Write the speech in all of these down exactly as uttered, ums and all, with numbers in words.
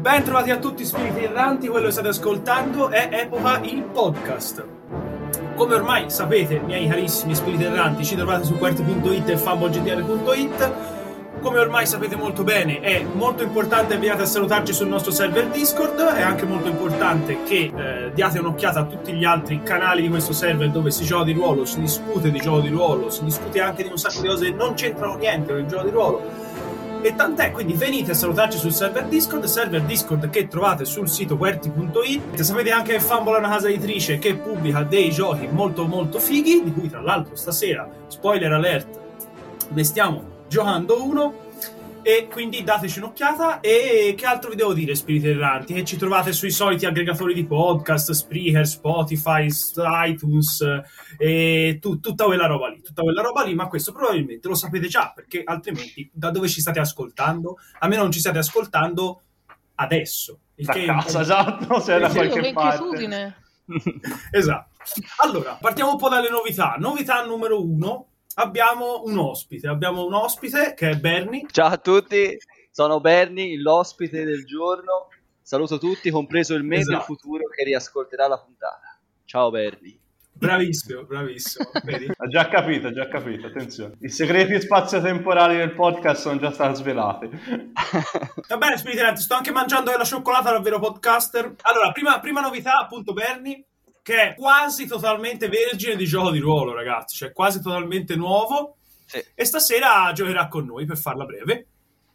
Ben trovati a tutti spiriti erranti, quello che state ascoltando è Epoca il podcast. Come ormai sapete, miei carissimi spiriti erranti, ci trovate su Qwerty punto it e fumble g t r punto it. Come ormai sapete molto bene, è molto importante che a salutarci sul nostro server Discord. È anche molto importante che eh, diate un'occhiata a tutti gli altri canali di questo server dove si gioca di ruolo, si discute di gioco di ruolo, si discute anche di un sacco di cose che non c'entrano niente con il gioco di ruolo. E tant'è, quindi venite a salutarci sul server Discord, server Discord che trovate sul sito Qwerty punto it. Sapete anche che Fumble è una casa editrice che pubblica dei giochi molto molto fighi, di cui tra l'altro stasera, spoiler alert, ne stiamo giocando uno. E quindi dateci un'occhiata. E che altro vi devo dire, spiriti erranti? Che ci trovate sui soliti aggregatori di podcast, Spreaker, Spotify, iTunes e tu, tutta quella roba lì tutta quella roba lì ma questo probabilmente lo sapete già, perché altrimenti da dove ci state ascoltando? A me non ci state ascoltando adesso, il da che casa, esatto, se da qualche parte. Esatto. Allora, partiamo un po' dalle novità. Novità numero uno: abbiamo un ospite, abbiamo un ospite che è Bernie. Ciao a tutti, sono Bernie, l'ospite del giorno. Saluto tutti, compreso il me esatto. del futuro che riascolterà la puntata. Ciao Bernie. Bravissimo, bravissimo. Vedi? Ha già capito, ha già capito, attenzione. I segreti spazio-temporali del podcast sono già stati svelati. Va bene, spiriti erranti, sto anche mangiando della cioccolata da vero podcaster. Allora, prima, prima novità, appunto, Bernie, che è quasi totalmente vergine di gioco di ruolo, ragazzi, cioè quasi totalmente nuovo, sì. E stasera giocherà con noi, per farla breve.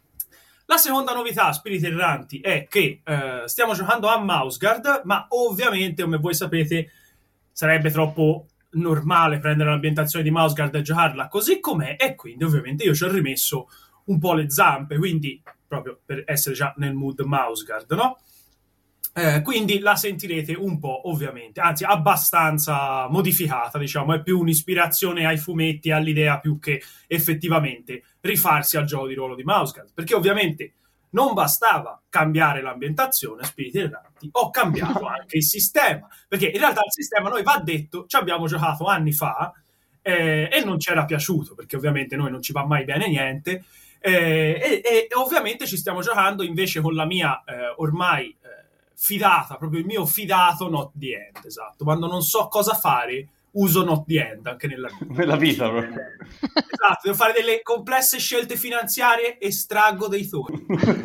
La seconda novità, spiriti erranti, è che eh, stiamo giocando a Mouseguard, ma ovviamente, come voi sapete, sarebbe troppo normale prendere l'ambientazione di Mouseguard e giocarla così com'è, e quindi ovviamente io ci ho rimesso un po' le zampe, quindi proprio per essere già nel mood Mouseguard, no? Eh, quindi la sentirete un po', ovviamente, anzi abbastanza modificata, diciamo, è più un'ispirazione ai fumetti, all'idea, più che effettivamente rifarsi al gioco di ruolo di Mouseguard, perché ovviamente non bastava cambiare l'ambientazione, spiriti erranti, ho cambiato anche il sistema, perché in realtà il sistema, noi va detto, ci abbiamo giocato anni fa eh, e non ci era piaciuto, perché ovviamente noi non ci va mai bene niente, eh, e, e ovviamente ci stiamo giocando invece con la mia eh, ormai fidata, proprio il mio fidato Not the End, esatto, quando non so cosa fare uso Not the End anche nella vita, nella vita proprio. Esatto, devo fare delle complesse scelte finanziarie, estraggo dei soldi.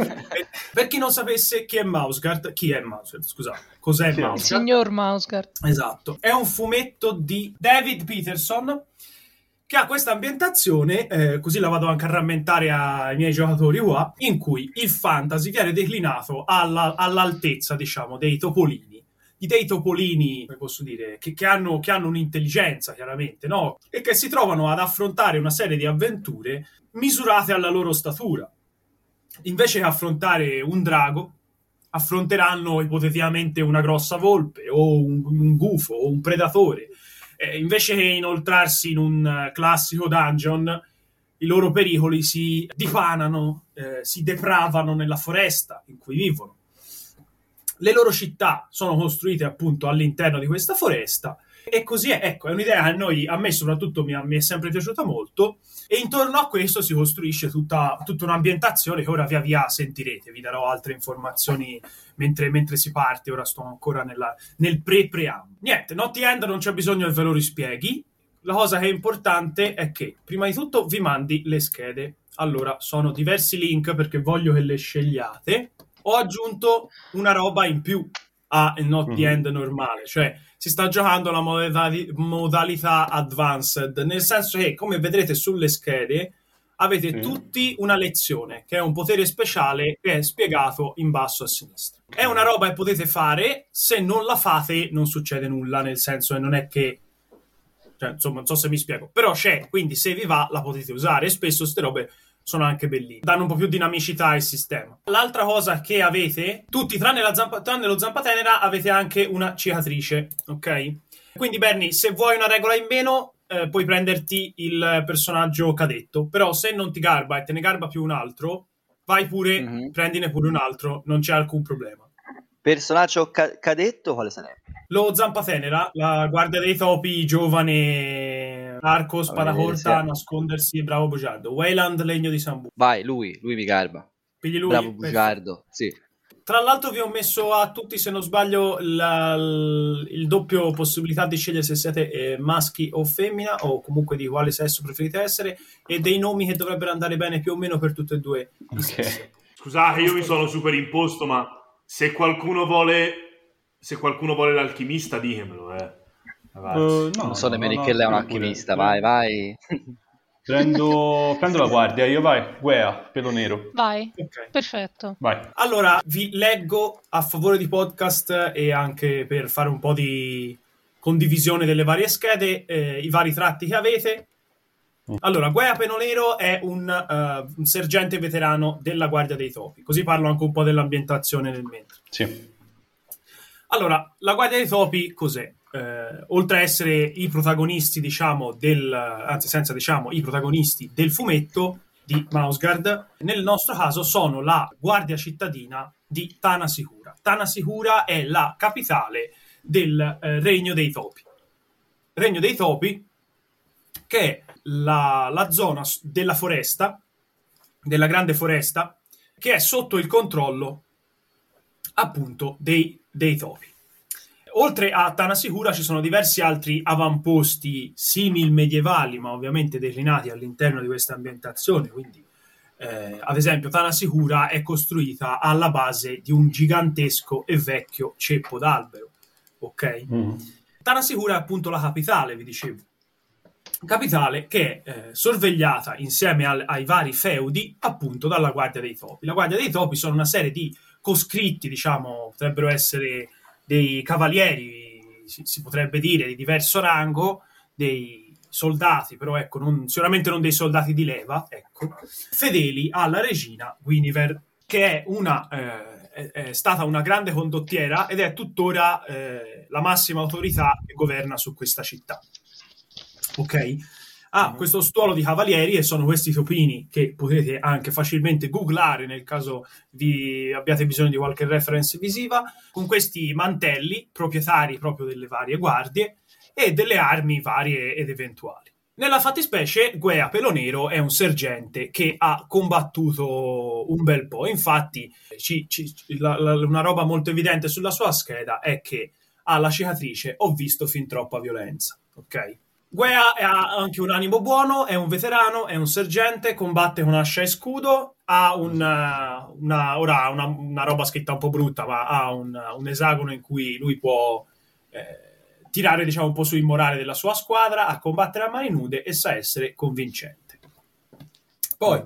Per chi non sapesse chi è Mouseguard, chi è Mouseguard, scusate, cos'è sì, Mouseguard? Il signor Mouseguard. Esatto, è un fumetto di David Peterson che ha questa ambientazione, eh, così la vado anche a rammentare ai miei giocatori qua, in cui il fantasy viene declinato alla, all'altezza, diciamo, dei topolini, di dei topolini, come posso dire, che, che, hanno, che hanno un'intelligenza, chiaramente, no? E che si trovano ad affrontare una serie di avventure misurate alla loro statura. Invece che affrontare un drago, affronteranno ipoteticamente una grossa volpe, o un, un gufo, o un predatore. Eh, invece che inoltrarsi in un classico dungeon, i loro pericoli si dipanano, eh, si depravano nella foresta in cui vivono. Le loro città sono costruite appunto all'interno di questa foresta, e così è. Ecco, è un'idea che a noi, a me soprattutto, mi, mi è sempre piaciuta molto, e intorno a questo si costruisce tutta, tutta un'ambientazione che ora via via sentirete. Vi darò altre informazioni mentre, mentre si parte. Ora sto ancora nella, nel pre-preambolo. Niente, Not the End non c'è bisogno che ve lo rispieghi. La cosa che è importante è che prima di tutto vi mandi le schede. Allora, sono diversi link perché voglio che le scegliate. Ho aggiunto una roba in più a Not the End normale, cioè si sta giocando la modali- modalità advanced, nel senso che, come vedrete sulle schede, avete sì. tutti una lezione, che è un potere speciale che è spiegato in basso a sinistra. È una roba che potete fare, se non la fate non succede nulla, nel senso che non è che, cioè, insomma, non so se mi spiego, però c'è, quindi se vi va la potete usare, e spesso queste robe sono anche bellini, danno un po' più dinamicità al sistema. L'altra cosa che avete, tutti tranne, la zampa, tranne lo Zampatenera, avete anche una cicatrice, ok? Quindi Bernie, se vuoi una regola in meno, eh, puoi prenderti il personaggio cadetto, però se non ti garba e te ne garba più un altro, vai pure, mm-hmm. prendine pure un altro, non c'è alcun problema. Personaggio ca- cadetto quale sarebbe? Lo Zampatenera, la guardia dei topi, giovane, arco, spada corta, nascondersi, bravo bugiardo. Wayland, legno di Sambu. Vai, lui, lui mi garba. Pigli lui? Bravo bugiardo, sì. Tra l'altro vi ho messo a tutti, se non sbaglio, la, l- il doppio possibilità di scegliere se siete eh, maschi o femmina, o comunque di quale sesso preferite essere, e dei nomi che dovrebbero andare bene più o meno per tutte e due i sessi. Ok. Scusate, io mi sono superimposto, ma se qualcuno vuole se qualcuno vuole l'alchimista, ditemelo, eh. Ragazzi. Uh, no, non so no, nemmeno no, che lei è un no, alchimista, pure- vai, vai. Prendo, prendo la guardia, io vai. Guea, pelo nero. Vai, Ok. perfetto. Vai. Allora, vi leggo a favore di podcast e anche per fare un po' di condivisione delle varie schede, eh, i vari tratti che avete. Allora, Guea Penolero è un, uh, un sergente veterano della Guardia dei Topi, così parlo anche un po' dell'ambientazione nel mentre. Sì. Allora, la Guardia dei Topi cos'è? Eh, oltre a essere i protagonisti, diciamo, del, anzi senza diciamo, i protagonisti del fumetto di Mausgard, nel nostro caso sono la guardia cittadina di Tanasicura. Tanasicura è la capitale del eh, Regno dei Topi. Regno dei Topi, che è la, la zona della foresta, della grande foresta, che è sotto il controllo appunto dei, dei topi. Oltre a Tanasicura ci sono diversi altri avamposti simil medievali, ma ovviamente declinati all'interno di questa ambientazione, quindi eh, ad esempio Tanasicura è costruita alla base di un gigantesco e vecchio ceppo d'albero, ok? Mm. Tanasicura è appunto la capitale, vi dicevo, capitale che è eh, sorvegliata insieme al, ai vari feudi appunto dalla Guardia dei Topi. La Guardia dei Topi sono una serie di coscritti, diciamo, potrebbero essere dei cavalieri, si, si potrebbe dire, di diverso rango, dei soldati, però ecco, non, sicuramente non dei soldati di leva, ecco, fedeli alla regina Guinevere, che è, una, eh, è, è stata una grande condottiera ed è tuttora eh, la massima autorità che governa su questa città. Ok? Ha ah, questo stuolo di cavalieri e sono questi topini che potete anche facilmente googlare nel caso vi abbiate bisogno di qualche reference visiva, con questi mantelli proprietari proprio delle varie guardie e delle armi varie ed eventuali. Nella fattispecie Guea Pelonero è un sergente che ha combattuto un bel po', infatti ci, ci, la, la, una roba molto evidente sulla sua scheda è che ha la cicatrice "ho visto fin troppa violenza", ok? Guea ha anche un animo buono, è un veterano, è un sergente, combatte con ascia e scudo, ha una, una, ora una, una roba scritta un po' brutta, ma ha un, un esagono in cui lui può eh, tirare, diciamo, un po' sul morale della sua squadra, a combattere a mani nude e sa essere convincente. Poi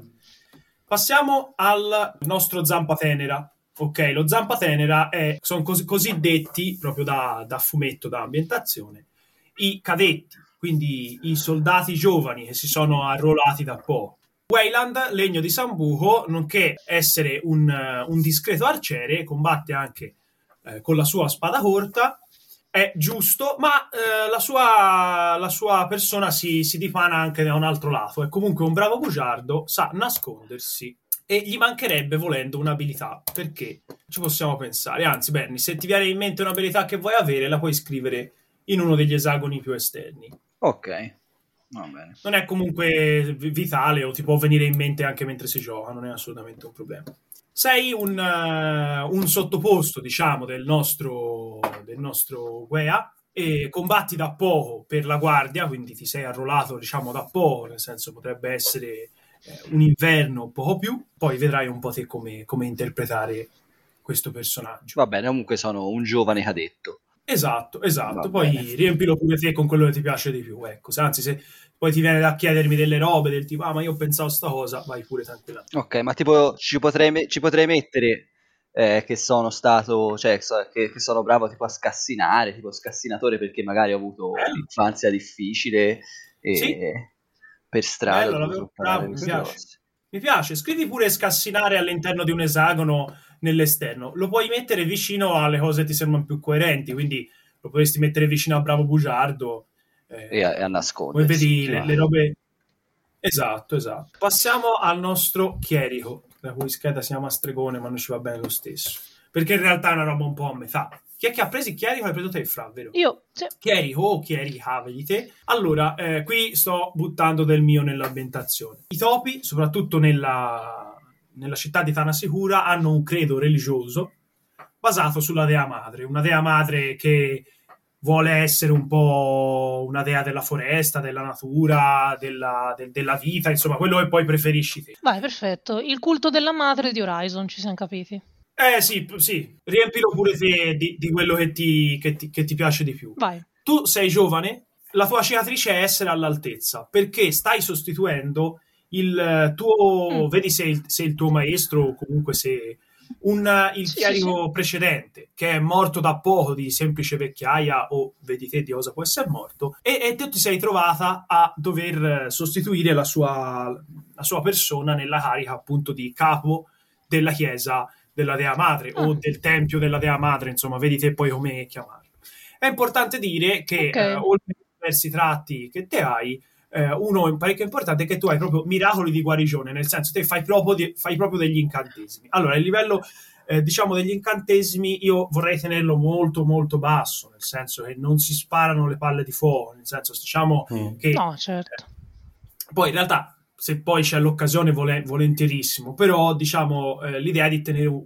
passiamo al nostro Zampatenera. Ok, lo Zampatenera è, sono cos- cosiddetti, proprio da, da fumetto, da ambientazione, i cadetti, quindi i soldati giovani che si sono arruolati da poco. Weyland, legno di Sambuco, nonché essere un, un discreto arciere, combatte anche eh, con la sua spada corta, è giusto, ma eh, la, sua, la sua persona si, si dipana anche da un altro lato, è comunque un bravo bugiardo, sa nascondersi e gli mancherebbe volendo un'abilità, perché ci possiamo pensare. Anzi, Bernie, se ti viene in mente un'abilità che vuoi avere, la puoi scrivere in uno degli esagoni più esterni. Ok, va bene. Non è comunque vitale o ti può venire in mente anche mentre si gioca, non è assolutamente un problema. Sei un, uh, un sottoposto, diciamo, del nostro, del nostro Guea e combatti da poco per la guardia, quindi ti sei arruolato, diciamo, da poco, nel senso potrebbe essere eh, un inverno o poco più, poi vedrai un po' te come, come interpretare questo personaggio. Va bene, comunque sono un giovane cadetto. Esatto, esatto. Va poi bene. Riempilo pure te con quello che ti piace di più, ecco. Anzi, se poi ti viene da chiedermi delle robe del tipo, ah, ma io pensavo sta cosa, vai pure tranquillamente. Ok, ma tipo ci potrei, me- ci potrei mettere eh, che sono stato, cioè che, che sono bravo tipo a scassinare, tipo scassinatore, perché magari ho avuto Bello. un'infanzia difficile e Sì. per strada Bello, ho l'avevo- dovuto imparare bravo, mi queste piace. cose. Mi piace, scrivi pure scassinare all'interno di un esagono nell'esterno. Lo puoi mettere vicino alle cose che ti sembrano più coerenti, quindi lo potresti mettere vicino a bravo bugiardo. Eh, E a, e a Poi nascondersi. vedi sì, le, va. le robe. Esatto, esatto. Passiamo al nostro chierico, la cui scheda si chiama stregone, ma non ci va bene lo stesso. Perché in realtà è una roba un po' a metà. Chi è che ha preso il chierico? Hai preso te, Fra, vero? Io, sì. Chierico o chierica, vedi te. Allora, eh, qui sto buttando del mio nell'ambientazione. I topi, soprattutto nella, nella città di Tanasicura, hanno un credo religioso basato sulla dea madre, una dea madre che vuole essere un po' una dea della foresta, della natura, della, de, della vita, insomma, quello che poi preferisci te. Vai, perfetto. Il culto della madre di Horizon, ci siamo capiti. Eh sì, sì, riempilo pure te di, di quello che ti, che, ti, che ti piace di più. Vai. Tu sei giovane, la tua cicatrice è essere all'altezza, perché stai sostituendo il tuo, mm. vedi se il, se il tuo maestro o comunque se... Un, il sì, chierico sì, sì. precedente che è morto da poco di semplice vecchiaia o vedi te di cosa può essere morto e, e tu ti sei trovata a dover sostituire la sua, la sua persona nella carica appunto di capo della chiesa della dea madre ah. o del tempio della dea madre, insomma vedi te poi come chiamarlo. È importante dire che okay. eh, oltre ai diversi tratti che te hai, Eh, uno parecchio importante è che tu hai proprio miracoli di guarigione, nel senso te fai proprio, di, fai proprio degli incantesimi. Allora il livello eh, diciamo degli incantesimi io vorrei tenerlo molto molto basso, nel senso che non si sparano le palle di fuoco, nel senso diciamo mm. che no, certo. eh, poi in realtà se poi c'è l'occasione vol- volentierissimo, però diciamo eh, l'idea è di tenere un,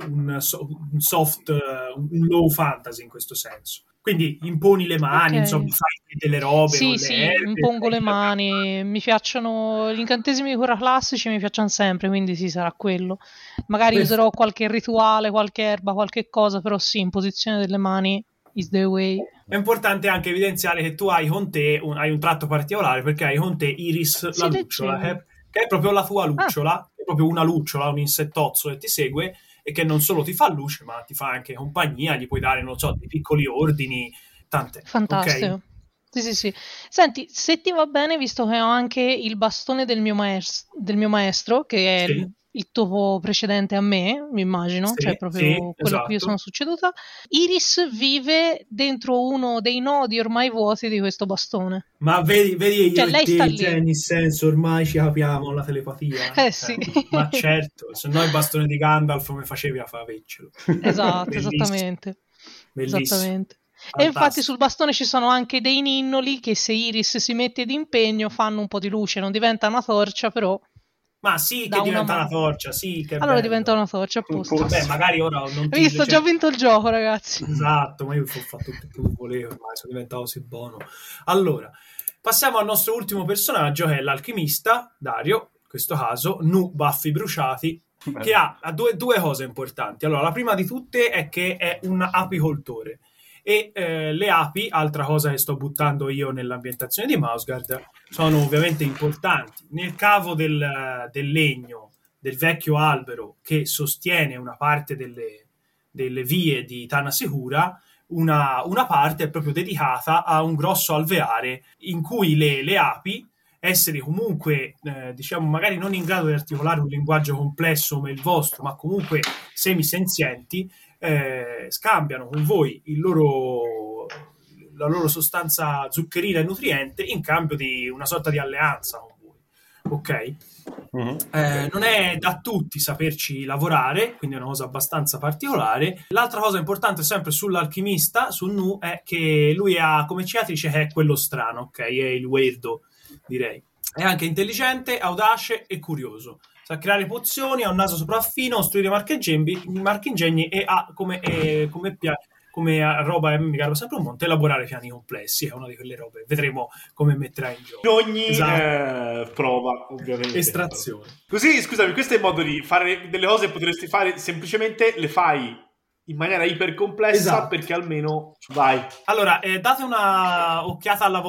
un soft uh, un low fantasy in questo senso. Quindi imponi le mani, okay. insomma, fai delle robe. Sì, sì, le erbe, impongo le mani. Mi piacciono gli incantesimi di cura classici, mi piacciono sempre, quindi sì, sarà quello. Magari Perfetto. userò qualche rituale, qualche erba, qualche cosa, però sì, imposizione delle mani is the way. È importante anche evidenziare che tu hai con te un, hai un tratto particolare, perché hai con te Iris, sì, la lucciola, che, che è proprio la tua lucciola, ah. è proprio una lucciola, un insettozzo che ti segue e che non solo ti fa luce, ma ti fa anche compagnia, gli puoi dare, non so, dei piccoli ordini, tante. Fantastico. Okay? Sì, sì, sì. Senti, se ti va bene, visto che ho anche il bastone del mio maestro, del mio maestro che è sì. il, il topo precedente a me, mi immagino, sì, cioè proprio sì, quello esatto. a cui io sono succeduta, Iris vive dentro uno dei nodi ormai vuoti di questo bastone. Ma vedi, vedi io cioè, e lei te, sta lì. Cioè, nel senso, ormai ci capiamo la telepatia. Eh sì. Eh, ma certo, se no il bastone di Gandalf come facevi a favercelo. Esatto, esattamente. Bellissimo. Esattamente. Fantastico. E infatti sul bastone ci sono anche dei ninnoli che se Iris si mette d'impegno fanno un po' di luce, non diventa una torcia però. Ma sì che diventa una, una torcia, sì che allora bello. diventa una torcia apposta. Vabbè, magari ora non ti... Hai visto, ho già vinto il gioco, ragazzi. Esatto, ma io ho fatto tutto quello che volevo ormai, sono diventato così buono. Allora, passiamo al nostro ultimo personaggio che è l'alchimista, Dario, in questo caso, Nu Baffi Bruciati, Bello. che ha, ha due, due cose importanti. Allora, la prima di tutte è che è un apicoltore. E eh, le api, altra cosa che sto buttando io nell'ambientazione di Mausgard, sono ovviamente importanti. Nel cavo del, del legno, del vecchio albero che sostiene una parte delle, delle vie di Tana Sicura, una, una parte è proprio dedicata a un grosso alveare in cui le, le api, esseri comunque, eh, diciamo, magari non in grado di articolare un linguaggio complesso come il vostro, ma comunque semisenzienti, Eh, scambiano con voi il loro, la loro sostanza zuccherina e nutriente in cambio di una sorta di alleanza con voi. Ok? Mm-hmm. Eh, non è da tutti saperci lavorare, quindi è una cosa abbastanza particolare. L'altra cosa importante sempre sull'alchimista, su Nu, è che lui ha come cicatrice che è quello strano, ok? È il weirdo, direi. È anche intelligente, audace e curioso. Sa creare pozioni, ha un naso sopraffino, costruire marchingegni e ha come, eh, come, pia- come roba, mi caro sempre un monte, elaborare piani complessi. È una di quelle robe. Vedremo come metterà in gioco. In ogni esatto. eh, prova, ovviamente. Estrazione. Così, scusami, questo è il modo di fare delle cose che potresti fare, semplicemente le fai in maniera iper complessa esatto. perché almeno vai. Allora, eh, date una occhiata alla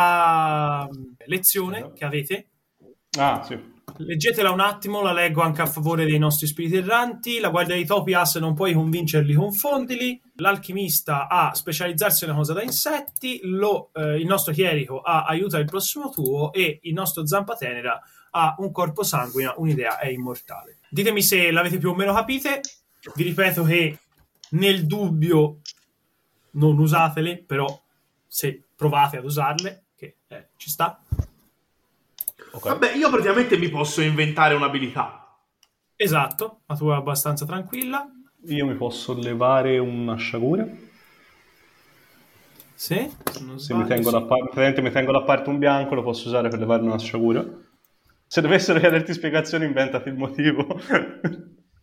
vostra lezione esatto. che avete. Ah, sì. Leggetela un attimo, la leggo anche a favore dei nostri spiriti erranti. La guardia dei topi ha se non puoi convincerli, confondili. L'alchimista ha specializzarsi in una cosa da insetti. Lo, eh, il nostro chierico ha aiuta il prossimo tuo e il nostro zampatenera ha un corpo sanguina, un'idea è immortale. Ditemi se l'avete più o meno capite. Vi ripeto che nel dubbio non usatele, però se provate ad usarle, che eh, ci sta. Okay. Vabbè, io praticamente mi posso inventare un'abilità. Esatto, la tua è abbastanza tranquilla. Io mi posso levare una sciagura. Sì, se, non se mi, tengo da par- mi tengo da parte un bianco, lo posso usare per levare una sciagura. Se dovessero chiederti spiegazioni, inventati il motivo.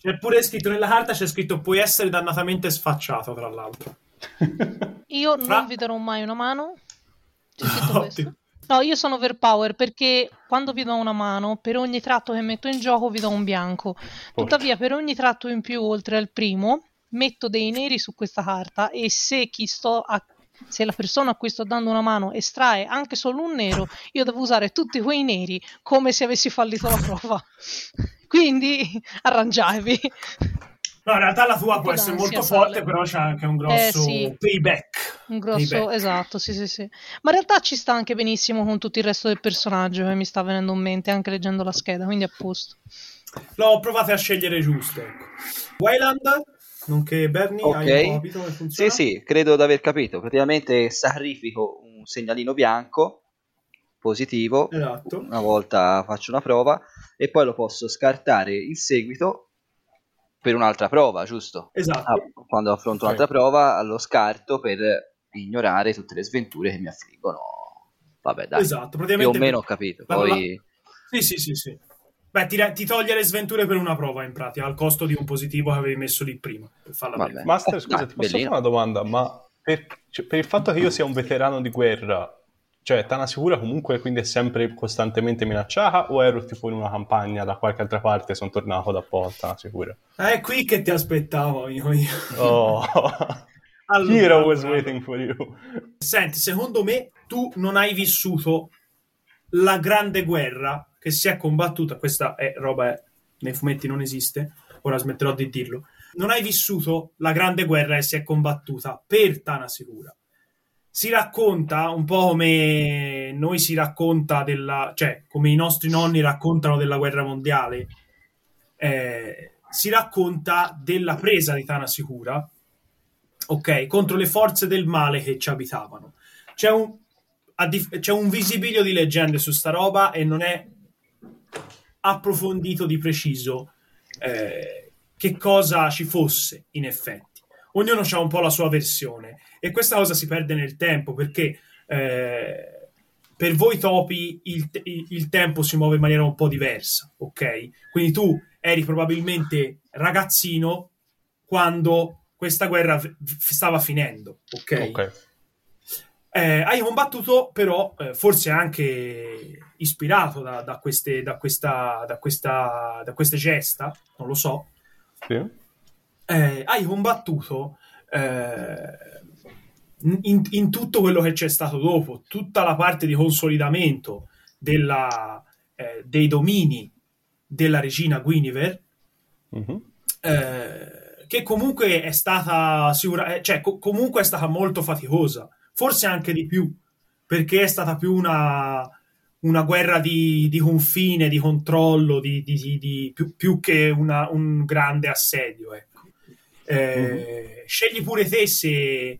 C'è pure scritto nella carta, c'è scritto puoi essere dannatamente sfacciato, tra l'altro. Io non Fra- vi darò mai una mano. C'è scritto questo. Ottimo. No, io sono overpower perché quando vi do una mano, per ogni tratto che metto in gioco vi do un bianco. Tuttavia, per ogni tratto in più, oltre al primo, metto dei neri su questa carta e se chi sto a... se la persona a cui sto dando una mano estrae anche solo un nero, io devo usare tutti quei neri come se avessi fallito la prova. Quindi arrangiatevi. No, in realtà la tua Un può po' essere d'ansia molto forte, sale. però c'è anche un grosso Eh, sì. payback. Un grosso, Payback. esatto, sì, sì, sì. Ma in realtà ci sta anche benissimo con tutto il resto del personaggio che mi sta venendo in mente anche leggendo la scheda, quindi a posto. L'ho provate a scegliere giusto, ecco. Wayland, nonché Bernie, Ok. hai un po' capito come funziona? Sì, sì, credo di aver capito. Praticamente sacrifico un segnalino bianco positivo, Esatto. una volta faccio una prova e poi lo posso scartare in seguito per un'altra prova, giusto? Esatto. Ah, quando affronto Ok. un'altra prova lo scarto per ignorare tutte le sventure che mi affliggono. Vabbè, dai, Esatto, più o praticamente meno ho capito. la- Poi Sì, sì, sì, sì. Beh, ti, ti toglie le sventure per una prova, in pratica, al costo di un positivo che avevi messo lì prima, per farla Vabbè. breve. Master, Eh, scusa, dai, ti posso bellino. fare una domanda? Ma per, cioè, per il fatto che io sia un veterano di guerra, cioè Tana Sicura comunque quindi è sempre costantemente minacciata o ero tipo in una campagna da qualche altra parte e sono tornato da po' a Tana Sicura? È qui che ti aspettavo, amico mio. Oh, Allora, here I was allora, waiting for you. Senti, secondo me tu non hai vissuto la grande guerra che si è combattuta, questa è roba è, nei fumetti non esiste, ora smetterò di dirlo, non hai vissuto la grande guerra che si è combattuta per Tana Sicura. Si racconta un po' come noi si racconta della, cioè come i nostri nonni raccontano della guerra mondiale, eh, si racconta della presa di Tana Sicura, ok, contro le forze del male che ci abitavano. C'è un, a dif- c'è un visibilio di leggende su sta roba e non è approfondito di preciso eh, che cosa ci fosse in effetti. Ognuno ha un po' la sua versione e questa cosa si perde nel tempo perché eh, per voi topi il, il, il tempo si muove in maniera un po' diversa, ok? Quindi tu eri probabilmente ragazzino quando questa guerra f- stava finendo, ok? Ok. Eh, hai combattuto però eh, forse anche ispirato da, da, queste, da, questa, da, questa, da queste gesta, non lo so, Sì. eh, hai combattuto eh, in, in tutto quello che c'è stato dopo, tutta la parte di consolidamento della, eh, dei domini della regina Guinevere, Mhm. eh, che comunque è stata sicura, eh, cioè co- comunque è stata molto faticosa, forse anche di più, perché è stata più una, una guerra di, di confine, di controllo, di, di, di, di- più, più che una, un grande assedio. Ecco. Eh, Mhm. Scegli pure te se eh,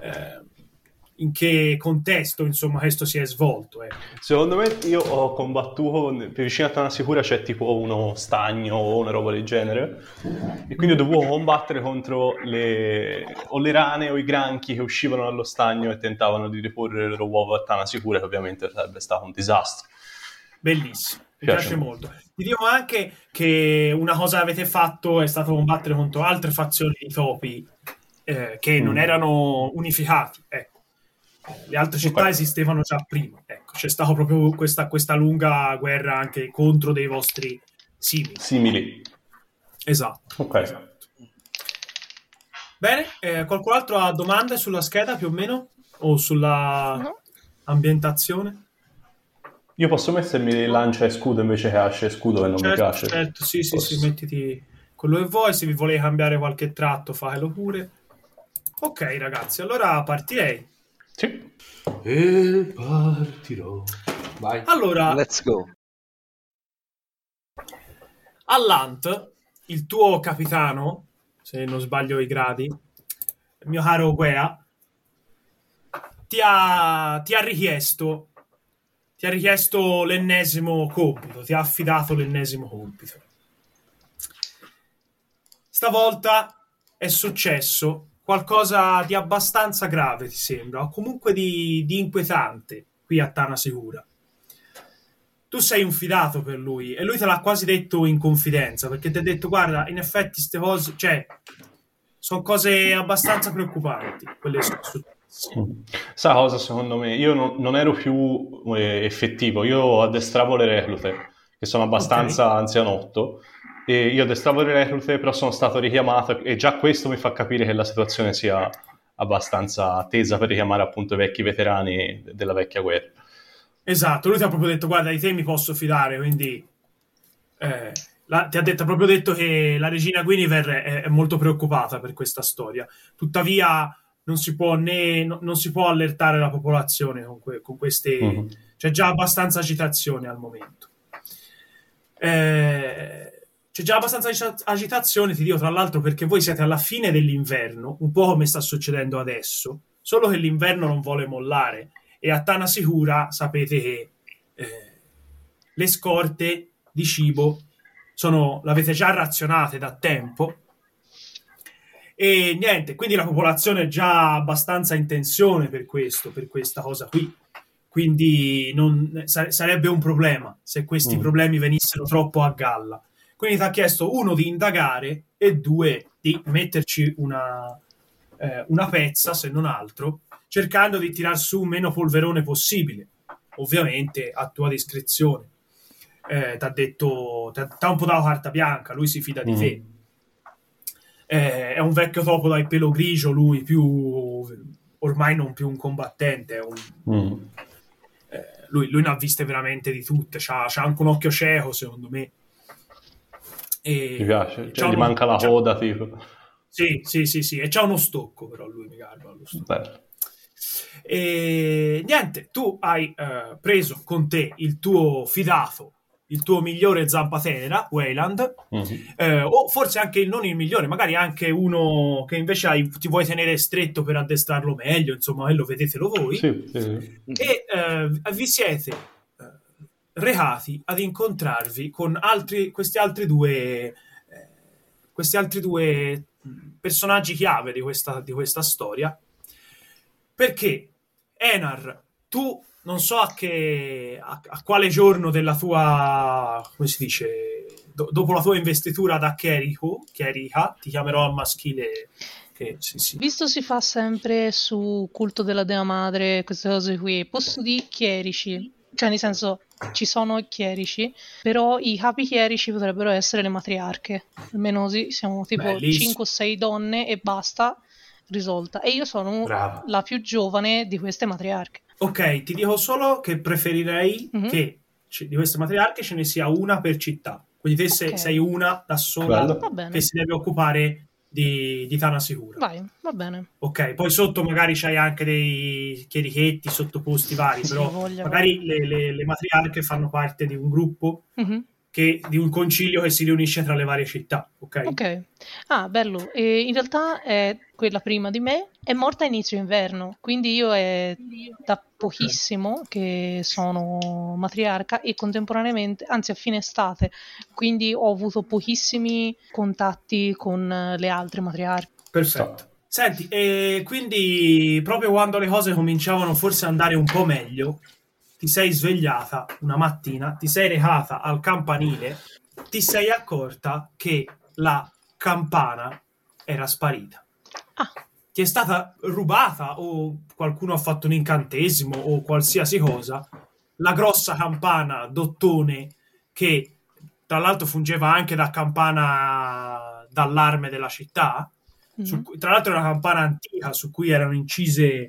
in che contesto insomma questo si è svolto. Ecco. Secondo me io ho combattuto, più vicino a Tana Sicura c'è tipo uno stagno o una roba del genere e quindi ho dovuto combattere contro le, o le rane o i granchi che uscivano dallo stagno e tentavano di deporre le loro uova a Tana Sicura, che ovviamente sarebbe stato un disastro. Bellissimo, mi Piace piace molto. molto. Ti dico anche che una cosa che avete fatto è stato combattere contro altre fazioni di topi eh, che non Mm. erano unificati. Ecco. Eh, Le altre città Ok. esistevano già prima. Ecco. C'è stata proprio questa, questa lunga guerra anche contro dei vostri simili. Simili. Esatto. Ok. esatto. Bene, eh, qualcun altro ha domande sulla scheda più o meno? O sulla No? ambientazione? Io posso mettermi lancia e scudo invece che asce e scudo che non mi Certo, piace? certo, sì, sì, Posso. sì, mettiti quello che vuoi, se vi volete cambiare qualche tratto fatelo pure. Ok ragazzi, allora partirei. Sì. E partirò. Vai. Allora, Let's go. Allant, il tuo capitano, se non sbaglio i gradi, il mio caro Guea, ti ha, ti ha richiesto ti ha richiesto l'ennesimo compito, ti ha affidato l'ennesimo compito. Stavolta è successo qualcosa di abbastanza grave, ti sembra, o comunque di, di inquietante qui a Tana Sicura. tu sei un fidato per lui, e lui te l'ha quasi detto in confidenza, perché ti ha detto, guarda, in effetti queste cose, cioè, sono cose abbastanza preoccupanti, quelle sono successe. Sa cosa, secondo me? Io non, non ero più eh, effettivo, io addestravo le reclute, che sono abbastanza Ok. anzianotto, e io addestravo le reclute, però sono stato richiamato, e già questo mi fa capire che la situazione sia abbastanza tesa per richiamare appunto i vecchi veterani della vecchia guerra. Esatto, lui ti ha proprio detto, guarda, di te mi posso fidare, quindi eh, la- ti ha detto, proprio detto che la regina Guinevere è, è molto preoccupata per questa storia. Tuttavia non si può né no- non si può allertare la popolazione con, que- con queste... Mhm. C'è già abbastanza agitazione al momento. Eh, c'è già abbastanza agita- agitazione, ti dico tra l'altro, perché voi siete alla fine dell'inverno, un po' come sta succedendo adesso, solo che l'inverno non vuole mollare, e a Tana Sicura sapete che eh, le scorte di cibo sono, l'avete già razionate da tempo, e niente, quindi la popolazione è già abbastanza in tensione per questo, per questa cosa qui. Quindi non, sa- sarebbe un problema se questi Mm. problemi venissero troppo a galla. Quindi ti ha chiesto, uno, di indagare, e due, di metterci una, eh, una pezza, se non altro, cercando di tirar su meno polverone possibile, ovviamente a tua discrezione. Eh, ti ha detto, ti ha un po' dato carta bianca, lui si fida di Mm. te. Eh, è un vecchio topo dal pelo grigio, lui più ormai non più un combattente, è un, Mm. eh, lui, lui ne ha viste veramente di tutte, c'ha, c'ha anche un occhio cieco secondo me. E Mi piace, c'ha cioè, gli uno- manca la c'ha- coda tipo. Sì, sì, sì, sì, e c'ha uno stocco però lui mi garba lo stocco. Beh. E niente, tu hai eh, preso con te il tuo fidato, il tuo migliore zampa tenera, Wayland, Mhm. eh, o forse anche il non il migliore, magari anche uno che invece hai- ti vuoi tenere stretto per addestrarlo meglio, insomma, quello vedetelo voi. Sì, sì, sì. E eh, vi siete eh, recati ad incontrarvi con altri, questi altri due eh, questi altri due mh, personaggi chiave di questa, di questa storia, perché Enar, tu non so a che a, a quale giorno della tua, come si dice, do- dopo la tua investitura da Keriho, Keriha, ti chiamerò al maschile, che sì, sì. Visto si fa sempre su culto della Dea Madre, queste cose qui, posso dire chierici, cioè nel senso ci sono i chierici, però i capi chierici potrebbero essere le matriarche, almeno sì, siamo tipo Bellissimo. cinque o sei donne e basta, risolta. E io sono Brava. la più giovane di queste matriarche. Ok, ti dico solo che preferirei Mhm. che c- di queste matriarche ce ne sia una per città. Quindi te se- Ok. sei una da sola Bello. Va bene, che si deve occupare di, di Tana Sicura. vai, va bene. Ok, poi sotto magari c'hai anche dei chierichetti sottoposti vari, Sì, però voglia, magari le, le- le matriarche fanno parte di un gruppo, Mhm. che, di un concilio che si riunisce tra le varie città, ok? Ok. Ah, bello. E in realtà è quella prima di me è morta a inizio inverno, quindi io è da pochissimo che sono matriarca e contemporaneamente, anzi a fine estate, quindi ho avuto pochissimi contatti con eh, le altre matriarche. Perfetto. Senti, e quindi proprio quando le cose cominciavano forse ad andare un po' meglio, ti sei svegliata una mattina, ti sei recata al campanile, ti sei accorta che la campana era sparita. Ah, Ti è stata rubata o qualcuno ha fatto un incantesimo o qualsiasi cosa. La grossa campana d'ottone, che tra l'altro fungeva anche da campana d'allarme della città, su mhm. cui- tra l'altro era una campana antica su cui erano incise,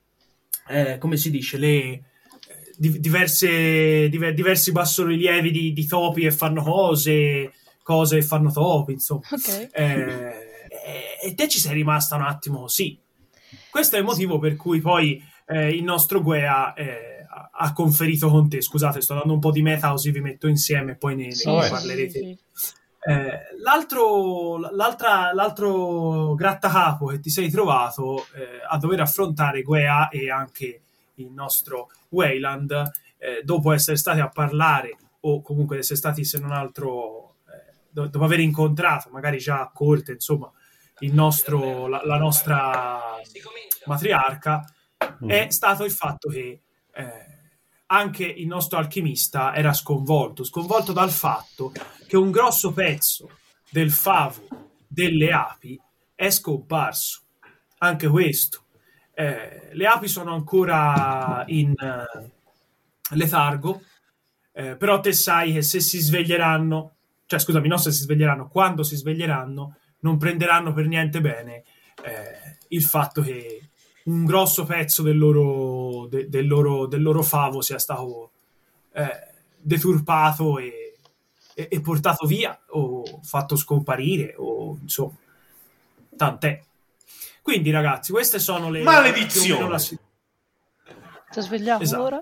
eh, come si dice, le eh, di- diverse, diver- diversi bassorilievi di, di topi e fanno cose, cose e fanno topi, insomma. Ok. Eh, e te ci sei rimasta un attimo così. Questo è il motivo per cui poi eh, il nostro Guea eh, ha- ha conferito con te. Scusate, sto dando un po' di meta così vi metto insieme e poi ne, ne Sì, Vabbè. sì, sì, parlerete. sì, sì. Eh, l'altro, l'altra, l'altro grattacapo che ti sei trovato eh, a dover affrontare Guea e anche il nostro Wayland, eh, dopo essere stati a parlare, o comunque essere stati, se non altro, eh, do- dopo aver incontrato magari già a corte, insomma, il nostro, la, la nostra matriarca, Mm. è stato il fatto che eh, anche il nostro alchimista era sconvolto, sconvolto dal fatto che un grosso pezzo del favo delle api è scomparso. Anche questo. Eh, le api sono ancora in uh, letargo, eh, però te sai che se si sveglieranno, cioè scusami, non se si sveglieranno, quando si sveglieranno, non prenderanno per niente bene eh, il fatto che un grosso pezzo del loro, de, del loro, del loro favo sia stato eh, deturpato e, e, e portato via o fatto scomparire o insomma tant'è. Quindi ragazzi, queste sono le maledizioni. Si è svegliato esatto. ora?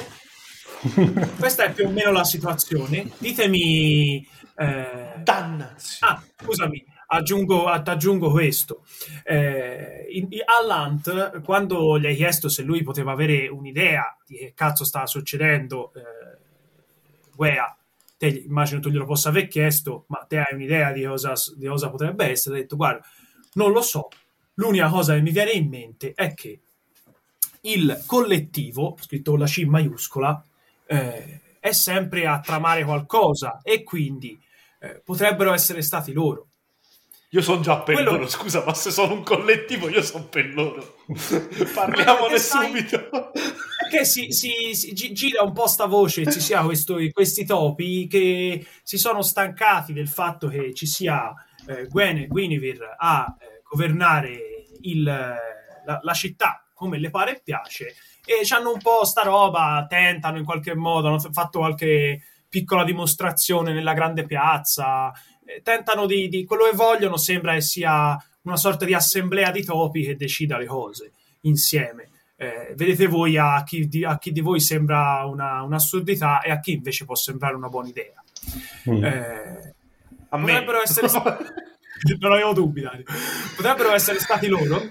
Que- questa è più o meno la situazione. Ditemi eh... dannazione. Ah, scusami, aggiungo, aggiungo questo. Eh, in, in, all'Ant, quando gli hai chiesto se lui poteva avere un'idea di che cazzo stava succedendo, eh, Guea, te, immagino tu glielo possa aver chiesto, ma te hai un'idea di cosa, di cosa potrebbe essere? Ha detto, guarda, non lo so, l'unica cosa che mi viene in mente è che il collettivo, scritto con la C maiuscola, eh, è sempre a tramare qualcosa e quindi eh, potrebbero essere stati loro. Io sono già per Quello... loro, scusa, ma se sono un collettivo io sono per loro. Parliamone subito. Che si, si, si gira un po' sta voce, ci sia questo, questi topi che si sono stancati del fatto che ci sia eh, Gwen, Guinevere a eh, governare il, la, la città come le pare e piace, e c'hanno un po' sta roba, tentano in qualche modo, hanno fatto qualche piccola dimostrazione nella grande piazza, eh, tentano di, di quello che vogliono, sembra che sia una sorta di assemblea di topi che decida le cose insieme. Eh, vedete voi a chi, di, a chi di voi sembra una, un'assurdità e a chi invece può sembrare una buona idea. Mm. Eh, a potrebbero me. essere stati non avevo dubbi, Dario. Potrebbero essere stati loro,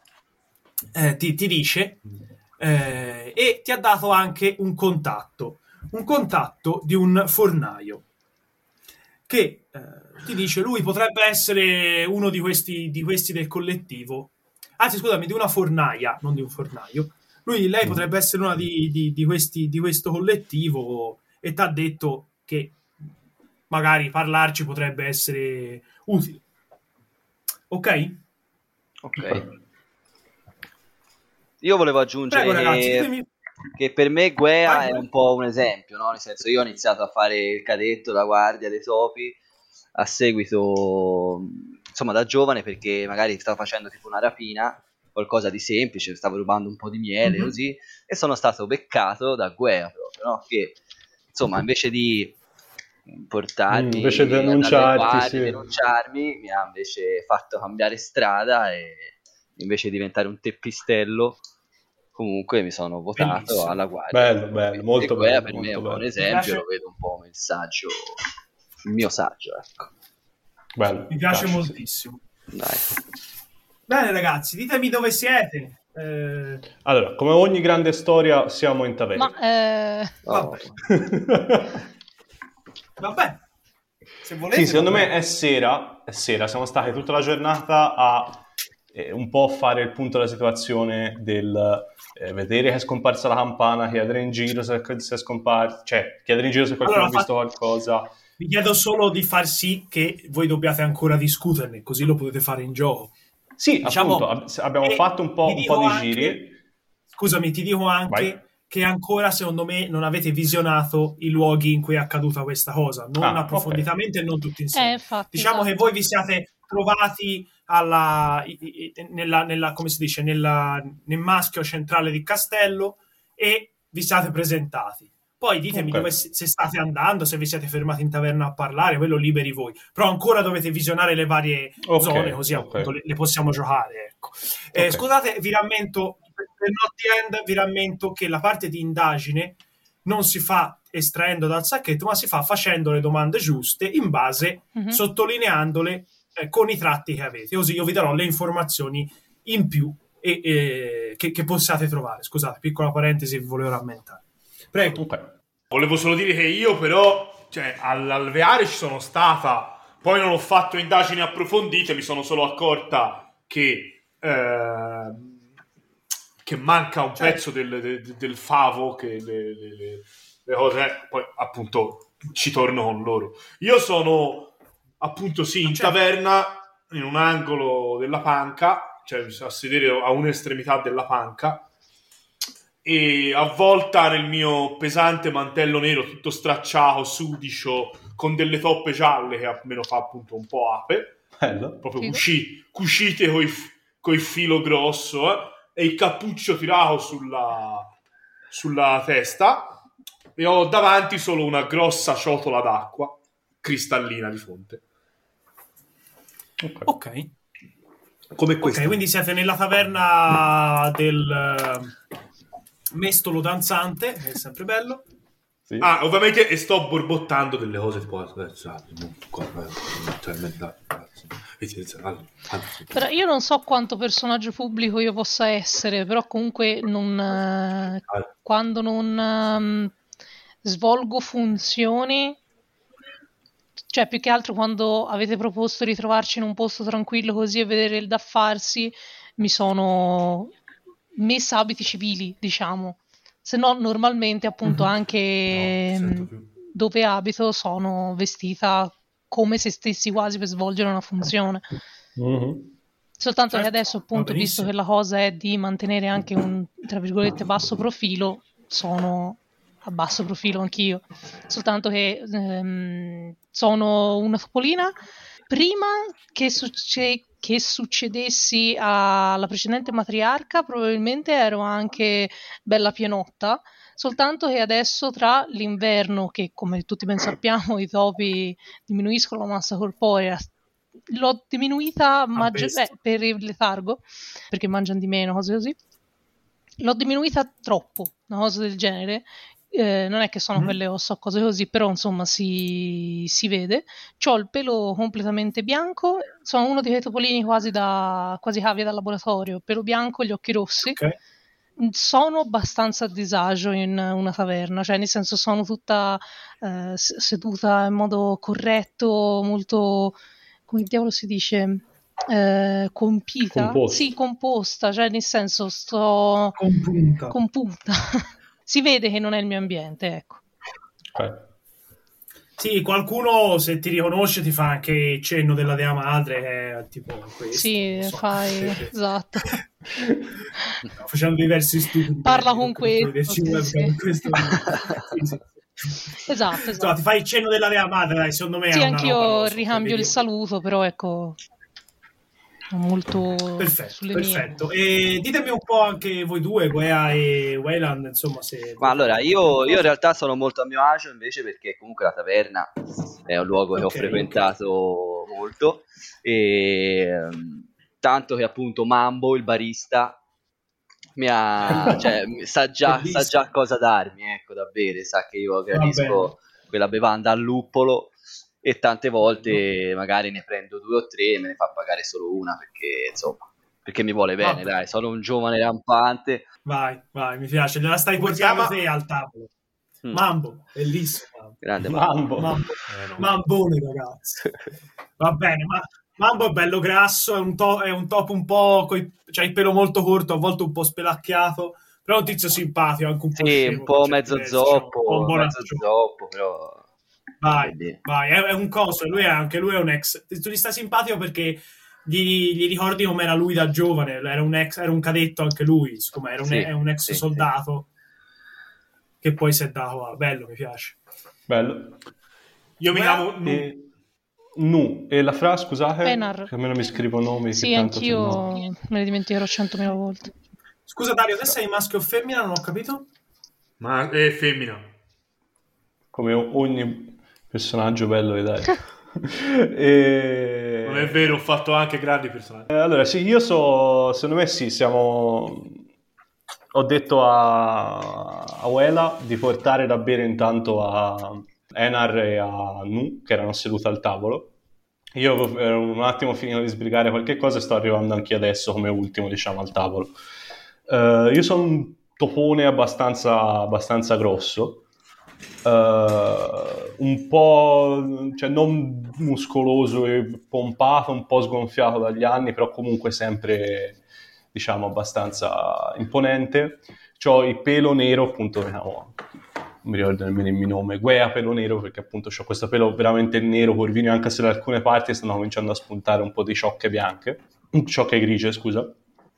eh, ti, ti dice, eh, e ti ha dato anche un contatto un contatto di un fornaio che eh, ti dice lui potrebbe essere uno di questi, di questi del collettivo. Anzi, scusami, di una fornaia, non di un fornaio. Lui, lei potrebbe essere una di, di, di, questi, di questo collettivo e ti ha detto che magari parlarci potrebbe essere utile. Ok? Ok. Io volevo aggiungere Prego, ragazzi, che, ditemi... che per me Guea è un po' un esempio, no? Nel senso, io ho iniziato a fare il cadetto, la guardia dei topi a seguito, insomma, da giovane, perché magari stavo facendo tipo una rapina, qualcosa di semplice, stavo rubando un po' di miele, mm-hmm. così, e sono stato beccato da Guea proprio, no? Che insomma, invece di portarmi, mm, invece di denunciarti, guardie, sì. denunciarmi, mi ha invece fatto cambiare strada e invece di diventare un teppistello, comunque mi sono votato Bellissimo. alla guardia. Bello, bello, molto e bello. Per molto me è un bello. buon esempio, lo vedo un po' un messaggio, il mio saggio, ecco. Bello, mi piace piace, moltissimo. Dai. Bene ragazzi, ditemi dove siete. Eh... Allora, come ogni grande storia, siamo in taverna. Ma eh... oh. Vabbè. Se volete, sì, secondo vabbè. me è sera, è sera, siamo stati tutta la giornata a eh, un po' fare il punto della situazione del eh, vedere che è scomparsa la campana, chiedere in giro se, se è scomparsa, cioè chiedere in giro se qualcuno allora, ha visto fa... qualcosa. Vi chiedo solo di far sì che voi dobbiate ancora discuterne, così lo potete fare in gioco. Sì, diciamo, appunto, abbiamo fatto un po', un po' di anche, giri. Scusami, ti dico anche Vai. che ancora, secondo me, non avete visionato i luoghi in cui è accaduta questa cosa, non ah, approfonditamente okay. e non tutti insieme. Eh, infatti, diciamo esatto. che voi vi siate trovati alla, nella, nella, come si dice, nella, nel maschio centrale di castello e vi siate presentati. Poi ditemi okay. dove se state andando, se vi siete fermati in taverna a parlare, quello liberi voi. Però ancora dovete visionare le varie okay. zone, così okay. appunto le, le possiamo giocare. Ecco. Eh, okay. Scusate, vi rammento, per Not the End vi rammento che la parte di indagine non si fa estraendo dal sacchetto, ma si fa facendo le domande giuste in base, mm-hmm. sottolineandole eh, con i tratti che avete. Così io vi darò le informazioni in più e, e, che, che possiate trovare. Scusate, piccola parentesi, vi volevo rammentare. Prego. Okay. Volevo solo dire che io però, cioè, all'alveare ci sono stata, poi non ho fatto indagini approfondite, mi sono solo accorta che eh, che manca un Certo. pezzo del, del, del favo, che le, le, le cose, poi appunto ci torno con loro. Io sono appunto sì in Certo. taverna, in un angolo della panca, cioè a sedere a un'estremità della panca, e avvolta nel mio pesante mantello nero tutto stracciato, sudicio, con delle toppe gialle che almeno fa appunto un po' ape, Bello. proprio Figo. cusci, cuscite coi, coi filo grosso, eh, e il cappuccio tirato sulla, sulla testa, e ho davanti solo una grossa ciotola d'acqua cristallina di fonte, Ok. Ok. come questa. Ok, quindi siete nella taverna del eh, mestolo danzante, che è sempre bello. Sì. Ah, ovviamente, e sto borbottando delle cose tipo Però io non so quanto personaggio pubblico io possa essere, però comunque non, eh, quando non ehm, svolgo funzioni, cioè più che altro quando avete proposto di trovarci in un posto tranquillo così e vedere il da farsi, mi sono messa abiti civili, diciamo. Se no normalmente appunto Mhm. anche No, sento ehm, più. dove abito sono vestita come se stessi quasi per svolgere una funzione. Mhm. Soltanto che Certo, adesso, va appunto, visto benissimo. che la cosa è di mantenere anche un, tra virgolette, basso profilo, sono a basso profilo anch'io. Soltanto che ehm, sono una topolina. Prima che, succe- che succedessi alla precedente matriarca, probabilmente ero anche bella pienotta. Soltanto che adesso, tra l'inverno, che come tutti ben sappiamo i topi diminuiscono la massa corporea, l'ho diminuita maggi- bestia. beh, per il letargo, perché mangiano di meno, cose così. L'ho diminuita troppo, una cosa del genere. Eh, non è che sono Mhm. quelle ossa o cose così, però insomma si, si vede. C'ho il pelo completamente bianco, sono uno di quei topolini quasi da quasi cavia da laboratorio, pelo bianco, gli occhi rossi. Ok. Sono abbastanza a disagio in una taverna, cioè nel senso sono tutta eh, s- seduta in modo corretto, molto, come diavolo si dice, eh, compita? Composto. Sì, composta, cioè nel senso sto Con punta. compunta. Si vede che non è il mio ambiente, ecco. Ok. Sì, qualcuno se ti riconosce ti fa anche cenno della dea madre, che è tipo questo. Sì, non so. fai, esatto. No, facendo diversi stupidi. Parla belli, con tocca tutto questo, vederci sì, webcam, sì. questo. Sì, sì. Esatto, Insomma, esatto. ti fai il cenno della dea madre, dai, secondo me Sì, è una roba, non anch'io lo so, ricambio il vedi- saluto, però ecco, molto Perfetto, sulle mie. perfetto. E ditemi un po' anche voi due, Guea e Wayland, insomma, se Ma allora, volete dire io, io in qualcosa. realtà sono molto a mio agio invece, perché comunque la taverna è un luogo che ho Ok, frequentato molto, e ehm, tanto che appunto Mambo, il barista, mi ha, cioè, sa già, sa Bellissimo. già cosa darmi, ecco, da bere, sa che io Va bene. gradisco quella bevanda al luppolo, e tante volte magari ne prendo due o tre e me ne fa pagare solo una, perché insomma, perché mi vuole bene, Vabbè. dai, sono un giovane rampante. Vai, vai, mi piace. Gliela stai Come portando si chiama? te al tavolo. Mm, Mambo, bellissimo. Mambo. grande Mambo. Mambo. Mambo. Eh, no. Mambone, ragazzi. Va bene, ma Mambo è bello grasso, è un, to- è un topo un po'... Coi... c'ha il pelo molto corto, a volte un po' spelacchiato, però è un tizio simpatico, anche un po' Sì, scemo un po' per certi mezzo versi, diciamo, un po' un zoppo, buon mezzo accio. zoppo, però Vai, Vedi. vai, è, è un coso, lui è anche lui è un ex. Tu gli stai simpatico perché gli, gli ricordi com'era lui da giovane, era un ex, era un cadetto anche lui, siccome era un, Sì, è un ex sì, soldato che poi si è dato a... Bello, mi piace. Bello. Io mi Beh, chiamo Nu. E... Nu. E la fra, scusate? Enar. Che almeno mi scrivo nomi Sì, che tanto se no... anch'io me ne dimenticherò centomila volte. Scusa Dario, te sei maschio o femmina? Non ho capito. Ma è femmina. Come ogni personaggio bello che dai. e... Non è vero, ho fatto anche grandi personaggi. Eh, Allora, sì, io so, secondo me sì, siamo... Ho detto a, a Uela di portare da bere intanto a Enar e a Nu, che erano seduti al tavolo. Io ero un attimo finito di sbrigare qualche cosa e sto arrivando anche adesso come ultimo, diciamo, al tavolo. Eh, io sono un topone abbastanza, abbastanza grosso. Uh, un po', cioè non muscoloso e pompato, un po' sgonfiato dagli anni, però comunque sempre, diciamo, abbastanza imponente. C'ho il pelo nero, appunto, diciamo, non mi ricordo nemmeno il mio nome, Guea pelo nero, perché appunto ho questo pelo veramente nero, corvino, anche se da alcune parti stanno cominciando a spuntare un po' di ciocche bianche, ciocche grigie, scusa.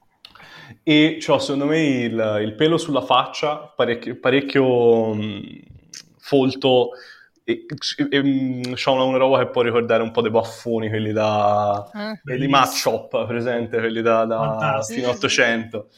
E c'ho, secondo me, il, il pelo sulla faccia parecchio, parecchio mh, folto, e, e, e c'ho una, una roba che può ricordare un po' dei baffoni, quelli da Ah. di Matchop, presente, quelli da, da Fantastico. fino ottocento.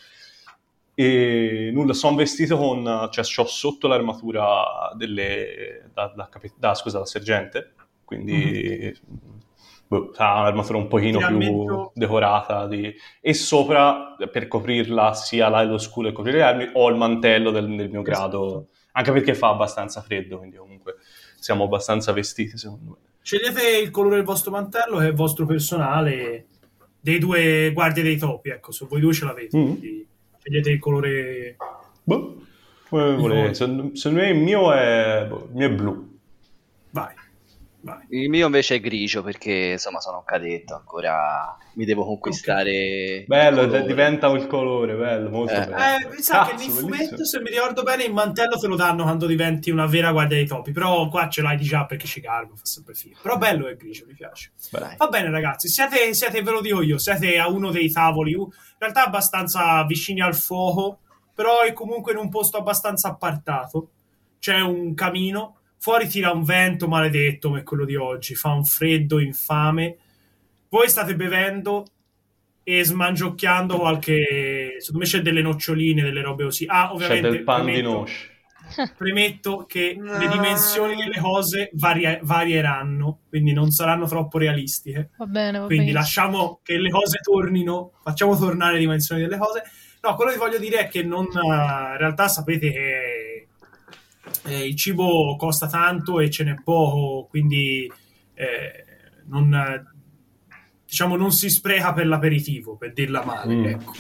E nulla, sono vestito con, cioè c'ho sotto l'armatura delle da, da, capi- da scusa, da sergente, quindi boh, ha un'armatura un pochino più Tiramento. decorata di... e sopra, per coprirla sia là lo scudo e coprire le armi, ho il mantello del, del mio grado, anche perché fa abbastanza freddo, quindi comunque siamo abbastanza vestiti, secondo me. Scegliete il colore del vostro mantello, che è il vostro personale, dei due guardie dei topi, ecco, se voi due ce l'avete, Mm. quindi scegliete il colore. Boh, come volete. Secondo, secondo me il mio è, boh, il mio è blu. Vai, vai. Il mio invece è grigio perché insomma sono un cadetto, ancora mi devo conquistare. Bello, il colore. diventa il colore, bello, molto Eh. bello. Eh, mi sa che Cazzo, nel bellissimo. fumetto, se mi ricordo bene, il mantello te lo danno quando diventi una vera guardia dei topi, però qua ce l'hai di già perché ci garba, fa sempre figo. Però bello è grigio, mi piace. Dai. Va bene ragazzi, siete, siete, ve lo dico io, siete a uno dei tavoli, in realtà abbastanza vicini al fuoco, però è comunque in un posto abbastanza appartato. C'è un camino, fuori tira un vento maledetto come quello di oggi, fa un freddo infame. Voi state bevendo e smangiocchiando qualche... Secondo me c'è delle noccioline, delle robe così. Ah, C'è ovviamente del pan di premetto, noce. premetto che le dimensioni delle cose varie- varieranno, quindi non saranno troppo realistiche. Va bene, va Quindi bene. lasciamo che le cose tornino, facciamo tornare le dimensioni delle cose. No, quello che voglio dire è che non, eh, in realtà sapete che eh, il cibo costa tanto e ce n'è poco, quindi eh, non, eh, diciamo non si spreca per l'aperitivo, per dirla male. Mm. Ecco.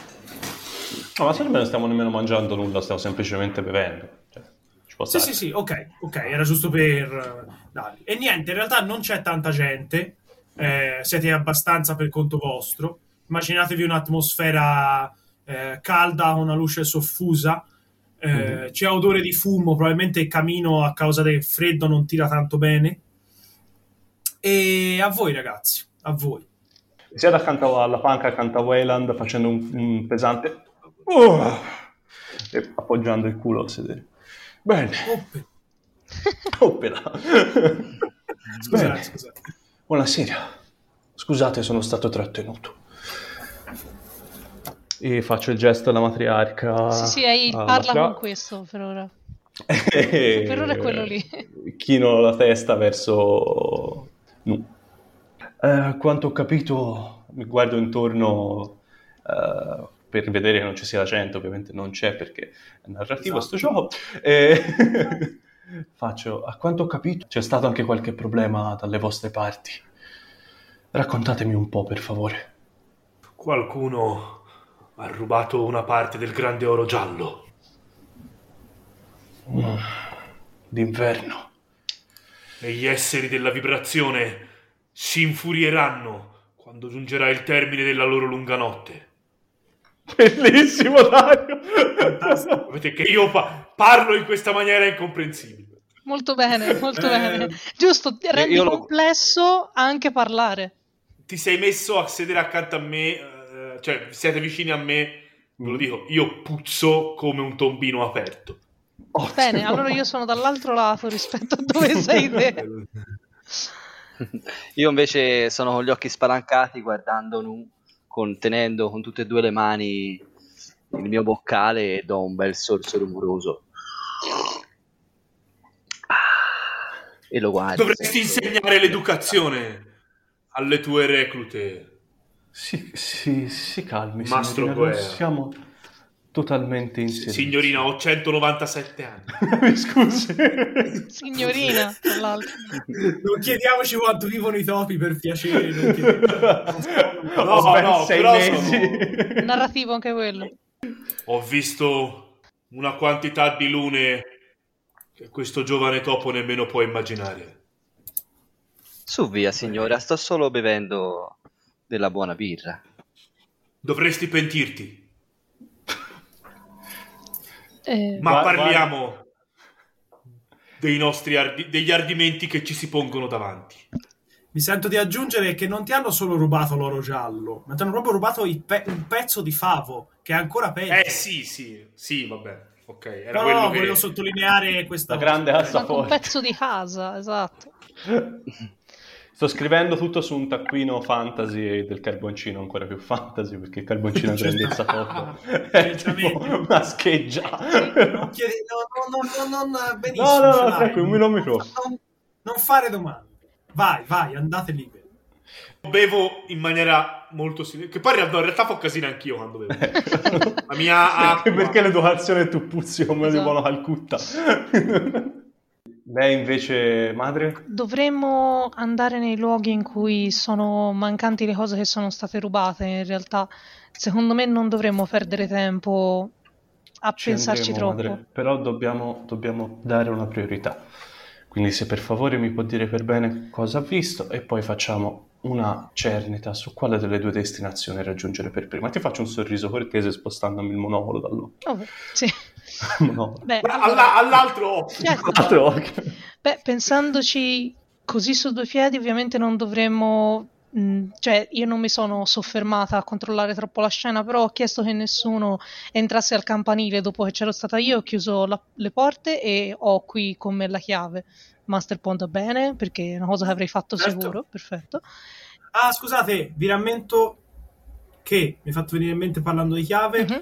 No, ma se non stiamo nemmeno mangiando nulla, stiamo semplicemente bevendo. Cioè, ci può Sì, stare. sì, sì, ok, ok, era giusto per eh, darli. E niente, in realtà non c'è tanta gente, eh, siete abbastanza per conto vostro. Immaginatevi un'atmosfera eh, calda con una luce soffusa, eh, Mhm. c'è odore di fumo, probabilmente il camino a causa del freddo non tira tanto bene. E a voi ragazzi, a voi. Siete accanto alla panca, accanto a Wayland, facendo un, un pesante... Oh! E appoggiando il culo a sedere. Bene, Oppe. oppela. Scusate, Bene. scusate. Buonasera. Scusate, sono stato trattenuto. E faccio il gesto alla matriarca. Sì, sì, hai- alla parla fra- con questo per ora. E- Per ora è quello lì. Chino la testa verso Nu. Eh, a quanto ho capito, mi guardo intorno eh, per vedere che non ci sia la gente, ovviamente non c'è perché è narrativo Esatto. sto gioco. E faccio, a quanto ho capito, c'è stato anche qualche problema dalle vostre parti. Raccontatemi un po', per favore. Qualcuno ha rubato una parte del grande oro giallo. Mm, d'inverno. E gli esseri della vibrazione si infurieranno quando giungerà il termine della loro lunga notte. Bellissimo, Dario! Sapete che io pa- parlo in questa maniera incomprensibile. Molto bene, molto Eh, bene. Giusto, rendi io lo- complesso anche parlare. Ti sei messo a sedere accanto a me, eh, cioè siete vicini a me, ve lo dico, io puzzo come un tombino aperto. Bene, allora io sono dall'altro lato rispetto a dove sei te. Io invece sono con gli occhi spalancati guardando Nu, con- tenendo con tutte e due le mani il mio boccale e do un bel sorso rumoroso. E lo guardo. Dovresti insegnare l'educazione alle tue reclute. Si, si, si calmi, Mastro signorina, Guerra. non siamo totalmente in servizio. Signorina, ho centonovantasette anni. Mi scusi. Signorina, tra l'altro. Non chiediamoci quanto vivono i topi, per piacere. Non chiediamo. No, Ho ben no, sei però mesi. Narrativo anche quello. Ho visto una quantità di lune che questo giovane topo nemmeno può immaginare. Su via, signora, sto solo bevendo della buona birra. dovresti pentirti. Eh, Ma Guarda- parliamo dei nostri ardi- degli ardimenti che ci si pongono davanti. Mi sento di aggiungere che non ti hanno solo rubato l'oro giallo, ma ti hanno proprio rubato il pe- un pezzo di favo, che è ancora peggio. Eh sì, sì, sì, vabbè. Ok, era No, quello no, che... volevo sottolineare questa La cosa. grande assa manca un forte. pezzo di casa, esatto. Sto scrivendo tutto su un taccuino fantasy e del carboncino ancora più fantasy, perché il carboncino è grandezza poco. È tipo una scheggia. Non chiedi, no, no, no, no, no, benissimo. No, no, ce no, l'hai. tranquillo, non mi trovo. Non, non fare domande. Vai, vai, andate liberi. Bevo in maniera molto silenziosa. Che poi in realtà, in realtà fa casino anch'io quando bevo. La mia Anche acqua... perché l'educazione tu puzzi come di Esatto. buona Calcutta. Lei invece, madre? Dovremmo andare nei luoghi in cui sono mancanti le cose che sono state rubate. In realtà, secondo me, non dovremmo perdere tempo a Ci pensarci andremo, troppo. madre, però dobbiamo, dobbiamo dare una priorità. Quindi se per favore mi può dire per bene cosa ha visto e poi facciamo una cernita su quale delle due destinazioni raggiungere per prima. Ti faccio un sorriso cortese spostandomi il monocolo dall'occhio. Oh, sì. Monocolo. Beh, Alla- allora, all'altro occhio. certo. L'altro occhio. Beh, pensandoci così su due piedi, ovviamente non dovremmo... mh, Cioè, io non mi sono soffermata a controllare troppo la scena, però ho chiesto che nessuno entrasse al campanile dopo che c'ero stata io, ho chiuso la- le porte e ho qui con me la chiave. Master Pond va bene, perché è una cosa che avrei fatto Certo. sicuro, perfetto. Ah, scusate, vi rammento che mi è fatto venire in mente parlando di chiave. Mhm.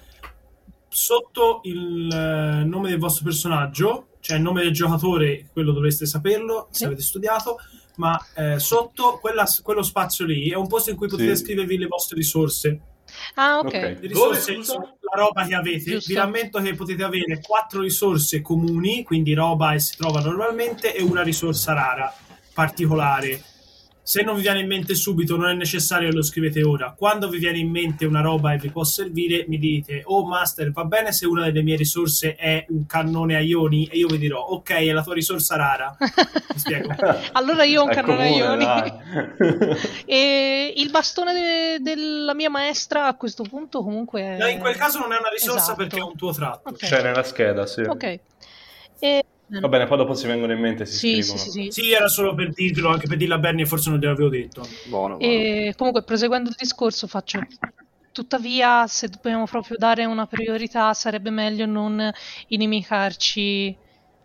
Sotto il eh, nome del vostro personaggio, cioè il nome del giocatore, quello dovreste saperlo se Sì. avete studiato, ma eh, sotto quella- quello spazio lì è un posto in cui potete Sì. scrivervi le vostre risorse. Ah, ok. Ok. Le Dove, risorse scusa? sono la roba che avete. Giusto. Vi rammento che potete avere quattro risorse comuni, quindi roba che si trova normalmente, e una risorsa rara, particolare. Se non vi viene in mente subito, non è necessario che lo scrivete ora. Quando vi viene in mente una roba e vi può servire, mi dite: oh master, va bene se una delle mie risorse è un cannone a ioni? E io vi dirò: ok, è la tua risorsa rara. Mi spiego? Allora io ho un È cannone a comune, ioni. dai. E il bastone de- della mia maestra a questo punto comunque è... No, in quel caso non è una risorsa Esatto. perché è un tuo tratto. Ok. C'è nella scheda, sì. Ok. E... Va bene, poi dopo si vengono in mente, si Sì, sì, scrivono. sì, sì. Sì, era solo per dirlo, anche per dirlo a Bernie, forse non gliel'avevo detto. Buono, buono. E comunque, proseguendo il discorso, faccio... Tuttavia, se dobbiamo proprio dare una priorità, sarebbe meglio non inimicarci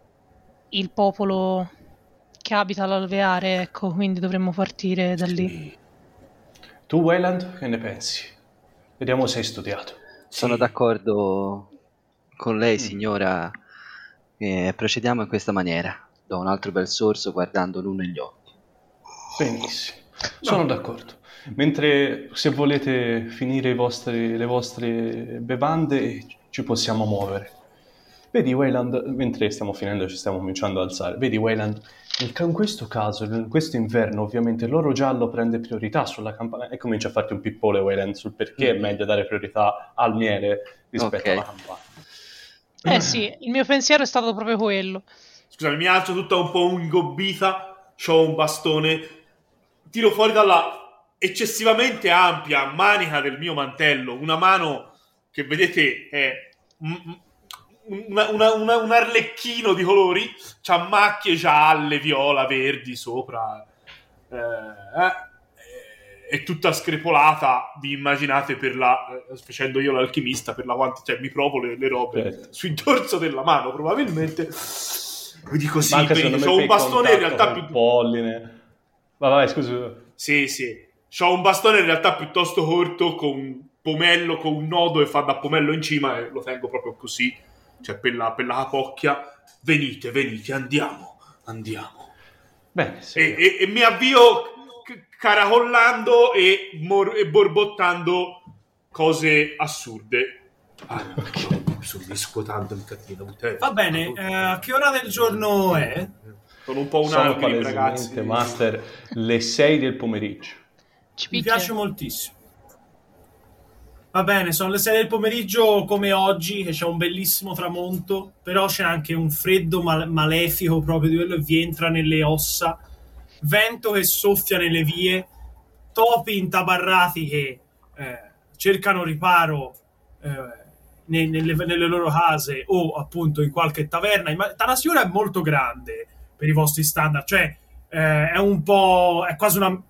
il popolo che abita l'alveare, ecco, quindi dovremmo partire da lì. Tu, Wayland, che ne pensi? Vediamo se hai studiato. Sono Sì. d'accordo con lei, Mm. signora. E procediamo in questa maniera. Do un altro bel sorso guardando l'uno negli occhi. Benissimo, sono d'accordo. Mentre se volete finire i vostri- le vostre bevande, ci possiamo muovere. Vedi, Wayland, mentre stiamo finendo, ci stiamo cominciando ad alzare. Vedi, Wayland, in ca- in questo caso, in questo inverno, ovviamente l'oro giallo prende priorità sulla campana e comincia a farti un pippone, Wayland, sul perché è meglio dare priorità al miele rispetto Ok. alla campana. Eh sì, il mio pensiero è stato proprio quello. Scusami, mi alzo tutta un po' ingobbita, c'ho un bastone, tiro fuori dalla eccessivamente ampia manica del mio mantello, una mano che vedete è un, una- una- una- un arlecchino di colori, c'ha macchie gialle, viola, verdi sopra, eh, eh, è tutta screpolata, vi immaginate per la, eh, facendo io l'alchimista, per la quanti, cioè mi provo le, le robe Certo. sul dorso della mano probabilmente. Vi dico sì, Ma anche benissimo, secondo me c'ho un per bastone in contatto realtà col più... polline. Vai, vai, scusa. Sì, sì. C'ho un bastone in realtà piuttosto corto con un pomello, con un nodo e fa da pomello in cima e lo tengo proprio così, cioè per la, per la capocchia. Venite, venite, andiamo, andiamo. Bene, sì. E, e- e mi avvio c- caracollando e, mor- e borbottando cose assurde. Ah, no, mi sono riscuotando il catino. Va bene, eh, a che ora del giorno è? Sono un po' un Sono alchemy, palesemente, ragazzi. master, le sei del pomeriggio. Ci Mi picchia. piace moltissimo. Va bene, sono le sei del pomeriggio come oggi, che c'è un bellissimo tramonto, però c'è anche un freddo mal- malefico proprio di quello che vi entra nelle ossa, vento che soffia nelle vie, topi intabarrati che eh, cercano riparo eh, ne, nelle, nelle loro case o appunto in qualche taverna. Ma Tanasura è molto grande per i vostri standard, cioè eh, è un po', è quasi una,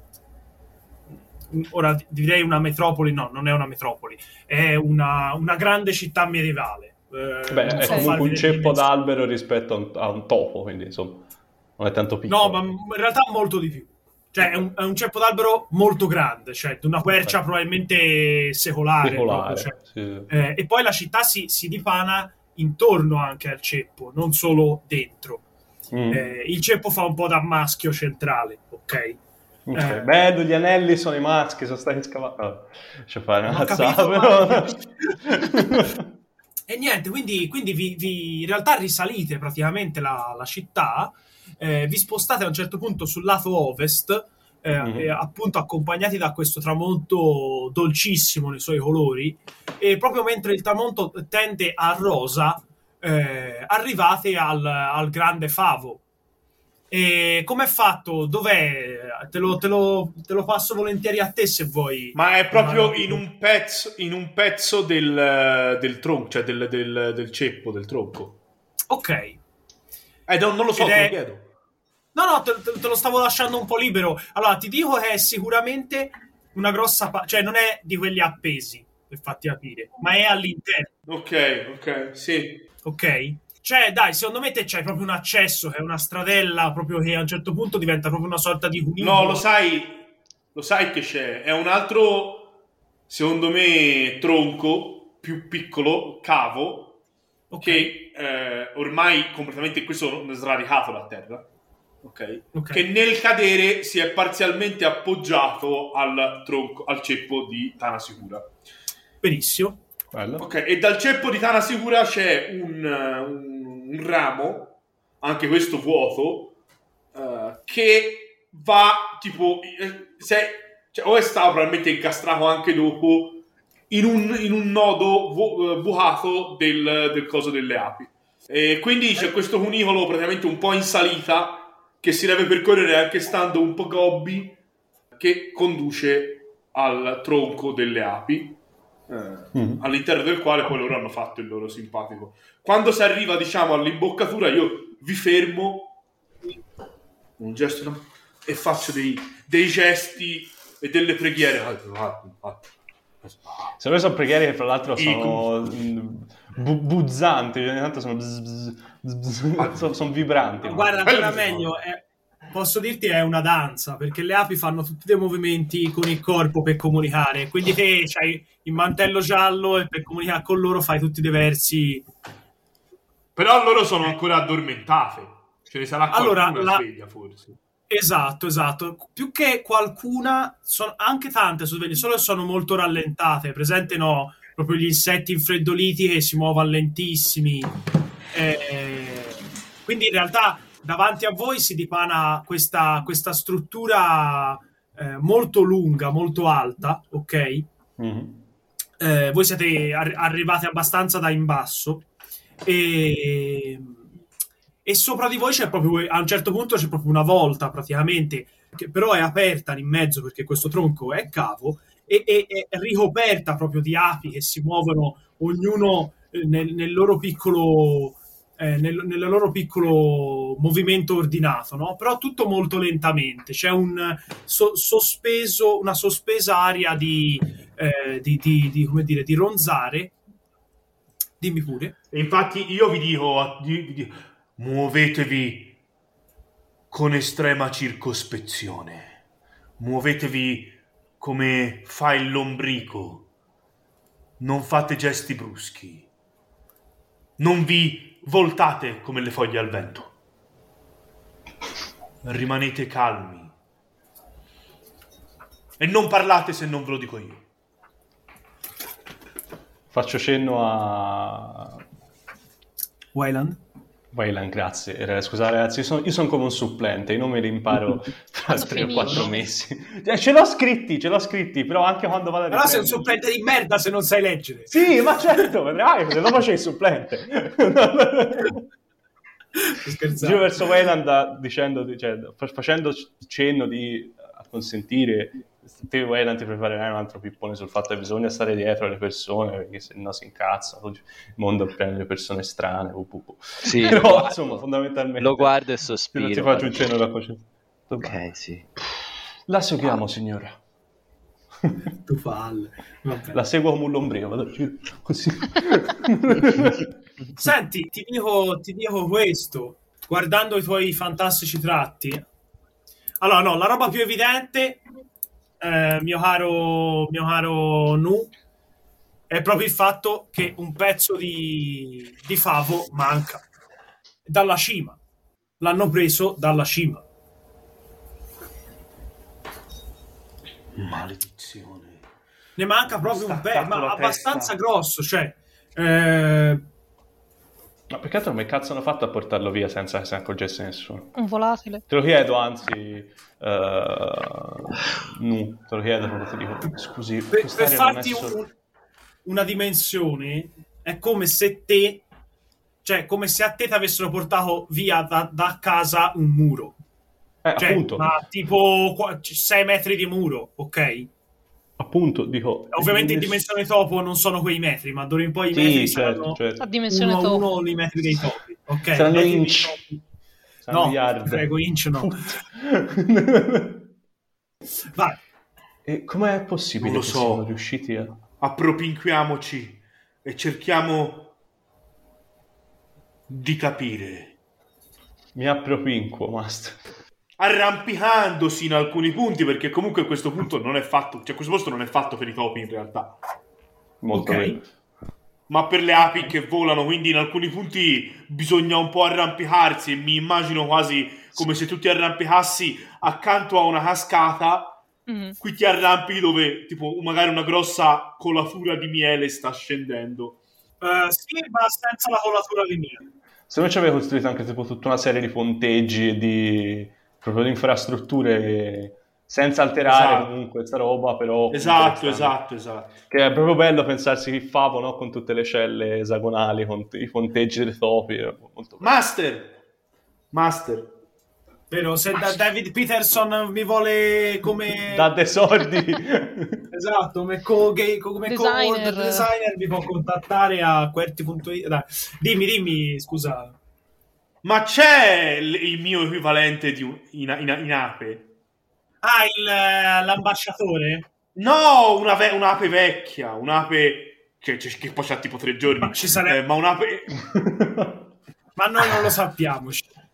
ora direi una metropoli, no, non è una metropoli, è una, una grande città medievale. Eh, Beh, non è so comunque farvi un delle ceppo dimensioni. d'albero rispetto a un, a un topo, quindi insomma non è tanto piccolo. No, ma in realtà molto di più. Cioè, è un, è un ceppo d'albero molto grande, cioè di una quercia probabilmente secolare. Secolare, proprio, cioè. sì. Eh, e poi la città si, si dipana intorno anche al ceppo, non solo dentro. Mm. Eh, il ceppo fa un po' da maschio centrale, ok? Okay. Eh, Bello, gli anelli sono i maschi, sono stati scavati. Oh, lascia fare una ho cazzata, capito, però... ma- E niente, quindi, quindi vi, vi- in realtà risalite praticamente la, la città, eh, vi spostate a un certo punto sul lato ovest, eh, Mhm. e appunto accompagnati da questo tramonto dolcissimo nei suoi colori, e proprio mentre il tramonto tende a rosa, eh, arrivate al, al Grande Favo. E com'è fatto? Dov'è? Te lo, te lo- te lo passo volentieri a te se vuoi. Ma è proprio Ah, in un pezzo, in un pezzo del, del tronco, cioè del, del, del ceppo, del tronco. Ok. Eh, non, non lo so, Ed te è- lo chiedo. No, no, te, te- te lo stavo lasciando un po' libero. Allora, ti dico che è sicuramente una grossa... pa- cioè, non è di quelli appesi, per farti capire, ma è all'interno, Ok, ok, sì. ok? Cioè, dai, secondo me te c'hai proprio un accesso, che è una stradella, proprio che a un certo punto diventa proprio una sorta di cunicolo. No, lo sai, lo sai che c'è. È un altro, secondo me, tronco più piccolo, cavo, Ok, che eh, ormai completamente questo è sradicato da terra. Ok? ok. Che nel cadere si è parzialmente appoggiato al tronco, al ceppo di Tana Sicura. Benissimo. Bello. Ok, e dal ceppo di Tana Sicura c'è un, un- un ramo, anche questo vuoto, eh, che va tipo, eh, se, cioè, o è stato probabilmente incastrato anche dopo in un, in un nodo vu- eh, bucato del, del coso delle api. E quindi c'è questo cunicolo praticamente un po' in salita che si deve percorrere anche stando un po' gobbi, che conduce al tronco delle api. Eh, Mm. all'interno del quale poi loro hanno fatto il loro simpatico. Quando si arriva, diciamo, all'imboccatura, io vi fermo, un gesto, no? E faccio dei, dei gesti e delle preghiere. Se noi sono preghiere che fra l'altro I- sono mm, bu- buzzanti, ogni tanto sono, bzz, bzz, bzz, bzz, sono, sono vibranti. Guarda, Bello ancora che fa. meglio, è- posso dirti è una danza, perché le api fanno tutti dei movimenti con il corpo per comunicare, quindi te c'hai il mantello giallo e per comunicare con loro fai tutti dei versi. Però loro sono ancora addormentate. Ce ne sarà Allora, qualcuna la- sveglia, forse. Esatto, esatto. Più che qualcuna, sono anche tante sono sveglie, solo che sono molto rallentate. Presente, no, proprio gli insetti infreddoliti che si muovono lentissimi. Eh, quindi in realtà davanti a voi si dipana questa, questa struttura eh, molto lunga, molto alta, ok? Mhm. Eh, voi siete ar- arrivati abbastanza da in basso e, e sopra di voi c'è proprio, a un certo punto c'è proprio una volta praticamente, che però è aperta in mezzo perché questo tronco è cavo e e- è ricoperta proprio di api che si muovono ognuno eh, nel, nel loro piccolo eh, nel, nel loro piccolo movimento ordinato, no? Però tutto molto lentamente. C'è un so- sospeso, una sospesa aria di, eh, di, di, di, come dire, di ronzare. Dimmi pure. E infatti io vi dico, a- vi- vi dico, muovetevi con estrema circospezione. Muovetevi come fa il lombrico. Non fate gesti bruschi. Non vi voltate come le foglie al vento. Rimanete calmi. E non parlate se non ve lo dico io. Faccio cenno a Wayland? Wayland, grazie. Eh, Scusate ragazzi, io sono, io sono come un supplente, i nomi li imparo tra Sono tre o finito. quattro mesi. Eh, ce l'ho scritti, ce l'ho scritti, però anche quando vado a Però sei un riprendere- supplente di merda se non sai leggere. Sì, ma certo, vedrai, se no facevi il supplente. Sto scherzando. Giro verso Wayland da- dicendo, cioè, fa- facendo cenno di acconsentire te Wayland ti preparerai un altro pippone sul fatto che bisogna stare dietro alle persone perché se no si incazzano, il mondo è pieno di persone strane, uh, uh, uh. Sì, però insomma fondamentalmente lo guardo e se non sospiro. ti faccio un cenno da coscienza. Ok, sì. La seguiamo, signora. Tu falle. Vabbè. La seguo come un lombrico, vado a giro così. Senti, ti dico, ti dico questo, guardando i tuoi fantastici tratti. Allora, no, la roba più evidente, eh, mio caro, mio caro Nu, è proprio il fatto che un pezzo di, di favo manca dalla cima. L'hanno preso dalla cima. Maledizione. Ne manca proprio un pezzo, ma la abbastanza testa. grosso, cioè... Eh, Ma perché altro come cazzo hanno fatto a portarlo via senza che se ne accorgesse nessuno? Un volatile. Te lo chiedo, anzi, uh, Nu, te lo chiedo, proprio ti dico, scusi, per, per quest'area non è farti solo... un- una dimensione, è come se te, cioè come se a te ti avessero portato via da, da casa un muro. Eh, Cioè, appunto, ma tipo sei metri di muro, ok? appunto, dico... Ovviamente in ness- dimensione topo non sono quei metri, ma d'ora in poi i Sì, metri certo, saranno certo. A dimensione uno a topo. uno i metri dei topi, ok? Saranno Metri dei inch. topi. Saranno No, yard. prego, inch no. Vai. E com'è possibile Non lo che so. siano riusciti a... Appropinquiamoci e cerchiamo di capire. Mi appropinquo, master. Arrampicandosi in alcuni punti, perché comunque questo punto non è fatto, cioè questo posto non è fatto per i topi in realtà, Molto Ok. bene. ma per le api che volano, quindi in alcuni punti bisogna un po' arrampicarsi e mi immagino quasi come se tu ti arrampicassi accanto a una cascata. Mm. Qui ti arrampichi dove tipo magari una grossa colatura di miele sta scendendo. Eh, sì, ma senza la colatura di miele. Se no ci aveva costruito anche tipo tutta una serie di ponteggi e di proprio di infrastrutture senza alterare Esatto. comunque questa roba, però Esatto, interessante. esatto, esatto. Che è proprio bello pensarsi il favo, no? Con tutte le celle esagonali, con t- i ponteggi dei topi, è molto bello. Master, Master, Vero, se da David Peterson mi vuole come... Da dei soldi. Esatto, come co- gay- come Designer. co- designer mi può contattare a qwerty punto it. Dai, dimmi, dimmi, scusa. ma c'è l- il mio equivalente di un, in, in, in ape? Ah, il, eh, l'ambasciatore? No, una ve- un'ape vecchia, un'ape che, che, che poi c'ha tipo tre giorni, Ma ci sarebbe- eh, ma un'ape... Ma noi non lo sappiamo.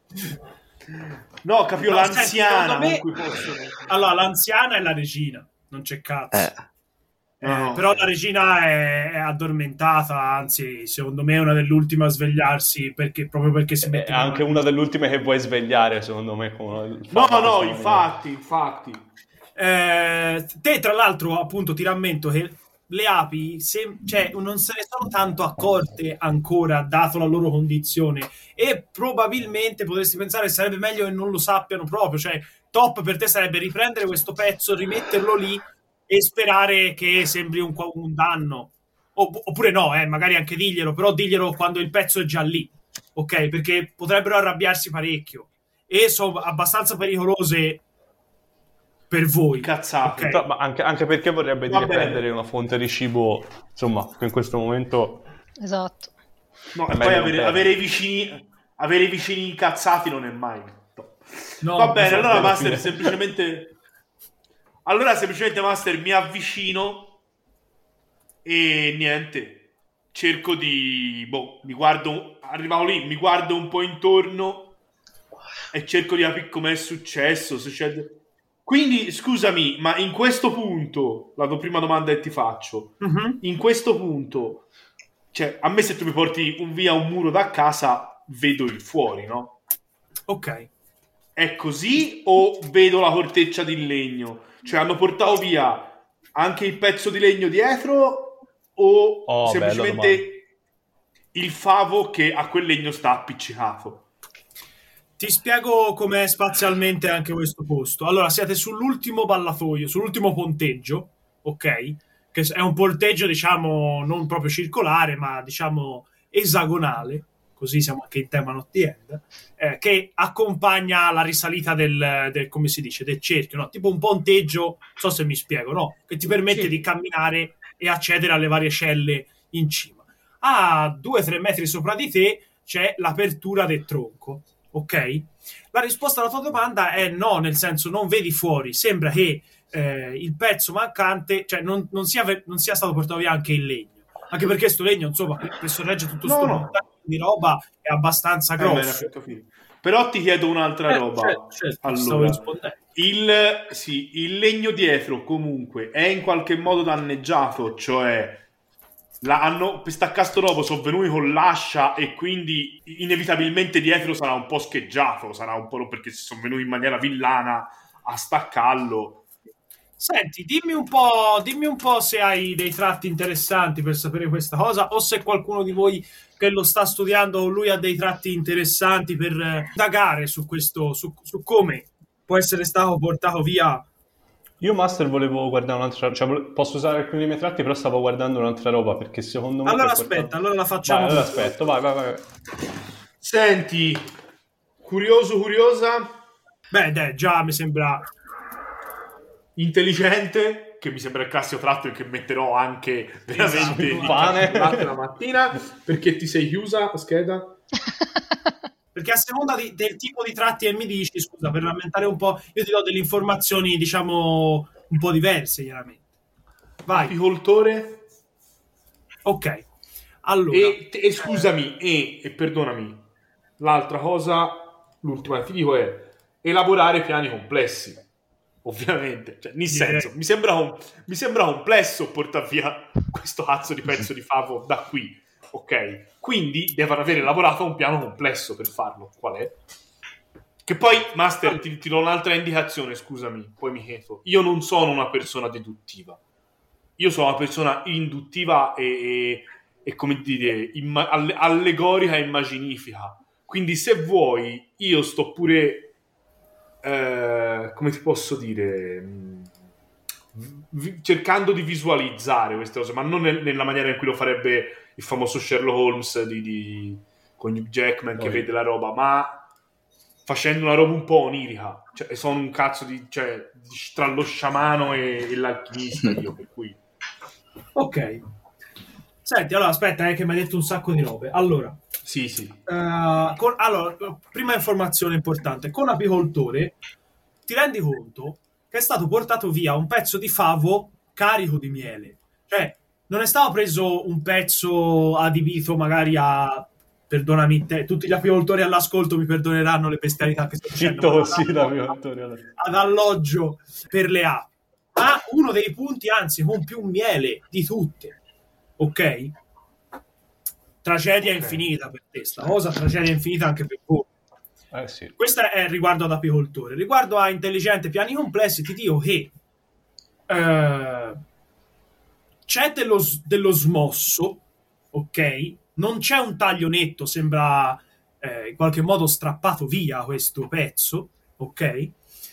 No, capito, No, l'anziana senti, secondo me- con cui possono... Allora, l'anziana è la regina, non c'è cazzo. Eh. Eh, No, no, però ok. la regina è, è addormentata, anzi, secondo me è una delle ultime a svegliarsi, perché, proprio perché si È mette... anche una delle ultime che vuoi svegliare, secondo me. Come il No, favo no, questa infatti, infatti. Eh, te, tra l'altro, appunto, ti rammento che le api se, cioè, non se ne sono tanto accorte ancora, dato la loro condizione, e probabilmente potresti pensare che sarebbe meglio che non lo sappiano proprio. Cioè, top per te sarebbe riprendere questo pezzo, rimetterlo lì e sperare che sembri un, un danno. Opp- oppure no, eh, magari anche diglielo, però diglielo quando il pezzo è già lì, ok? Perché potrebbero arrabbiarsi parecchio e sono abbastanza pericolose per voi. Cazzate. Ok. No, ma anche, anche perché vorrebbe Va dire bene. prendere una fonte di cibo, insomma, che in questo momento... Esatto. No, È e meglio poi non avere, perdere. avere i vicini avere i vicini incazzati non è mai top. No, Va bene, esatto. allora alla Master fine. semplicemente allora semplicemente Master mi avvicino e niente, cerco di boh, mi guardo, arrivavo lì, mi guardo un po' intorno e cerco di capire com'è successo, se c'è... Quindi scusami, ma in questo punto, la tua prima domanda che ti faccio, Mhm. in questo punto, cioè a me se tu mi porti un, via un muro da casa, vedo il fuori, no? Ok. È così o vedo la corteccia di legno? Cioè hanno portato via anche il pezzo di legno dietro o Oh, bella semplicemente il favo che a quel legno sta appiccicato? Ti spiego com'è spazialmente anche questo posto. Allora, siete sull'ultimo ballatoio, sull'ultimo ponteggio, ok? Che è un ponteggio, diciamo, non proprio circolare, ma diciamo esagonale, così siamo anche in tema not the end, eh, che accompagna la risalita del, del, come si dice, del cerchio, no? Tipo un ponteggio, non so se mi spiego, no? Che ti permette sì. di camminare e accedere alle varie celle in cima. A due o tre metri sopra di te c'è l'apertura del tronco, ok? La risposta alla tua domanda è no, nel senso non vedi fuori, sembra che eh, il pezzo mancante, cioè non, non, sia, non sia stato portato via anche il legno, anche perché sto legno, insomma, per sorreggere tutto no, sto no. montagno di roba è abbastanza grosso. Eh, però ti chiedo un'altra eh, roba. Certo, certo, allora, stavo rispondendo. Il, sì, il legno dietro comunque è in qualche modo danneggiato, cioè la, hanno, per staccare sto robo sono venuti con l'ascia e quindi inevitabilmente dietro sarà un po' scheggiato, sarà un po' perché sono venuti in maniera villana a staccarlo. Senti, dimmi un po', dimmi un po' se hai dei tratti interessanti per sapere questa cosa, o se qualcuno di voi che lo sta studiando, lui ha dei tratti interessanti per indagare su questo, su, su come può essere stato portato via. Io, Master, volevo guardare un'altra, cioè posso usare alcuni dei miei tratti, però stavo guardando un'altra roba, perché secondo me... Allora aspetta, portato... allora la facciamo. Vai, allora aspetto, vai, vai, vai. Senti, curioso, curiosa? Beh, dai, già mi sembra... Intelligente, che mi sembra il classico tratto che metterò anche veramente esatto, pane la mattina, perché ti sei chiusa la scheda? Perché a seconda di, del tipo di tratti che mi dici, scusa, per rammentare un po', io ti do delle informazioni, diciamo, un po' diverse, chiaramente. Vai. Apicoltore? Ok. Allora. E, e scusami, e, e perdonami, l'altra cosa, l'ultima che ti dico è elaborare piani complessi. Ovviamente, cioè, nel Direi. senso, mi sembra, un, mi sembra complesso portare via questo cazzo di pezzo di favo da qui, ok? Quindi devono avere elaborato un piano complesso per farlo. Qual è? Che poi, Master, ti, ti do un'altra indicazione, scusami, poi mi chiedo. Io non sono una persona deduttiva, io sono una persona induttiva e, e, e come dire, imma- allegorica e immaginifica. Quindi se vuoi, io sto pure... Uh, come ti posso dire, v- cercando di visualizzare queste cose, ma non nel- nella maniera in cui lo farebbe il famoso Sherlock Holmes di, di, con Hugh Jackman che Poi. vede la roba, ma facendo una roba un po' onirica, cioè sono un cazzo di, cioè, di tra lo sciamano e, e l'alchimista io, per cui ok. Senti, allora aspetta, eh, che mi hai detto un sacco di robe. Allora, sì, sì. Uh, con, allora, prima informazione importante: con apicoltore ti rendi conto che è stato portato via un pezzo di favo carico di miele, cioè non è stato preso un pezzo adibito magari a, perdonami te, tutti gli apicoltori all'ascolto mi perdoneranno le bestialità che sto facendo, sì, ad alloggio per le api, ma uno dei punti anzi con più miele di tutte, ok? Tragedia okay. infinita per te, sta cosa, tragedia infinita anche per voi. Eh sì. Questa è riguardo ad apicoltore. Riguardo a intelligente piani complessi, ti dico che uh, c'è dello, dello smosso, ok? Non c'è un taglio netto, sembra eh, in qualche modo strappato via questo pezzo, ok? E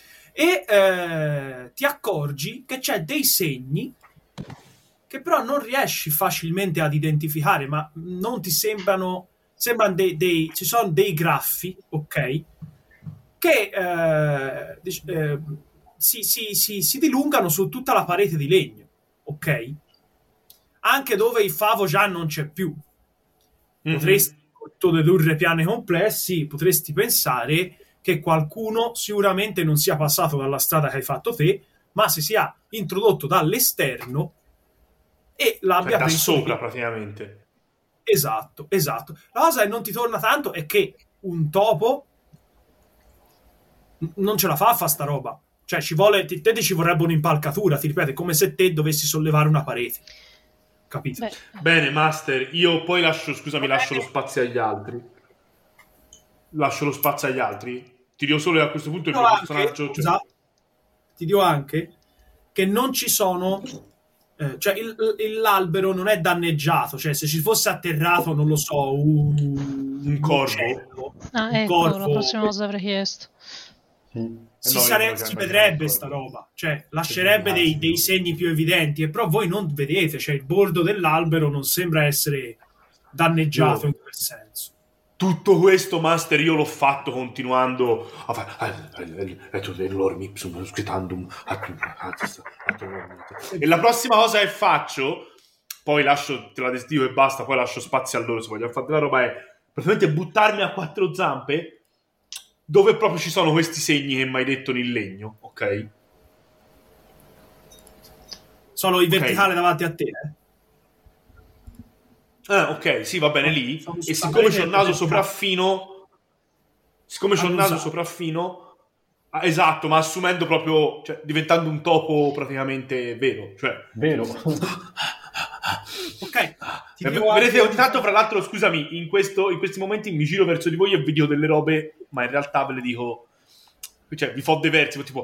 eh, ti accorgi che c'è dei segni che però non riesci facilmente ad identificare, ma non ti sembrano, sembrano dei, dei ci sono dei graffi, ok, che eh, eh, si, si, si, si dilungano su tutta la parete di legno, ok, anche dove il favo già non c'è più. Mm-hmm. Potresti dedurre piani complessi, potresti pensare che qualcuno sicuramente non sia passato dalla strada che hai fatto te, ma si sia introdotto dall'esterno e l'abbia da preso sopra lì. Praticamente. Esatto, esatto. La cosa che non ti torna tanto è che un topo n- non ce la fa a fare sta roba. Cioè ci vuole, te, te ci vorrebbe un'impalcatura, ti ripeto, è come se te dovessi sollevare una parete. Capito? Beh. Bene, Master, io poi lascio, scusami, Bene. lascio lo spazio agli altri. Lascio lo spazio agli altri. Ti dico solo che a questo punto il mio personaggio... Cioè... Esatto. Ti dico anche che non ci sono... Eh, cioè il, il, l'albero non è danneggiato, cioè se ci fosse atterrato, non lo so, un, un corvo. Ah, un ecco, corvo, la prossima cosa avrei chiesto. Mm. Si, no, sare- si vedrebbe sta roba, cioè lascerebbe dei, dei segni più evidenti, e però voi non vedete, cioè il bordo dell'albero non sembra essere danneggiato Io. in quel senso. tutto questo, Master, io l'ho fatto continuando a fare e la prossima cosa che faccio, poi lascio, te la descrivo e basta, poi lascio spazio a loro se vogliono fare della roba, è praticamente buttarmi a quattro zampe dove proprio ci sono questi segni che mi hai detto nel legno, ok? Sono i Ok. verticali davanti a te, eh? Ah, ok, sì, va bene lì. Sono E sta- siccome c'ho il naso verticali. sopraffino, siccome c'ho il naso Abusato. sopraffino, ah, esatto, ma assumendo proprio, cioè, diventando un topo praticamente vero, cioè. Vero? Ok. Ti Eh, dico vedete, anche- ogni tanto, fra l'altro, scusami, in, questo, in questi momenti mi giro verso di voi e vi dico delle robe, ma in realtà ve le dico, cioè, vi fo dei versi, tipo...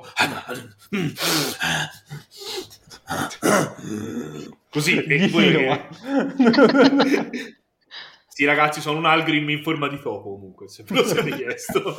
Così, e voi... Ghino, ma- Sì, ragazzi, sono un Algrim in forma di topo, comunque, se ve lo siete chiesto.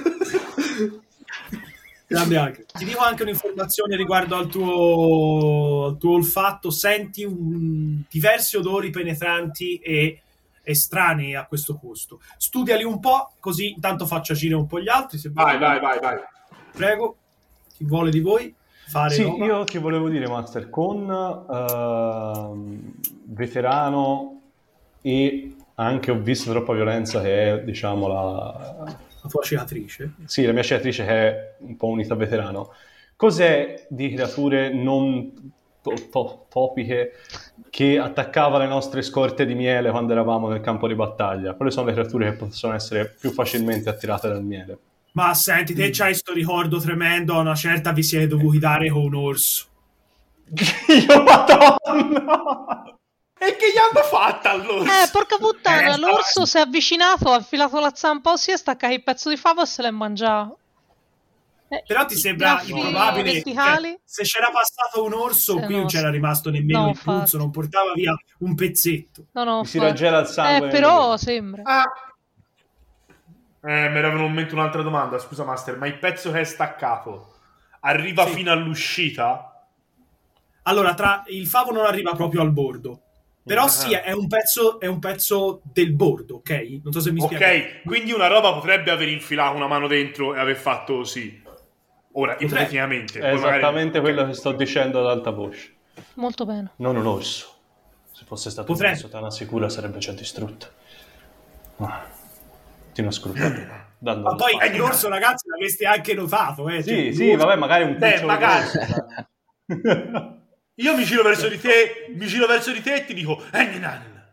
Grande anche. Ti dico anche un'informazione riguardo al tuo, al tuo olfatto. Senti un- diversi odori penetranti e estranei a questo posto. Studiali un po', così intanto faccio agire un po' gli altri. Se Vai, vuoi. vai, vai, vai. Prego, chi vuole di voi fare Sì, roba? io ti volevo dire, Master, con ehm, veterano e anche ho visto troppa violenza che è, diciamo, la... La tua cicatrice. Sì, la mia cicatrice che è un po' unita a veterano. Cos'è di creature non to- to- topiche che attaccava le nostre scorte di miele quando eravamo nel campo di battaglia? Quali sono le creature che possono essere più facilmente attirate dal miele? Ma senti, te c'hai sto ricordo tremendo, a una certa vi siete dovuti dare con un orso. Dio, madonna! E che gli hanno fatta allora? Eh, porca puttana, Eh, l'orso sta- si è avvicinato, ha affilato la zampa ossia, stacca il pezzo di favo e se l'è mangiato. Eh, Però ti i sembra graffi improbabile, verticali? cioè, se c'era passato un orso, Eh, qui no, non c'era sì. rimasto nemmeno No, il puzzo, infatti. non portava via un pezzetto. No, no, Mi si infatti. raggela il sangue Eh, nelle però vene. sembra. Ah. Eh, mi era venuto in mente un'altra domanda, scusa Master, ma il pezzo che è staccato arriva Sì. fino all'uscita? Allora, tra il favo non arriva proprio al bordo, però Ah. sì, è un pezzo, è un pezzo del bordo, ok? Non so se mi spiego. Ok, quindi una roba potrebbe aver infilato una mano dentro e aver fatto così. Ora, Potrebbe. ipoteticamente. È poi magari- esattamente quello che sto dicendo ad alta voce. Molto bene. Non un orso. Se fosse stato Potrebbe. un orso, Tana sicura sarebbe già distrutta. Ah, ti nascondete. Ma poi Eh, l'orso, ragazzi, l'avreste anche notato, eh? Sì, Cioè, sì, l'orso- vabbè, magari un Beh, cucciolo magari. d'orso. Io mi giro verso di te, mi giro verso di te e ti dico: "Eh, nan.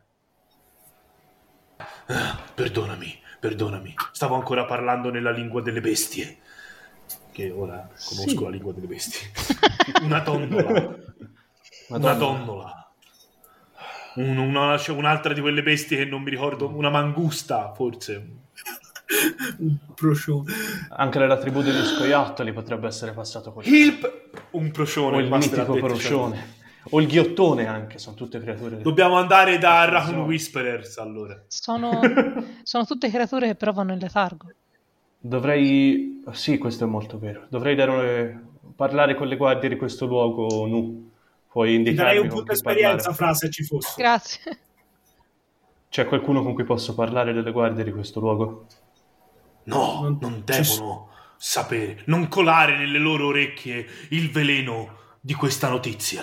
Ah, perdonami, perdonami. Stavo ancora parlando nella lingua delle bestie. Che ora conosco Sì. la lingua delle bestie. Una tondola. Una Madonna. tondola. Un- una- c'è un'altra di quelle bestie che non mi ricordo. Una mangusta, forse. un prosciutto. Anche nella tribù degli scoiattoli potrebbe essere passato così. Hilp, un procione. O il Master ha mitico detto, procione. O il ghiottone anche, sono tutte creature. Dobbiamo andare da Raccoon Esatto. Whisperers allora. Sono, sono tutte creature che però vanno in letargo. Dovrei... Sì, questo è molto vero. Dovrei dare una- parlare con le guardie di questo luogo nu. Puoi Ti indicarmi darei un con punto chi esperienza, parlare. fra, se ci fosse. Grazie. C'è qualcuno con cui posso parlare delle guardie di questo luogo? No, Non- non ci devono sapere, non colare nelle loro orecchie il veleno di questa notizia.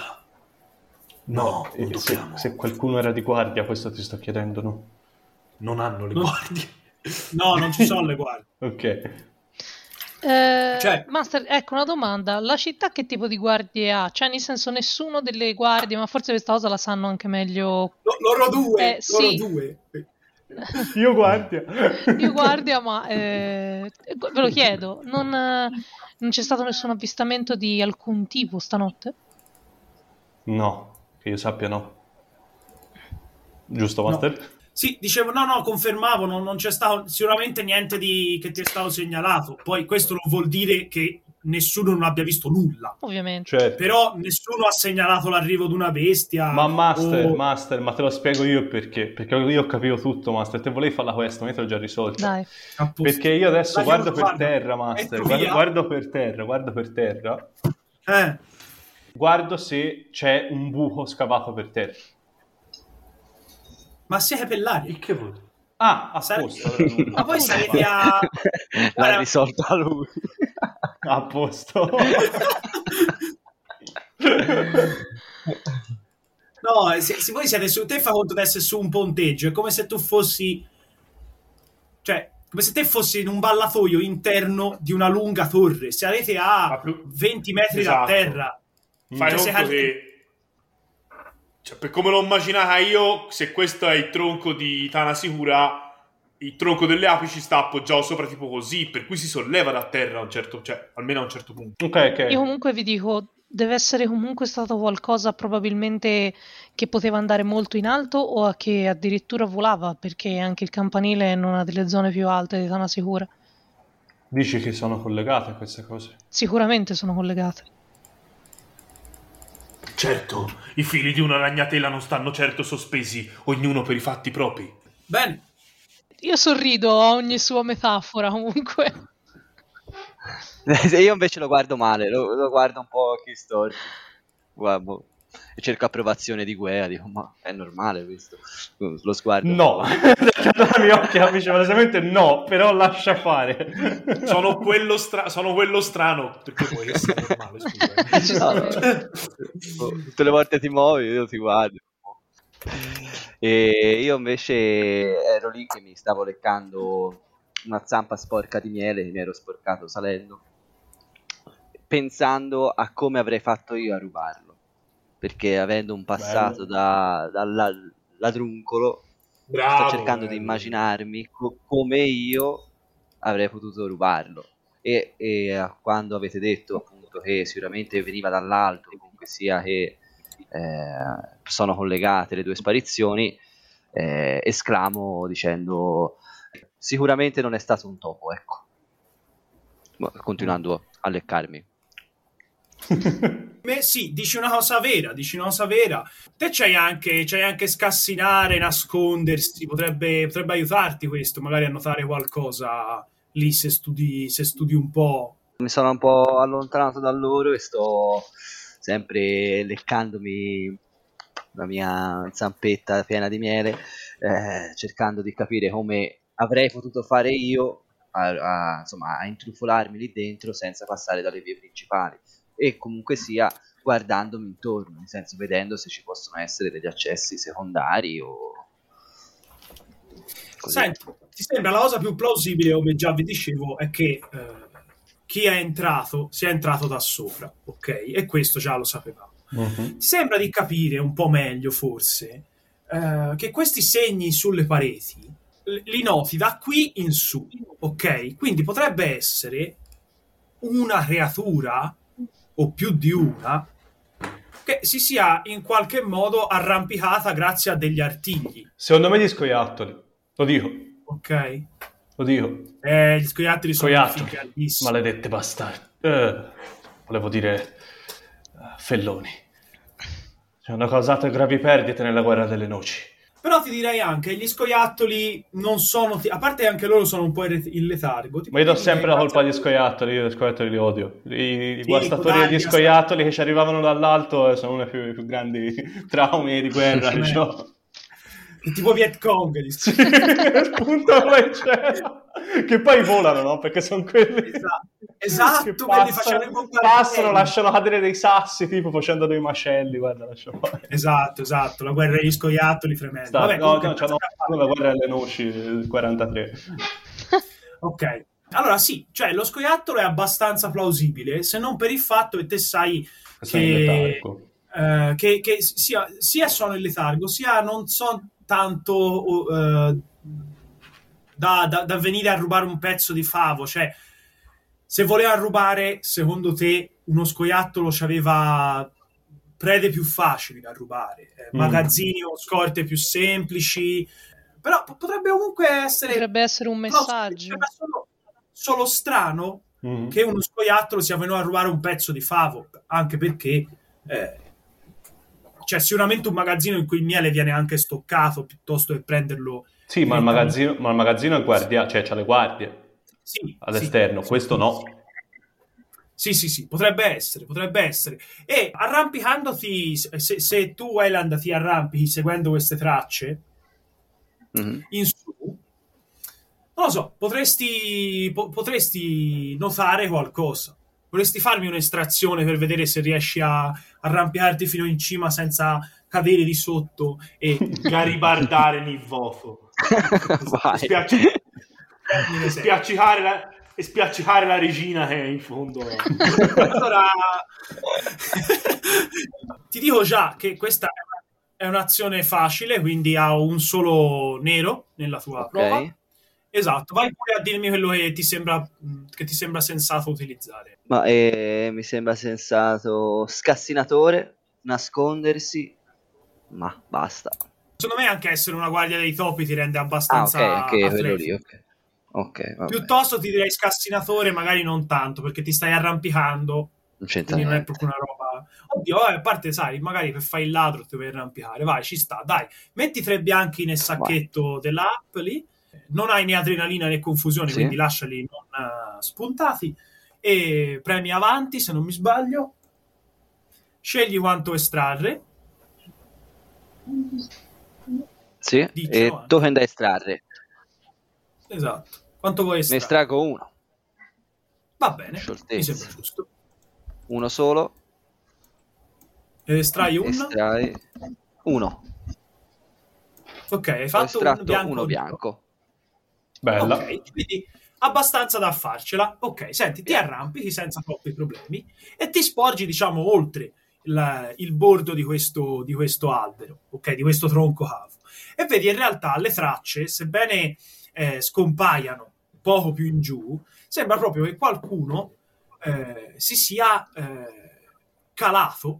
No, non Eh, se, dobbiamo. se qualcuno era di guardia, questo ti sto chiedendo, no? Non hanno le No. guardie. No, non ci sono le guardie. Ok. Eh, Cioè- Master, ecco una domanda. La città che tipo di guardie ha? Cioè, nel senso, nessuno delle guardie, ma forse questa cosa la sanno anche meglio. Lo- loro due, Eh, loro sì. due. Io guardia. Io guardia, ma eh, ve lo chiedo, non, eh, non c'è stato nessun avvistamento di alcun tipo stanotte? No, che io sappia no. Giusto, Master? Sì, dicevo, no, no, confermavo, non, non c'è stato sicuramente niente di, che ti è stato segnalato. Poi questo non vuol dire che nessuno non abbia visto nulla. Ovviamente. Certo. Però nessuno ha segnalato l'arrivo di una bestia. Ma Master, o- Master, ma te lo spiego io il perché. Perché io ho capito tutto, Master. Te volevi farla questa, ma io te l'ho già risolto. Dai. a posto. Perché io adesso Dai, guardo guarda, per guarda. terra, Master. Metto Guardo, via. guardo per terra, guardo per terra. Eh, Guardo se c'è un buco scavato per terra. ma siete per l'aria. Il che vuoi? Ah, a Sare- posto. allora non- Ma poi sarete a... L'ha Guarda- risolto a lui. A posto. No, se, se voi siete su... Te fa conto di essere su un ponteggio, è come se tu fossi... Cioè, come se te fossi in un ballatoio interno di una lunga torre. Sarete a Ma più- venti metri Esatto. da terra. Fai Cioè, se conto cal- che, cioè, per come l'ho immaginata io, se questo è il tronco di Tana Sicura, il tronco delle api ci sta appoggiato sopra tipo così, per cui si solleva da terra a un certo, cioè, almeno a un certo punto. Ok, ok. Io comunque vi dico, deve essere comunque stato qualcosa probabilmente che poteva andare molto in alto o che addirittura volava, perché anche il campanile è in una delle zone più alte di Tana Sicura. Dici che sono collegate queste cose? Sicuramente sono collegate. Certo, i fili di una ragnatela non stanno certo sospesi, ognuno per i fatti propri. Bene. Io sorrido a ogni sua metafora comunque. Io invece lo guardo male, lo, lo guardo un po' occhi storti. Guardo, e cerco approvazione di Guea, dico, ma è normale questo? Lo sguardo. No, i miei occhi amici palesemente no, però lascia fare. Sono quello, stra- sono quello strano, perché puoi essere normale, scusa. No, no. Tutte le volte ti muovi, io ti guardo. E io invece ero lì che mi stavo leccando una zampa sporca di miele, mi ero sporcato salendo, pensando a come avrei fatto io a rubarlo, perché avendo un passato da, da la- ladruncolo, Bravo, sto cercando di bello. immaginarmi co- come io avrei potuto rubarlo. E, e eh, quando avete detto appunto che sicuramente veniva dall'alto, comunque sia che eh, sono collegate le due sparizioni, eh, esclamo dicendo sicuramente non è stato un topo, ecco. Ma- continuando a leccarmi. Beh, sì, dici una cosa vera, dici una cosa vera. Te c'hai anche, c'hai anche scassinare, nascondersi, potrebbe, potrebbe aiutarti questo, magari a notare qualcosa lì se studi, se studi un po'. Mi sono un po' allontanato da loro e sto sempre leccandomi la mia zampetta piena di miele, eh, cercando di capire come avrei potuto fare io a, a, insomma, a intrufolarmi lì dentro senza passare dalle vie principali, e comunque sia guardandomi intorno, nel senso vedendo se ci possono essere degli accessi secondari o così. Senti, ti sembra la cosa più plausibile, come già vi dicevo, è che eh, chi è entrato sia entrato da sopra, ok? E questo già lo sapevamo. Mhm. Ti sembra di capire un po' meglio, forse, eh, che questi segni sulle pareti l- li noti da qui in su, ok? Quindi potrebbe essere una creatura, o più di una, che si sia in qualche modo arrampicata grazie a degli artigli, Secondo me gli scoiattoli. Lo dico, ok? lo dico. Eh, gli scoiattoli sono Scoiattoli. fighissimi. Maledette bastardi. Eh, volevo dire eh, felloni. Ci hanno causato gravi perdite nella guerra delle noci. Però ti direi anche, gli scoiattoli non sono... A parte anche loro sono un po' in letargo. Ti Ma io do potrei sempre la dire, colpa agli grazie- scoiattoli, io gli scoiattoli li odio. I, i Sì, guastatori dai, degli sta- scoiattoli che ci arrivavano dall'alto eh, sono uno dei più, più grandi traumi di guerra, Sì, diciamo. Tipo Viet Cong. Gli Sì, scoiattoli. appunto poi c'è. Che poi volano, no? Perché sono quelli Esatto, esatto, che quelli facevano i passano, bombardieri. passano, lasciano cadere dei sassi, tipo facendo dei macelli, guarda, lascia fare. Esatto, esatto, la guerra degli scoiattoli tremenda. Sta- Vabbè, no, comunque, no, c'hanno la guerra delle noci, il quarantatré. ok. Allora sì, cioè lo scoiattolo è abbastanza plausibile, se non per il fatto che te sai Questo è in che, letargo. eh, che, che sia, sia sono in letargo, sia non sono tanto eh, da, da, da venire a rubare un pezzo di favo. Cioè, se voleva rubare, secondo te, uno scoiattolo c'aveva prede più facili da rubare, eh, Mm. magazzini o scorte più semplici, però p- potrebbe comunque essere... Potrebbe essere un messaggio. Sembra solo, solo strano Mhm. che uno scoiattolo sia venuto a rubare un pezzo di favo, anche perché eh, c'è sicuramente un magazzino in cui il miele viene anche stoccato piuttosto che prenderlo. Sì, ma il direttamente. magazzino, ma il magazzino è guardia, cioè c'ha le guardie Sì, all'esterno, sì, questo sì, no. Sì, sì, sì, potrebbe essere, potrebbe essere. E arrampicandoti, se, se tu, Wayland, ti arrampichi seguendo queste tracce, Mhm. in su, Non lo so, potresti, po- potresti notare qualcosa. Vorresti farmi un'estrazione per vedere se riesci a arrampicarti fino in cima senza cadere di sotto e garibardare Nivofo. Vai. Spiacci... spiaccicare, la... e spiaccicare la regina che è in fondo. Allora, ti dico già che questa è un'azione facile, quindi ha un solo nero nella tua Ok. prova. Esatto, vai pure a dirmi quello che ti sembra, che ti sembra sensato utilizzare. Ma eh, mi sembra sensato scassinatore, nascondersi, ma basta. Secondo me anche essere una guardia dei topi ti rende Ah, abbastanza ok, anche quello atletico. lì, ok. Ok, vabbè. Piuttosto ti direi scassinatore, magari non tanto, perché ti stai arrampicando, Non c'entra quindi non è niente. proprio una roba... Oddio, vabbè, a parte, sai, magari per fare il ladro ti devi arrampicare. Vai, ci sta, dai. Metti tre bianchi nel sacchetto dell'app lì. Non hai né adrenalina né confusione, Sì. quindi lasciali non uh, spuntati. E premi avanti, se non mi sbaglio. Scegli quanto estrarre. Sì, Dici, e no? token da estrarre. Esatto. Quanto vuoi Ne estrarre? estraggo uno. Va bene, mi Scioltezza. sembra giusto. Uno solo. Ed estrai un... Estrai uno. Ok, hai Ho fatto estratto un bianco. uno bianco. Bella. Ok, quindi abbastanza da farcela. Ok, senti, ti arrampichi senza troppi problemi e ti sporgi, diciamo, oltre il, il bordo di questo, di questo albero, ok, di questo tronco cavo. E vedi in realtà le tracce, sebbene eh, scompaiano poco più in giù, sembra proprio che qualcuno eh, si sia eh, calato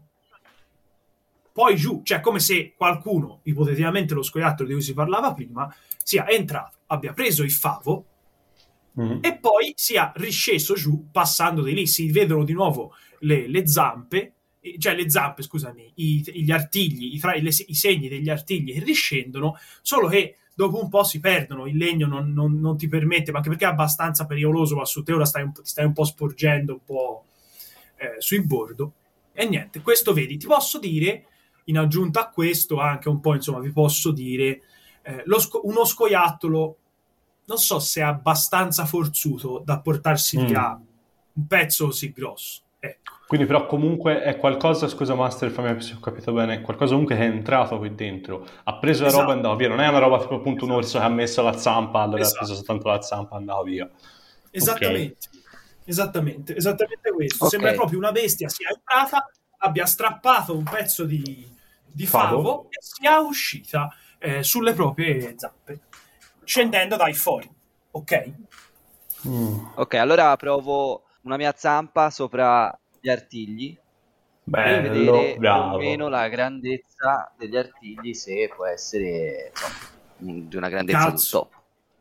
poi giù, cioè come se qualcuno, ipoteticamente lo scoiattolo di cui si parlava prima, sia entrato, abbia preso il favo Mm. e poi sia risceso giù passando di lì. Si vedono di nuovo le, le zampe, eh, cioè le zampe, scusami, i, gli artigli, i, tra, le, i segni degli artigli che riscendono, solo che dopo un po' si perdono, il legno non, non, non ti permette, ma anche perché è abbastanza pericoloso, ma su te ora stai un, ti stai un po' sporgendo un po' eh, sul bordo. E niente, questo vedi, ti posso dire, in aggiunta a questo, anche un po', insomma, vi posso dire, eh, lo sco- uno scoiattolo non so se è abbastanza forzuto da portarsi Mm. via un pezzo così grosso. Ecco. Quindi però comunque è qualcosa, scusa Master, fammi capire se ho capito bene, qualcosa comunque che è entrato qui dentro, ha preso la Esatto. roba e andava via, non è una roba tipo appunto un orso che ha messo la zampa, allora Esatto. ha preso soltanto la zampa e andava via. Esattamente. Esattamente, esattamente questo. Ok. Sembra proprio una bestia sia entrata, abbia strappato un pezzo di, di Favo. favo e sia uscita eh, sulle proprie zampe, scendendo dai fuori. Ok? Mm. Ok, allora provo una mia zampa sopra gli artigli per Bello, vedere più bravo. o meno la grandezza degli artigli, se può essere insomma, un- di una grandezza Cazzo. del top.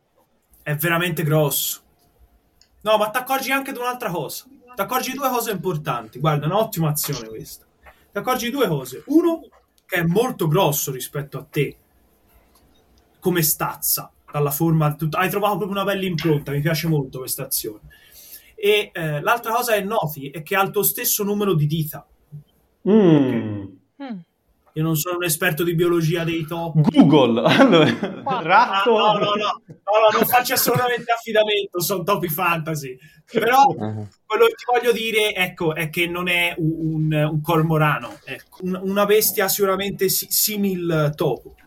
È veramente grosso. No, ma ti accorgi anche di un'altra cosa. Ti accorgi di due cose importanti. Guarda, è un'ottima azione questa. Ti accorgi di due cose. Uno, che è molto grosso rispetto a te, come stazza, dalla forma... tut- Hai trovato proprio una bella impronta, mi piace molto questa azione. E eh, l'altra cosa che noti è che ha il tuo stesso numero di dita. Mm. Mm. Io non sono un esperto di biologia dei topi. Google, allora, Qua. Ah, ratto... no, no, no, no, no, non faccio assolutamente affidamento, sono topi fantasy. Però quello che ti voglio dire, ecco, è che non è un, un, un cormorano, ecco. Un- una bestia sicuramente si- simil topo.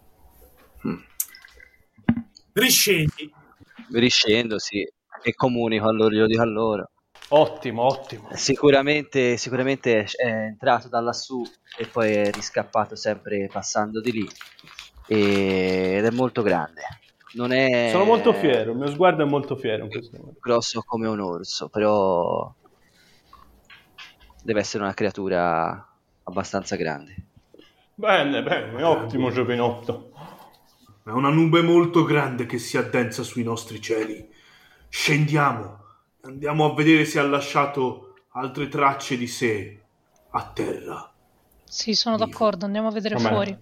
Riscendi. Riscendo, sì, e comunico a loro, glielo dico a loro. Ottimo, ottimo. Sicuramente, sicuramente è entrato da lassù e poi è riscappato sempre passando di lì. E- ed è molto grande. Non è Sono molto fiero, il mio sguardo è molto fiero in questo momento. grosso come un orso, però deve essere una creatura abbastanza grande. Bene, bene, ottimo giovinotto. È una nube molto grande che si addensa sui nostri cieli. Scendiamo, andiamo a vedere se ha lasciato altre tracce di sé a terra. Sì, sono d'accordo, andiamo a vedere Vabbè. fuori.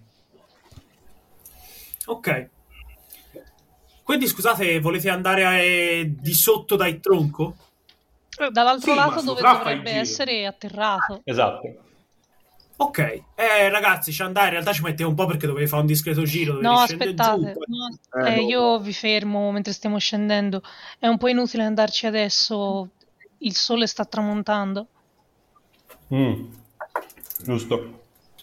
Ok. Quindi scusate, volete andare eh, di sotto dal tronco? Dall'altro Sì, ma lato si dove potrà fare il dovrebbe giro. essere atterrato. Esatto. Ok, eh, ragazzi, ci andai, in realtà ci metteva un po' perché dovevi fare un discreto giro. No, scendere aspettate, giù, poi... no, eh, io vi fermo mentre stiamo scendendo. È un po' inutile andarci adesso, il sole sta tramontando. Mm. Giusto.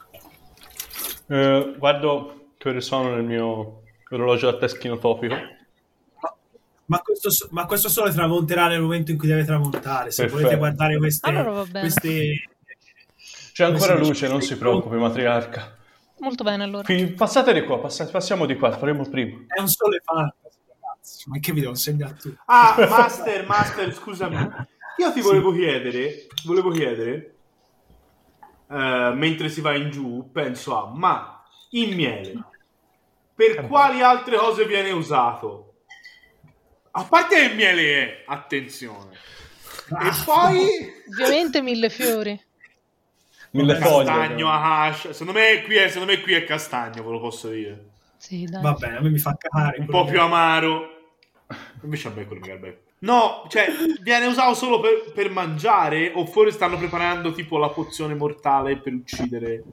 Eh, guardo che ore sono nel mio orologio da teschino topico. Ma questo, ma questo sole tramonterà nel momento in cui deve tramontare. Se Perfetto. volete guardare queste, allora va bene. queste... C'è ancora queste luce, non si preoccupi, matriarca. Molto bene, allora. Qui, passate di qua, pass- passiamo di qua, faremo prima. È un sole fantasy, ragazzi. Ma che vi devo insegnare tu? Ah, Master, Master, scusami. Io ti volevo chiedere, volevo chiedere, eh, mentre si va in giù, penso a, ma il miele, per quali altre cose viene usato? A parte il miele è, attenzione. Ah. E poi... Ovviamente mille fiori. Mille foglie. Castagno, hash. Secondo me qui è, secondo me qui è castagno, ve lo posso dire. Sì, dai. Va bene, a me mi fa cagare. Un po' più amaro. Invece a me quello mi garbe. No, cioè, viene usato solo per, per mangiare? O forse stanno preparando tipo la pozione mortale per uccidere?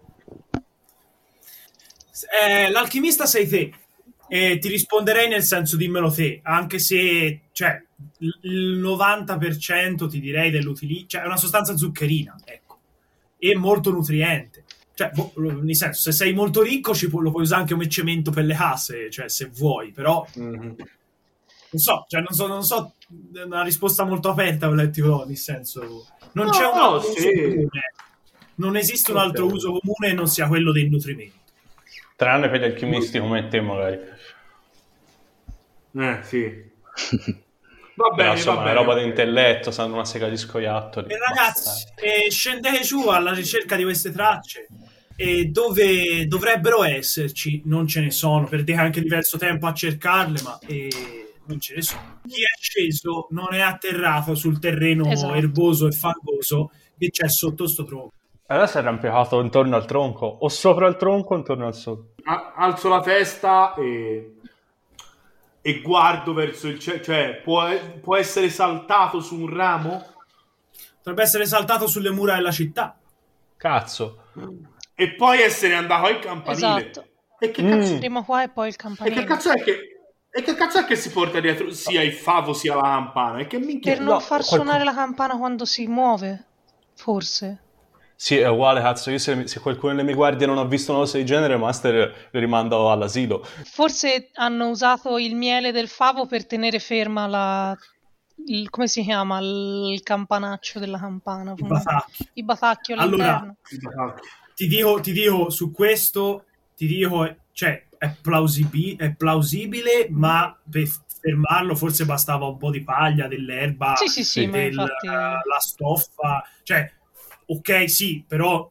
Eh, l'alchimista sei te. E ti risponderei nel senso dimmelo te, anche se cioè, il novanta per cento ti direi dell'utilizzo, cioè è una sostanza zuccherina, ecco, e molto nutriente. Cioè, boh, nel senso, se sei molto ricco ci pu- lo puoi usare anche come cemento per le case, cioè se vuoi, però Mm-hmm. non so, cioè non so, non so, è una risposta molto aperta, nel senso non No, c'è un no, altro sì. uso comune, non esiste un altro Ok. uso comune e non sia quello del nutrimento. Tranne per gli alchimisti come te magari. Eh, sì. Va Però bene, insomma va è bene. roba di intelletto, sanno una sega di scoiattoli. E ragazzi, eh, scendete giù alla ricerca di queste tracce e dove dovrebbero esserci non ce ne sono, perdete anche diverso tempo a cercarle, ma eh, non ce ne sono. Chi è sceso non è atterrato sul terreno Esatto. erboso e fangoso che c'è sotto sto tronco. Allora si è arrampicato intorno al tronco, o sopra il tronco o intorno al sotto. A- alzo la testa e... e guardo verso il cielo. Cioè, può, può essere saltato su un ramo? Potrebbe essere saltato sulle mura della città. Cazzo. E poi essere andato al campanile. Esatto. E che Mm. cazzo, Prima qua e poi il e campanile. che cazzo è che... E che cazzo è che si porta dietro sia il favo sia la campana? E che minchia... Per non No, far qualcuno- suonare la campana quando si muove, forse. Sì, è uguale, cazzo. Io se, se qualcuno delle mie guardie non ha visto una cosa del genere, Master le rimando all'asilo. Forse hanno usato il miele del favo per tenere ferma la... il- come si chiama? Il campanaccio della campana. I batacchi. I batacchi Allora, all'interno. ti dico, ti dico su questo, ti dico, cioè, è, plausibi- è plausibile, ma per fermarlo forse bastava un po' di paglia, dell'erba, Sì, sì, sì, Sì. ma del- infatti... la stoffa, cioè, ok, sì, però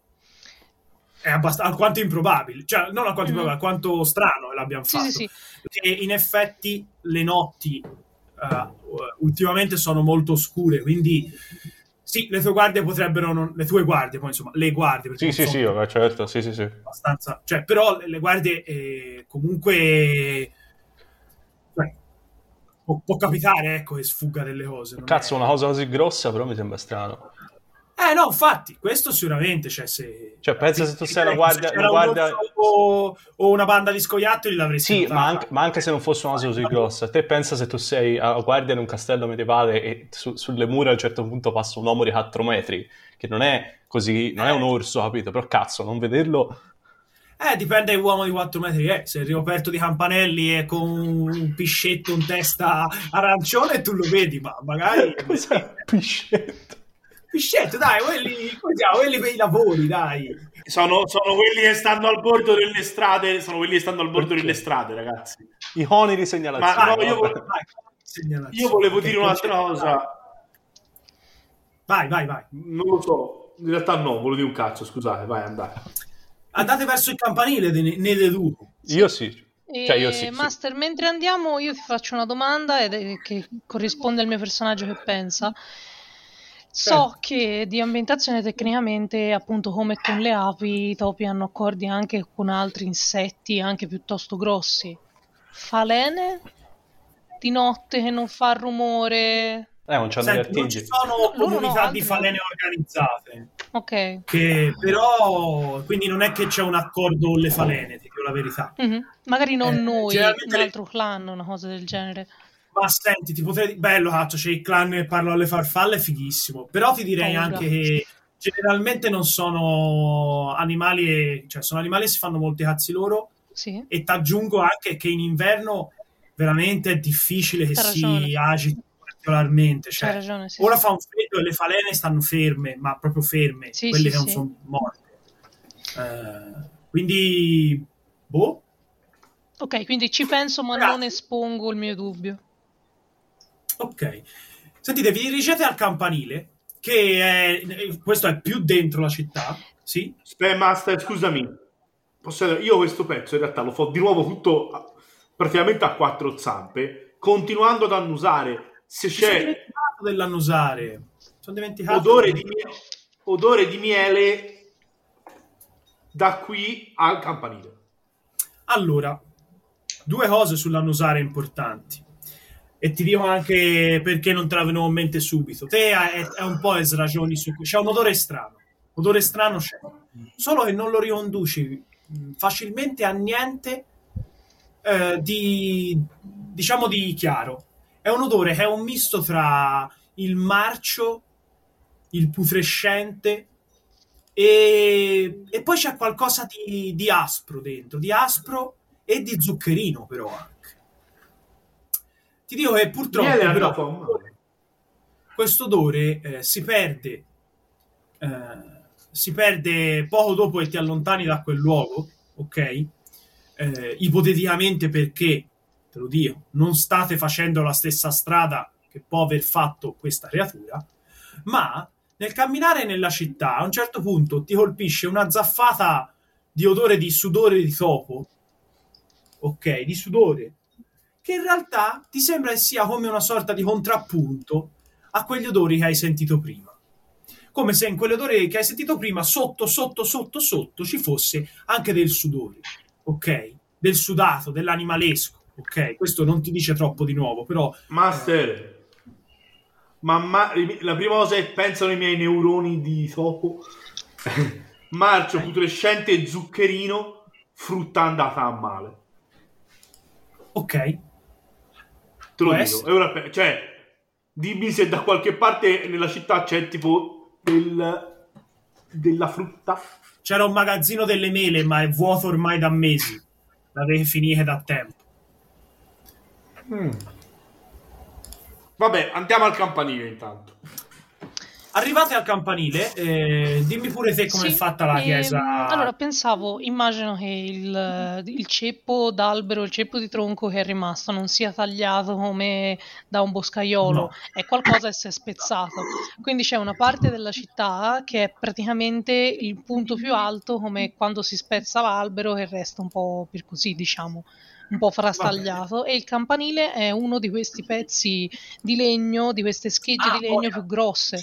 è abbastanza alquanto improbabile, cioè, non alquanto Mhm. improbabile, alquanto strano che l'abbiamo Sì, fatto. sì, sì. Perché in effetti le notti eh, ultimamente sono molto oscure, quindi sì, le tue guardie potrebbero non, le tue guardie, poi insomma, le guardie, perché Sì, non sì, sono sì, vabbè, certo, sì, sì, sì. abbastanza, cioè, però le, le guardie eh, comunque cioè, può, può capitare, ecco, che sfugga delle cose. non Cazzo, è- una cosa così grossa però mi sembra strano. Eh no, infatti, questo sicuramente, cioè, se... Cioè, pensa se- se tu se- sei la guardia- se c'era la un guardia- orso o, o una banda di scoiattoli l'avresti Sì, notata. ma anche, ma anche se non fosse una cosa così grossa, te pensa se tu sei a guardia in un castello medievale e su- sulle mura a un certo punto passa un uomo di quattro metri, che non è così, non è un orso, capito? Però cazzo, non vederlo... Eh, dipende da uomo di quattro metri, eh. Se è ricoperto di campanelli e con un piscetto in testa arancione, tu lo vedi, ma magari... Cos'è un piscetto? Piscetto, dai, quelli, come si chiama? Quelli per i lavori, dai. Sono, sono quelli che stanno al bordo delle strade. Sono quelli che stanno al bordo Perché? delle strade, ragazzi. I coni di segnalazione. Ma no, Vai, io, vai, vo- vai, segnalazione. io volevo Che dire un'altra concetto- cosa. Vai, vai, vai. Non lo so. In realtà no, volevo dire un cazzo, scusate, vai, andate. Andate verso il campanile, ne, ne deduco. Io sì. E, Cioè, io sì, sì. Master, mentre andiamo, io ti faccio una domanda ed è- che corrisponde al mio personaggio che pensa. So che di ambientazione tecnicamente, appunto, come con le api, i topi hanno accordi anche con altri insetti, anche piuttosto grossi. Falene? Di notte che non fa rumore? Eh, non c'hanno gli Senti, non ci artigli. sono Loro no, comunità altri di no. falene organizzate. Ok. Che però, quindi non è che c'è un accordo con le falene, ti dico la verità. Mm-hmm. Magari non Eh, noi, generalmente un le- altro clan, una cosa del genere. Ma senti, ti potrei... Bello, cazzo, c'è il clan che parla alle farfalle, è fighissimo. Però ti direi Paura. anche che generalmente non sono animali, e- cioè sono animali che si fanno molti cazzi loro. Sì, E ti aggiungo anche che in inverno veramente è difficile che C'ha si ragione. agiti particolarmente. c'hai Cioè, ragione, sì. ora sì. fa un freddo e le falene stanno ferme, ma proprio ferme, Sì, quelle sì, che non sì. sono morte. Eh, quindi, boh. Ok, quindi ci penso, ma Ragazzi. non espongo il mio dubbio. Ok. Sentite, vi dirigete al campanile, che è, questo è più dentro la città, sì? Spam Master, scusami. Posso- Io questo pezzo in realtà lo fa di nuovo tutto a- praticamente a quattro zampe, continuando ad annusare. Se Mi sono c'è dimenticato dell'annusare. Sono dimenticato. odore di, mie- odore di miele da qui al campanile. Allora, due cose sull'annusare importanti. E ti dico anche perché non te la venuto in mente subito. Te è, è un po' esragioni su cui c'è un odore strano. Odore strano c'è. Solo che non lo riconduci mh, facilmente a niente eh, di diciamo di chiaro. È un odore che è un misto tra il marcio, il putrescente e, e poi c'è qualcosa di, di aspro dentro, di aspro e di zuccherino però anche. Ti dico che purtroppo Miele è però andato a male. questo odore eh, si perde eh, si perde poco dopo che ti allontani da quel luogo, ok? Eh, ipoteticamente perché, te lo dico, non state facendo la stessa strada che può aver fatto questa creatura, ma nel camminare nella città a un certo punto ti colpisce una zaffata di odore di sudore di topo, ok? Di sudore, che in realtà ti sembra che sia come una sorta di contrappunto a quegli odori che hai sentito prima. Come se in quegli odori che hai sentito prima, sotto, sotto, sotto, sotto, ci fosse anche del sudore, ok? Del sudato, dell'animalesco, ok? Questo non ti dice troppo di nuovo, però... Master, ma, ma la prima cosa che pensano i miei neuroni di topo, marcio, putrescente e zuccherino, frutta andata a male. Ok. Te lo Può dico. essere. E ora, cioè, dimmi se da qualche parte nella città c'è tipo del, della frutta. C'era un magazzino delle mele, ma è vuoto ormai da mesi. L'avete finite da tempo. Mm. Vabbè, andiamo al campanile intanto. Arrivate al campanile, eh, dimmi pure te come Sì, è fatta la ehm, chiesa. allora pensavo, immagino che il, il ceppo d'albero, il ceppo di tronco che è rimasto non sia tagliato come da un boscaiolo, No. è qualcosa che si è spezzato. Quindi c'è una parte della città che è praticamente il punto più alto, come quando si spezza l'albero che resta un po' per così, diciamo, un po' frastagliato, e il campanile è uno di questi pezzi di legno, di queste schegge Ah, di legno poi- più grosse.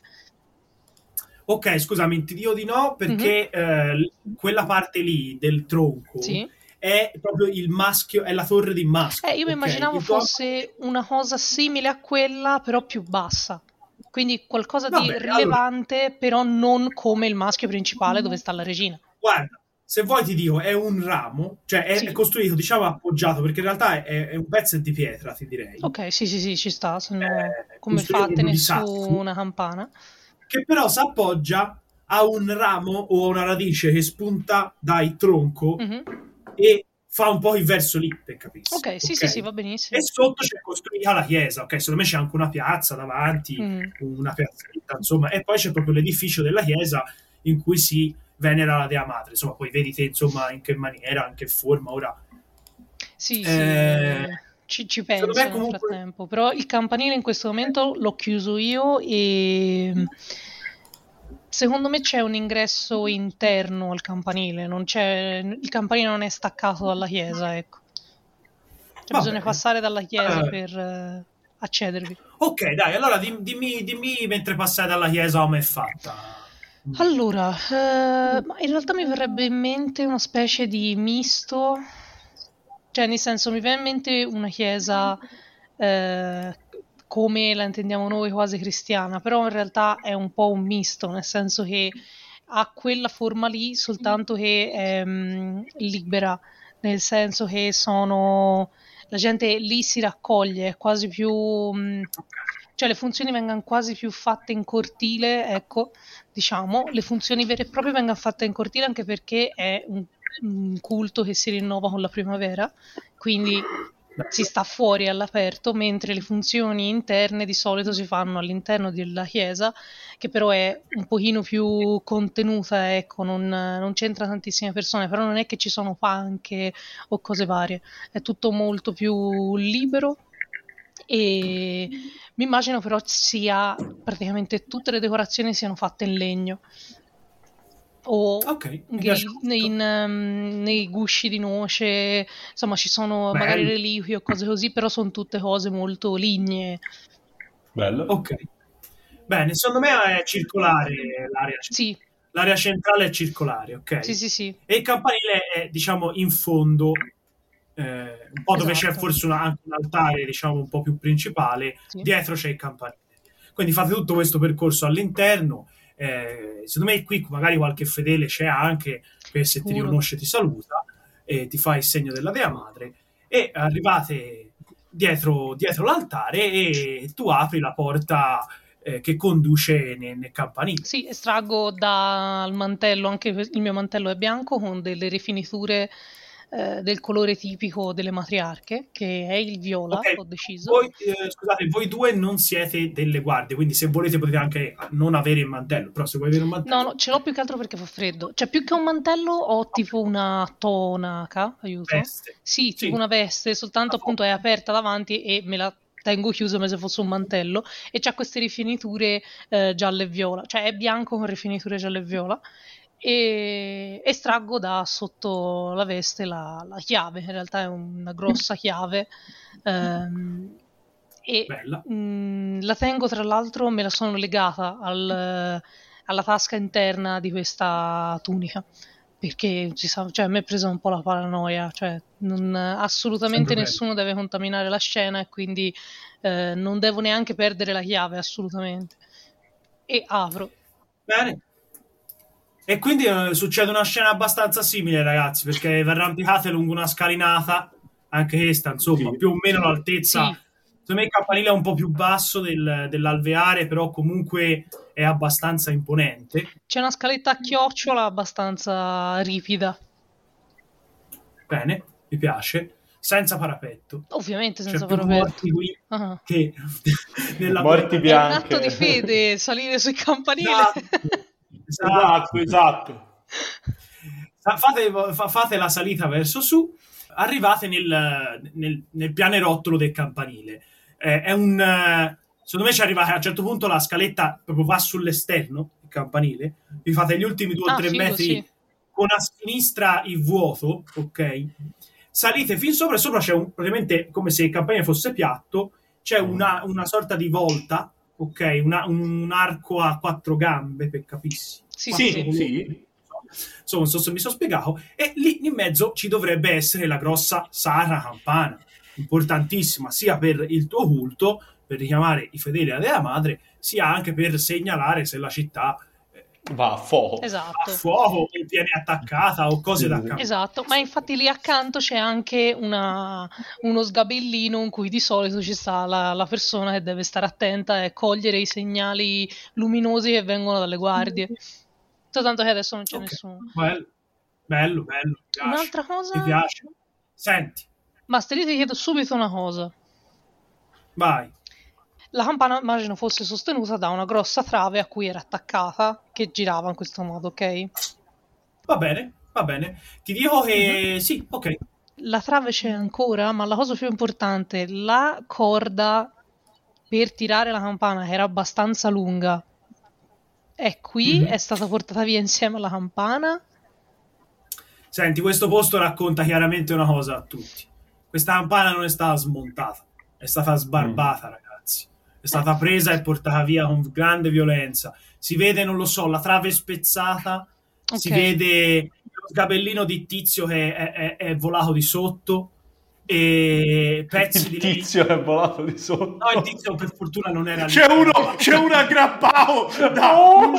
Ok, scusami, ti dico di no perché eh, quella parte lì del tronco Sì. è proprio il maschio, è la torre di maschio. Eh, io mi ok? immaginavo Il tuo- fosse una cosa simile a quella, però più bassa. Quindi qualcosa Va di bene, rilevante, però non come il maschio principale dove sta la regina. Guarda, se vuoi ti dico, è un ramo, cioè è, Sì. è costruito, diciamo, appoggiato, perché in realtà è, è un pezzo di pietra, ti direi. Ok, sì, sì, sì, ci sta, se no Eh, come costruito fa a proprio tenere di su sasso. una campana? Che però si appoggia a un ramo o a una radice che spunta dal tronco Mhm. e fa un po' il verso lì, per capirsi. Ok, sì, sì, sì, va benissimo. E sotto c'è costruita la chiesa, ok? Secondo me c'è anche una piazza davanti, Mm. una piazzetta, insomma, e poi c'è proprio l'edificio della chiesa in cui si venera la Dea Madre. Insomma, poi vedi te, insomma, in che maniera, in che forma. Ora, Sì, sì, Eh, ci, ci secondo penso me nel comunque- frattempo, però il campanile in questo momento l'ho chiuso io e secondo me c'è un ingresso interno al campanile, non c'è, il campanile non è staccato dalla chiesa, ecco. Cioè, Va bisogna bene. passare dalla chiesa Eh. per eh, accedervi. ok, dai, allora dim- dimmi, dimmi mentre passai dalla chiesa come è fatta. Allora, eh, ma in realtà mi verrebbe in mente una specie di misto, cioè nel senso mi viene in mente una chiesa eh, come la intendiamo noi, quasi cristiana, però in realtà è un po' un misto, nel senso che ha quella forma lì, soltanto che è mh, libera, nel senso che sono la gente lì si raccoglie, è quasi più mh, cioè le funzioni vengono quasi più fatte in cortile, ecco, diciamo, le funzioni vere e proprie vengono fatte in cortile, anche perché è un, un culto che si rinnova con la primavera, quindi si sta fuori all'aperto, mentre le funzioni interne di solito si fanno all'interno della chiesa, che però è un pochino più contenuta, ecco, non, non c'entra tantissime persone, però non è che ci sono panche o cose varie, è tutto molto più libero. E mi immagino però sia praticamente tutte le decorazioni siano fatte in legno o Ok, mi gri- piace molto. in, um, nei gusci di noce, insomma ci sono Bello. magari reliquie o cose così, però sono tutte cose molto lignee. Bello. Ok. Bene, secondo me è circolare l'area. Sì, L'area centrale è circolare, ok? sì, sì, sì. E il campanile è, diciamo, in fondo, eh, un po' dove Esatto. c'è forse una- anche un altare, diciamo, un po' più principale, Sì. dietro c'è il campanile. Quindi fate tutto questo percorso all'interno. Eh, secondo me qui magari qualche fedele c'è anche, per se ti Sicuro. riconosce ti saluta e ti fa il segno della Dea Madre, e arrivate dietro, dietro l'altare e tu apri la porta eh, che conduce nel, nel campanile. Sì, estraggo dal mantello, anche il mio mantello è bianco con delle rifiniture eh, del colore tipico delle matriarche, che è il viola, Ok, ho deciso. voi, eh, scusate, voi due non siete delle guardie, quindi se volete potete anche non avere il mantello, però se vuoi avere un mantello... No, no, ce l'ho più che altro perché fa freddo. Cioè, più che un mantello ho tipo una tonaca, aiuto. Veste. Sì, tipo Sì. una veste, soltanto Una appunto è aperta davanti e me la tengo chiusa come se fosse un mantello, e c'ha queste rifiniture eh, gialle e viola, cioè è bianco con rifiniture gialle e viola, e estraggo da sotto la veste la, la chiave, in realtà è una grossa chiave, ehm, e Bella. mh, la tengo, tra l'altro me la sono legata al, alla tasca interna di questa tunica, perché ci sa, cioè, a me è presa un po' la paranoia, cioè non, assolutamente Sempre nessuno deve contaminare la scena, e quindi eh, non devo neanche perdere la chiave, assolutamente. E apro. Bene. E quindi eh, succede una scena abbastanza simile, ragazzi, perché vi arrampicate lungo una scalinata, anche questa, insomma, Sì. più o meno l'altezza. Sì. Secondo me il campanile è un po' più basso del, dell'alveare, però comunque è abbastanza imponente. C'è una scaletta a chiocciola abbastanza ripida, Bene, mi piace. Senza parapetto. ovviamente C'è senza più parapetto. morti qui Ah. che nella Morti È un bianche. atto di fede salire sui campanili. Esatto. Esatto, esatto. Fa- Fate, fa- fate la salita verso su, arrivate nel, nel, nel pianerottolo del campanile. Eh, è un, eh, secondo me ci arrivate a un certo punto, la scaletta proprio va sull'esterno del campanile, vi fate gli ultimi due o Ah, tre figo, metri sì. con a sinistra il vuoto, ok? Salite fin sopra, e sopra c'è un, praticamente come se il campanile fosse piatto, c'è una, una sorta di volta, ok? Una- un arco a quattro gambe, per capirsi. Sì, Quattro sì, Sì, colonne. sì. Insomma, non so se mi sono spiegato. E lì in mezzo ci dovrebbe essere la grossa sacra campana, importantissima sia per il tuo culto, per richiamare i fedeli alla Dea Madre, sia anche per segnalare se la città eh, Va a fuoco. a esatto. fuoco o viene attaccata o cose Sì, da sì. campo. Esatto, ma infatti lì accanto c'è anche una, uno sgabellino in cui di solito ci sta la, la persona che deve stare attenta e cogliere i segnali luminosi che vengono dalle guardie. Soltanto che adesso non c'è Ok, nessuno. bello, bello, bello, mi piace. Un'altra cosa? Mi piace. Senti, Master, io ti chiedo subito una cosa. vai. La campana immagino fosse sostenuta da una grossa trave a cui era attaccata, che girava in questo modo, ok? Va bene, va bene. Ti dico che sì, ok. La trave c'è ancora, ma la cosa più importante, la corda per tirare la campana, che era abbastanza lunga, è qui, Mhm. è stata portata via insieme alla campana. Senti, questo posto racconta chiaramente una cosa a tutti. Questa campana non è stata smontata, è stata sbarbata, ragazzi. È stata presa e portata via con grande violenza. Si vede, non lo so, la trave spezzata, si Ok. vede lo sgabellino di Tizio che è, è- è volato di sotto. e pezzi Il di tizio è volato di sotto. No, il tizio per fortuna non era lì. C'è uno, c'è un aggrappao da un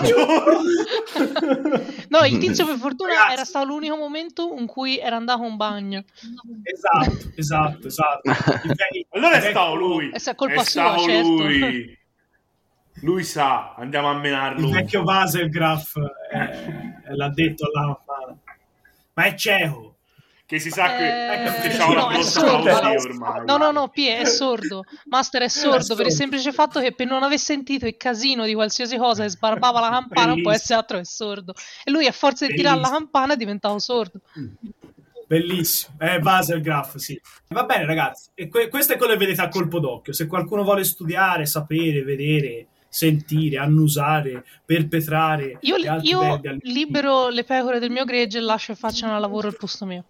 giorno. No, il tizio per fortuna Ragazzi. era stato l'unico momento in cui era andato a un bagno. Esatto, esatto, esatto. Il ve- Allora il è stato vecchio- lui. E se è colpa È sua, stato certo. lui. Lui sa, andiamo a menarlo. Il vecchio Vaselgraf eh, l'ha detto alla campana. Ma è cieco. Che si sa che, Eh, che c'ha una no, è grossa sordo. pausa ormai. No, no, no, P è sordo. Master è sordo sordo. per il semplice fatto che per non aver sentito il casino di qualsiasi cosa che sbarbava la campana non può Bellissimo. essere altro che sordo. E lui a forza di tirare la Bellissimo. campana è diventato sordo. Bellissimo. Eh, Vaselgraf, sì. Va bene, ragazzi. E que- questo è quello che vedete a colpo d'occhio. Se qualcuno vuole studiare, sapere, vedere, sentire, annusare, perpetrare... Io, e altri io verbi al- libero le pecore del mio gregge e lascio che facciano il lavoro al posto mio.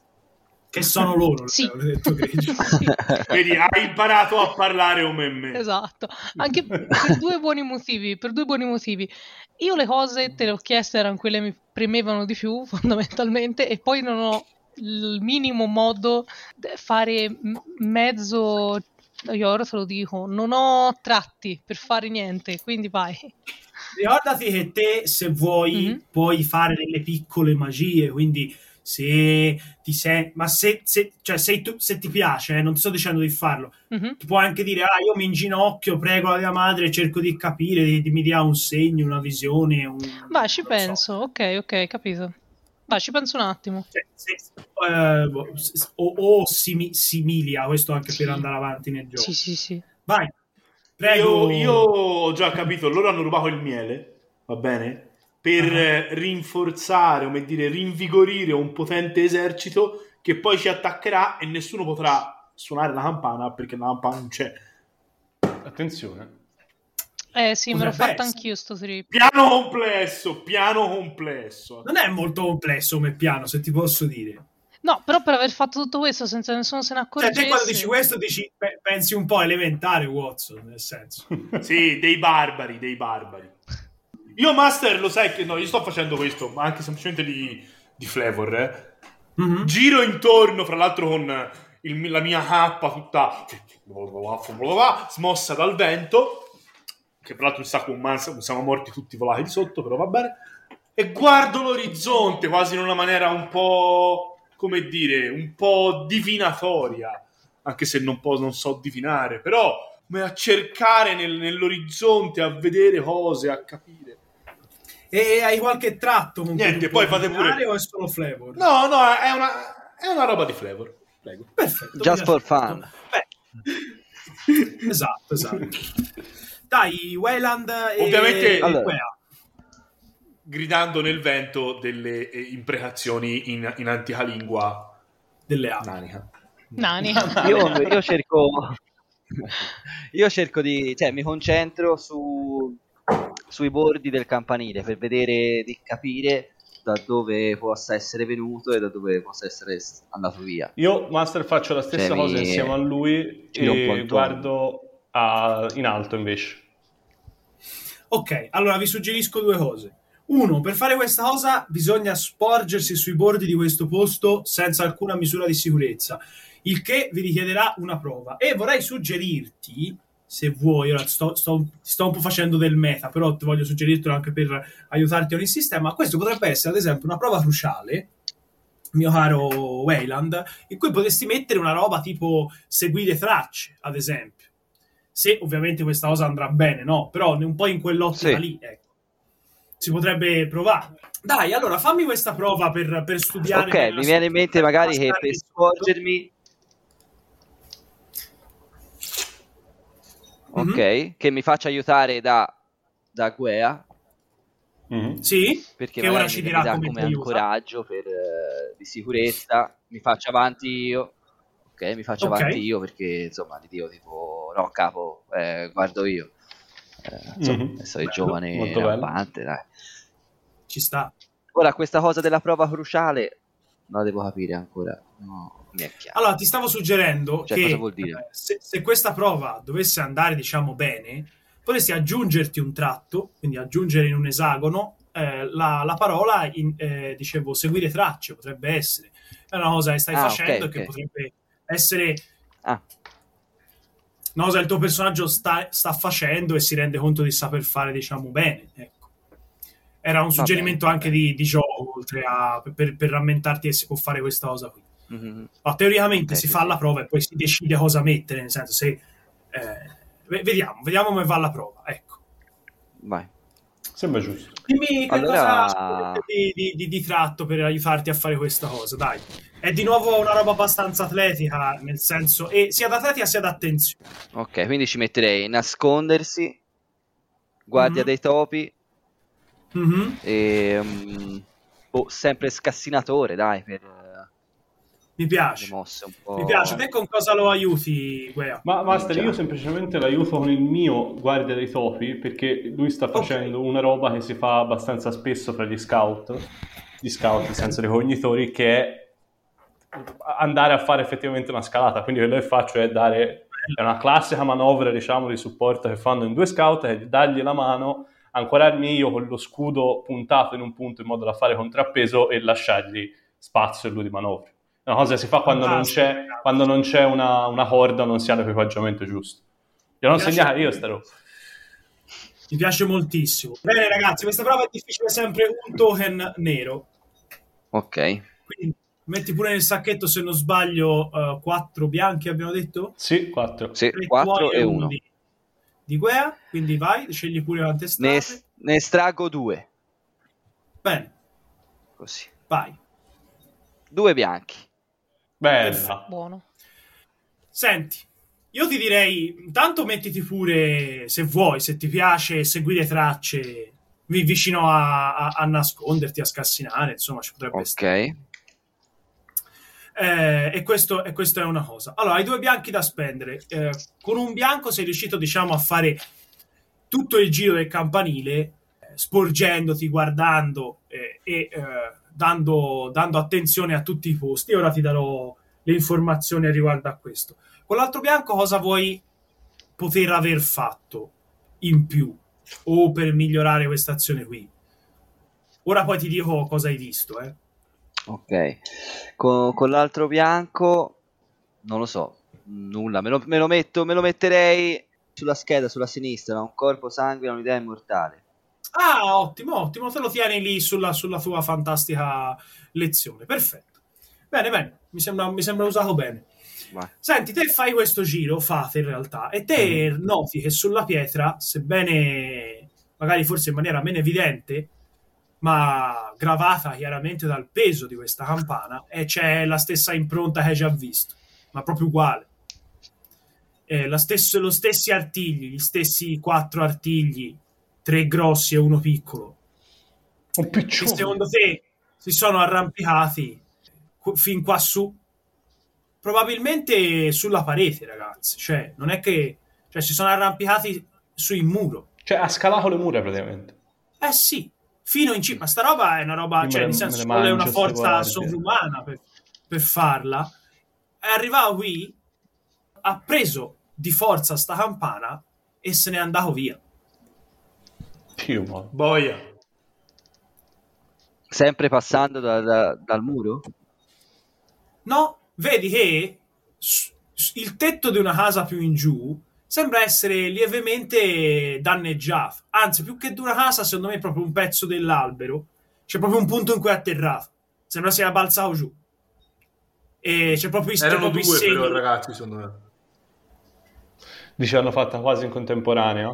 Che sono loro, Sì. l'avevo detto Grigio. Vedi, hai imparato a parlare come me. Esatto, anche per due buoni motivi, per due buoni motivi. Io le cose te le ho chieste, erano quelle che mi premevano di più fondamentalmente, e poi non ho il minimo modo di fare m- mezzo, io ora te lo dico, non ho tratti per fare niente, quindi vai. Ricordati che te, se vuoi, Mhm. puoi fare delle piccole magie, quindi se ti sei... Ma se, se, cioè, se, tu, se ti piace, eh, non ti sto dicendo di farlo, Mhm. ti puoi anche dire, ah, io mi inginocchio, prego la mia madre, cerco di capire, di, di- mi dia un segno, una visione, un... Vai, ci non so. penso, ok, ok, capito. Vai, ci penso un attimo. Cioè, se- eh, boh, s- o, o simi- similia, questo anche Sì. per andare avanti nel gioco. Sì, sì, sì. Vai, prego. Io, io ho già capito, loro hanno rubato il miele, va bene? Per Ah. eh, rinforzare, come dire, rinvigorire un potente esercito che poi ci attaccherà e nessuno potrà suonare la campana perché la campana non c'è. Attenzione. Eh sì, me l'ho Potrebbe fatta essere. anch'io sto trip. Piano complesso, piano complesso. Non è molto complesso come piano, se ti posso dire. No, però per aver fatto tutto questo senza nessuno se ne Cioè, accorgesse... te quando dici questo, dici, pe- pensi un po' elementare, Watson, nel senso. Sì, dei barbari, dei barbari. Io, Master, lo sai che no, io sto facendo questo, ma anche semplicemente di, di flavor, eh. Mhm. Giro intorno, fra l'altro con il- la mia cappa tutta smossa dal vento, che fra l'altro mi sa con Mansa, siamo morti tutti volati di sotto, però va bene, e guardo l'orizzonte quasi in una maniera un po', come dire, un po' divinatoria, anche se non, po- non so divinare, però come a cercare nel- nell'orizzonte, a vedere cose, a capire. E hai qualche tratto con Niente, cui tu poi puoi fate pure- combinare o è solo flavor? No, no, è una, è una roba di flavor, prego. Perfetto. Just mi for piace fun. molto. Beh, esatto, esatto. Dai, Wayland e Ovviamente- e Allora. Quea. Gridando nel vento delle eh, imprecazioni in, in antica lingua delle api. nanica. Nani. Io, io cerco io cerco di, cioè mi concentro su sui bordi del campanile per vedere, di capire da dove possa essere venuto e da dove possa essere s- andato via. Io, Master, faccio la stessa Cioè, cosa mi- insieme a lui giro un po' e intorno. guardo a- in alto invece. Ok, allora vi suggerisco due cose. Uno, per fare questa cosa bisogna sporgersi sui bordi di questo posto senza alcuna misura di sicurezza, il che vi richiederà una prova. E vorrei suggerirti, se vuoi, ora sto, sto, sto un po' facendo del meta, però ti voglio suggerirtelo anche per aiutarti con il sistema, questo potrebbe essere ad esempio una prova cruciale, mio caro Wayland, in cui potresti mettere una roba tipo seguire tracce, ad esempio. Se ovviamente questa cosa andrà bene, no? Però un po' in quell'ottica Sì. lì, ecco. Si potrebbe provare. Dai, allora fammi questa prova per, per studiare. Ok, nella mi viene in mente magari che passare per il sporgermi, Mhm. ok, che mi faccia aiutare da da Guea, Mhm. Sì, perché che magari ora ci mi, dirà mi dà come come ti aiuta. ancoraggio per, eh, di sicurezza, mi faccio avanti io, ok, mi faccio Ok. avanti io perché insomma gli dico tipo no capo, eh, guardo io, eh, insomma, Mhm. essere Bello, giovane molto bello. rampante, dai. Ci sta. Ora questa cosa della prova cruciale non la devo capire ancora, no, mi è chiaro. Allora, ti stavo suggerendo Cioè, che cosa vuol dire? eh, se, se questa prova dovesse andare, diciamo, bene, potresti aggiungerti un tratto, quindi aggiungere in un esagono eh, la, la parola, in, eh, dicevo, seguire tracce, potrebbe essere. È una cosa che stai Ah, facendo ok, e che ok. potrebbe essere Ah, una cosa che il tuo personaggio sta, sta facendo e si rende conto di saper fare, diciamo, bene. Ecco. Era un suggerimento bene, anche di, di gioco, oltre a per, per rammentarti che si può fare questa cosa qui. mm-hmm. No, teoricamente Ok, si sì, fa sì. la prova e poi si decide cosa mettere, nel senso se eh, vediamo, vediamo come va la prova, ecco. Vai. Sembra giusto. Dimmi che Allora- cosa di, di, di, di tratto per aiutarti a fare questa cosa, dai. È di nuovo una roba abbastanza atletica, nel senso, e sia d'atletica sia d'attenzione. Ok, quindi ci metterei nascondersi, guardia Mhm. dei topi Mhm. e mm, boh, sempre scassinatore, dai, per eh, Mi le piace. mosse un po'. Mi piace. Te con cosa lo aiuti, Guea? Ma Master, Già. io semplicemente l'aiuto con il mio guardia dei topi, perché lui sta facendo una roba che si fa abbastanza spesso fra gli scout, gli scout nel senso dei cognitori, che è andare a fare effettivamente una scalata. Quindi quello che faccio è dare, è una classica manovra, diciamo, di supporto che fanno in due scout, è dargli la mano, ancorarmi io con lo scudo puntato in un punto in modo da fare contrappeso e lasciargli spazio e lui di manovra. È una cosa che si fa quando non Fantastico, c'è, ragazzi. quando non c'è una, una corda, non si ha l'equipaggiamento giusto. Gliel'ho Mi piace- insegnato io sta roba. Mi piace moltissimo. Bene, ragazzi, questa prova è difficile, sempre un token nero. Ok, Quindi metti pure nel sacchetto, se non sbaglio, uh, quattro bianchi abbiamo detto? Sì, quattro. sì, Tre quattro tuoi e uno uno. di, di Guea, quindi vai, scegli pure quante Ne, state. ne estraggo due, Bene, così. vai. Due bianchi. Bella. Buono. Senti, io ti direi, intanto mettiti pure, se vuoi, se ti piace, seguire tracce vi- vicino a, a, a nasconderti, a scassinare, insomma, ci potrebbe stare. Ok, Eh, e, questo, e questo è una cosa. Allora, hai due bianchi da spendere. Eh, con un bianco sei riuscito, diciamo, a fare tutto il giro del campanile, eh, sporgendoti, guardando eh, e eh, dando, dando attenzione a tutti i posti. Ora ti darò le informazioni riguardo a questo. Con l'altro bianco cosa vuoi poter aver fatto in più o per migliorare questa azione qui? Ora poi ti dico cosa hai visto, eh. ok. Con, con l'altro bianco, non lo so, nulla. Me lo, me lo metto, me lo metterei sulla scheda, sulla sinistra. Un corpo, sangue, un'idea immortale. Ah, ottimo, ottimo, te lo tieni lì sulla, sulla tua fantastica lezione. Perfetto. Bene, bene, mi sembra, mi sembra usato bene. Vai. Senti, te fai questo giro, fate in realtà, e te Mm. noti che sulla pietra, sebbene magari forse in maniera meno evidente, ma gravata chiaramente dal peso di questa campana, e c'è la stessa impronta che hai già visto, ma proprio uguale. Eh, la stesso, lo stessi artigli, gli stessi quattro artigli, tre grossi e uno piccolo, Un che piccione. secondo te si sono arrampicati qu- fin qua su, probabilmente sulla parete, ragazzi. Cioè, non è che cioè, si sono arrampicati sul muro. Cioè, ha scalato le mura praticamente. Eh sì, fino in cima. Sta roba è una roba, Io cioè, me nel le- senso, me ci le vuole una mangio ste forza guardie. sovrumana per, per farla. È arrivato qui, ha preso di forza sta campana e se n'è andato via. Dio, ma... Boia. Sempre passando da- da- dal muro? No, vedi che s- s- il tetto di una casa più in giù sembra essere lievemente danneggiato. Anzi, più che di una casa, secondo me è proprio un pezzo dell'albero. C'è proprio un punto in cui è atterrato. Sembra sia balzato giù. E c'è proprio, c'è Erano proprio i due segni. però ragazzi, secondo me. Dice l'hanno fatta quasi in contemporanea.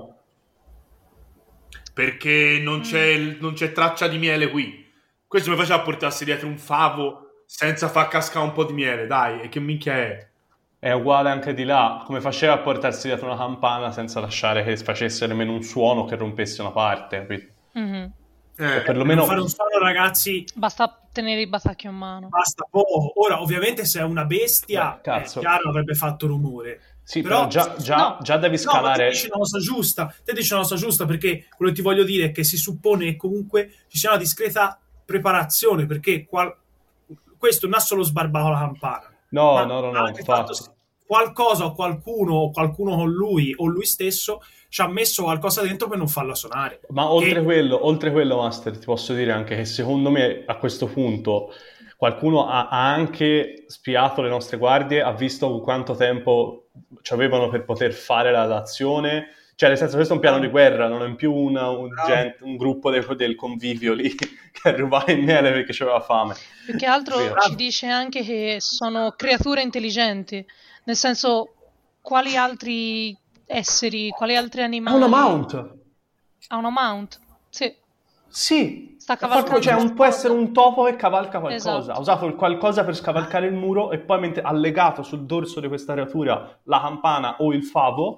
Perché non c'è, il- non c'è traccia di miele qui. Questo mi faceva portarsi dietro un favo senza far cascare un po' di miele, dai, e che minchia è? È uguale anche di là, come faceva a portarsi dietro una campana senza lasciare che facesse nemmeno un suono che rompesse una parte, capito? Mhm. Eh, O perlomeno... Per fare un suono, ragazzi, Basta tenere il batacchio in mano. basta poco. Ora, ovviamente, se è una bestia, Beh, cazzo. è chiaro, avrebbe fatto rumore. Sì, Però- però, già, già, no. già devi No, ma te scalare... dici una cosa giusta, te dici una cosa giusta, perché quello che ti voglio dire è che si suppone che comunque ci sia una discreta preparazione, perché qual- questo non ha solo sbarbato la campana, No, ma no, no, ha no, anche fatto infatti. qualcosa o qualcuno o qualcuno con lui o lui stesso ci ha messo qualcosa dentro per non farla suonare. Ma oltre Che- quello, oltre quello, Master, ti posso dire anche che secondo me a questo punto qualcuno ha, ha anche spiato le nostre guardie, ha visto quanto tempo ci avevano per poter fare la- l'azione. Cioè, nel senso, questo è un piano di guerra, non è più una- un, Bravo. gente- un gruppo del, del convivio lì che rubava il miele perché c'aveva fame. Più che altro Vero. ci dice anche che sono creature intelligenti, nel senso, quali altri esseri, quali altri Ha animali... una mount! Ha una mount, sì. Sì! Sta È qualcosa- cavalcando cioè, un- può qualcosa. essere un topo che cavalca qualcosa. Esatto. Ha usato il qualcosa per scavalcare il muro e poi mentre ha legato sul dorso di questa creatura la campana o il favo.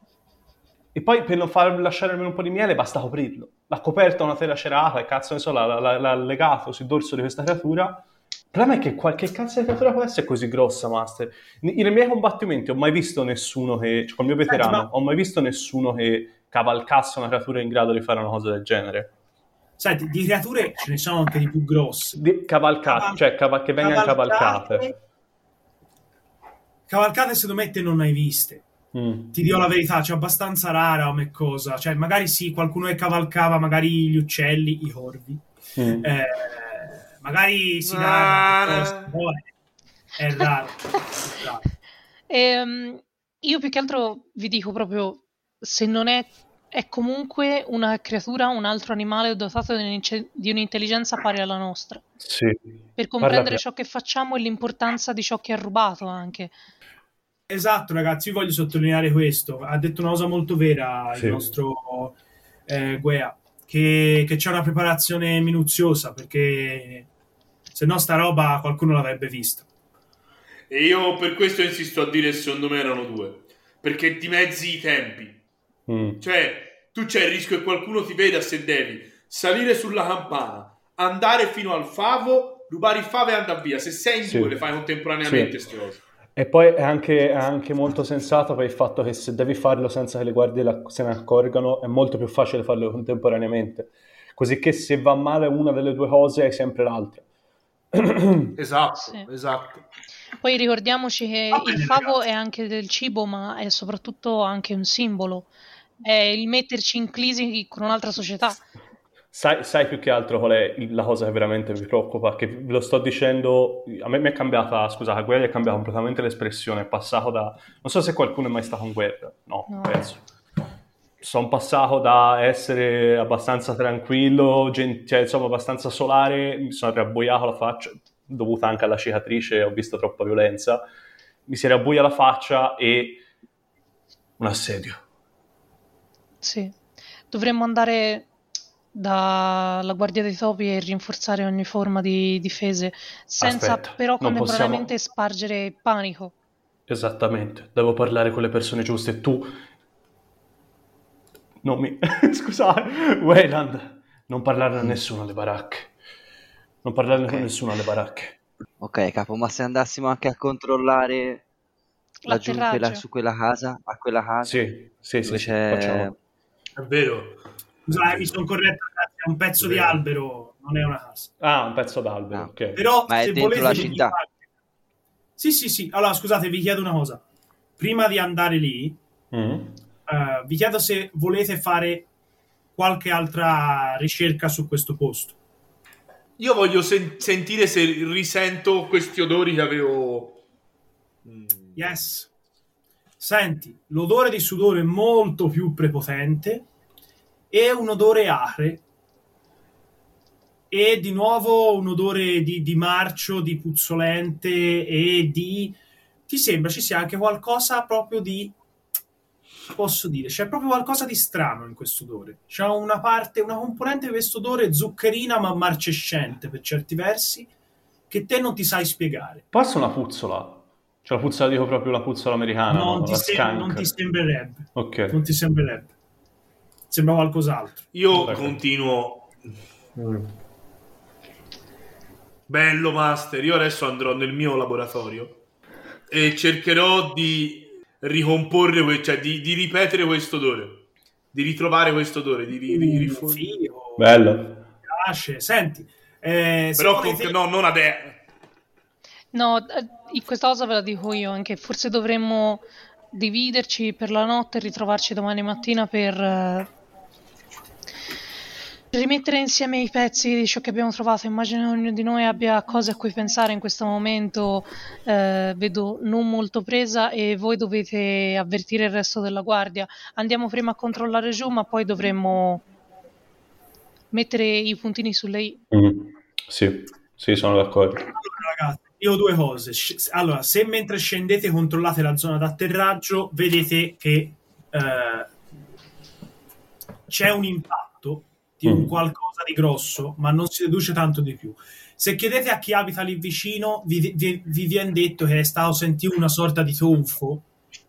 E poi per non far lasciare almeno un po' di miele basta coprirlo. L'ha coperta una tela cerata e cazzo ne so, l'ha, l'ha- l'ha legato sul dorso di questa creatura. Il problema è che qualche cazzo di creatura può essere così grossa, Master. Nei nei miei combattimenti ho mai visto nessuno che, cioè, con il mio veterano, Senti, ma- ho mai visto nessuno che cavalcasse una creatura in grado di fare una cosa del genere. Senti, di creature ce ne sono anche di più grosse. Di, cavalcate, Caval- cioè cava- che vengano cavalcate. Cavalcate, cavalcate secondo me te non hai viste. Mm. Ti dico la verità, c'è abbastanza rara come cosa. Cioè, magari sì, qualcuno che cavalcava magari gli uccelli, i corvi. Mm. Eh, magari si Ah. narra, però è, è raro. È raro. Ehm, io più che altro vi dico proprio, se non è, è comunque una creatura, un altro animale dotato di un'ince- di un'intelligenza pari alla nostra, Sì. per Parla comprendere per- ciò che facciamo e l'importanza di ciò che ha rubato anche. Esatto, ragazzi, io voglio sottolineare questo. Ha detto una cosa molto vera Sì. il nostro eh, Guea, che, che c'è una preparazione minuziosa, perché se no sta roba qualcuno l'avrebbe vista. E io per questo insisto a dire secondo me erano due, perché dimezzi i tempi. Mm. Cioè, tu c'è il rischio che qualcuno ti veda se devi salire sulla campana, andare fino al favo, rubare il favo e andare via. Se sei in Sì. due le fai contemporaneamente Sì. queste cose. E poi è anche, è anche molto sensato per il fatto che se devi farlo senza che le guardie la- se ne accorgano, è molto più facile farlo contemporaneamente. Così che se va male una delle due cose, hai sempre l'altra. Esatto, Sì. esatto. Poi ricordiamoci che Va bene, il favo ragazzi. è anche del cibo, ma è soprattutto anche un simbolo. È il metterci in crisi con un'altra società. Sai, sai più che altro qual è il- la cosa che veramente mi preoccupa? Che ve lo sto dicendo, a me mi è cambiata, scusate, a Guerra è cambiata completamente l'espressione, è passato da... Non so se qualcuno è mai stato in guerra, no, No. penso. Sono passato da essere abbastanza tranquillo, gen- cioè insomma abbastanza solare, mi sono rabbuiato la faccia, dovuta anche alla cicatrice, ho visto troppa violenza, mi si rabbuia la faccia e un assedio. Sì. Dovremmo andare dalla Guardia dei Topi e rinforzare ogni forma di difese, senza Aspetta, però non contemporaneamente possiamo- spargere panico. Esattamente, devo parlare con le persone giuste. Tu non mi... Scusate, Wayland, non parlarne a nessuno alle baracche. Non parlarne Ok. con nessuno alle baracche. Ok, capo, ma se andassimo anche a controllare laggiù in quella- L'atterraggio. su quella casa, a quella casa, Sì, sì, sì, dove sì, c'è... facciamo. È vero. Scusa, mi sono corretto, ragazzi, è un pezzo di Vero. albero, non è una casa. Ah, un pezzo d'albero, Ah. ok. Però Ma è se dentro volete la vi città? chiedo- Sì, sì, sì. Allora, scusate, vi chiedo una cosa. Prima di andare lì, Mm. eh, vi chiedo se volete fare qualche altra ricerca su questo posto. Io voglio sen- sentire se risento questi odori che avevo. Mm. Yes. Senti, l'odore di sudore è molto più prepotente e un odore acre e di nuovo un odore di, di marcio, di puzzolente e di... Ti sembra ci sia anche qualcosa proprio di... Posso dire, c'è proprio qualcosa di strano in questo odore. C'è una parte, una componente di questo odore zuccherina ma marcescente per certi versi che te non ti sai spiegare. Posso una puzzola? Cioè la puzzola, dico proprio la puzzola americana, non, no? ti La sem- skunk. non ti sembrerebbe. Ok. Non ti sembrerebbe. Sembra qualcos'altro. Io Perfetto. continuo. Bello, Master. Io adesso andrò nel mio laboratorio e cercherò di ricomporre, que- cioè di, di ripetere questo odore, di ritrovare questo odore, di, ri- di Uh, rifo- figo. Bello. Mi piace. Senti, eh, se Però volete- con- no, non adesso. No, eh, questa cosa ve la dico io, anche forse dovremmo dividerci per la notte e ritrovarci domani mattina per eh, rimettere insieme i pezzi di ciò che abbiamo trovato. Immagino che ognuno di noi abbia cose a cui pensare in questo momento, eh, vedo non molto presa, e voi dovete avvertire il resto della guardia. Andiamo prima a controllare giù, ma poi dovremmo mettere i puntini sulle i. Mm. Sì, sì, sono d'accordo. Allora, ragazzi, io ho due cose. Allora, se mentre scendete controllate la zona d'atterraggio, vedete che eh, c'è un impatto di un qualcosa di grosso, ma non si deduce tanto di più. Se chiedete a chi abita lì vicino, vi, vi, vi viene detto che è stato sentito una sorta di tonfo,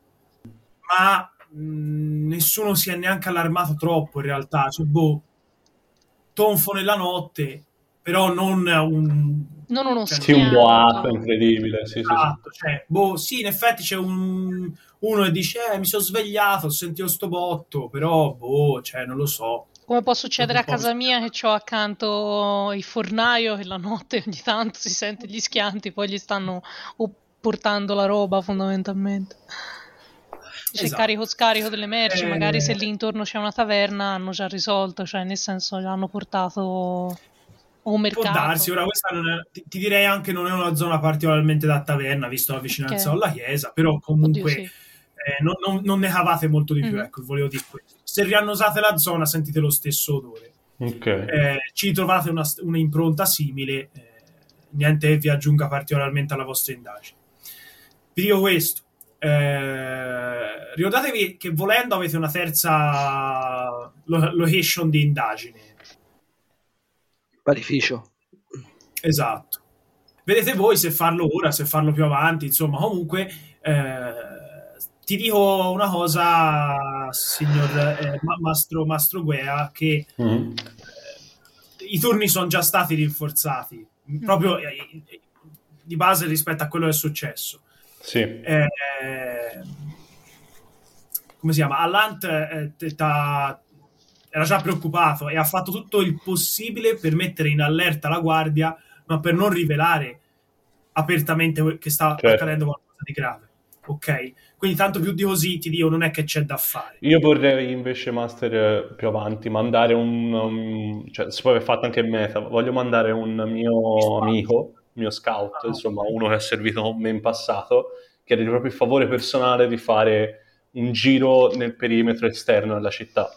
ma mh, nessuno si è neanche allarmato troppo in realtà. Cioè, boh, tonfo nella notte, però non un... Non uno cioè, Sì, un boato schianto. incredibile. Sì, sì, sì. Esatto, cioè, boh, sì, in effetti c'è un uno che dice eh, mi sono svegliato, ho sentito sto botto, però boh, cioè, non lo so. Come può succedere a Un po' casa mia, che ho accanto il fornaio e la notte ogni tanto si sente gli schianti, poi gli stanno o- portando la roba fondamentalmente. C'è Esatto. carico scarico delle merci, Eh, magari se lì intorno c'è una taverna hanno già risolto, cioè nel senso l'hanno portato o un Può mercato. darsi, ora questa non è, ti, ti direi anche non è una zona particolarmente da taverna, visto la vicinanza Ok. alla chiesa, però comunque Oddio, sì. eh, non, non- non ne cavate molto di più, Mhm. ecco, volevo dire questo. Se riannusate la zona sentite lo stesso odore. Ok. Eh, ci trovate una, un'impronta simile, eh, niente che vi aggiunga particolarmente alla vostra indagine. Vi dico questo, eh, ricordatevi che volendo avete una terza lo- location di indagine. Panificio. Esatto. Vedete voi se farlo ora, se farlo più avanti, insomma, comunque eh, ti dico una cosa, signor eh, ma- Mastro, Mastro Guea, che Mhm. eh, i turni sono già stati rinforzati, proprio eh, di base rispetto a quello che è successo. Sì. Eh, come si chiama? Allant eh, t- t'ha- era già preoccupato e ha fatto tutto il possibile per mettere in allerta la guardia, ma per non rivelare apertamente che sta Certo. accadendo qualcosa di grave. Ok? Quindi tanto più di così ti dico non è che c'è da fare. Io vorrei invece, Master, eh, più avanti, mandare un... um, cioè, si può aver fatto anche in meta, voglio mandare un mio amico, mio scout, insomma, uno che ha servito con me in passato, chiedergli proprio il favore personale di fare un giro nel perimetro esterno della città,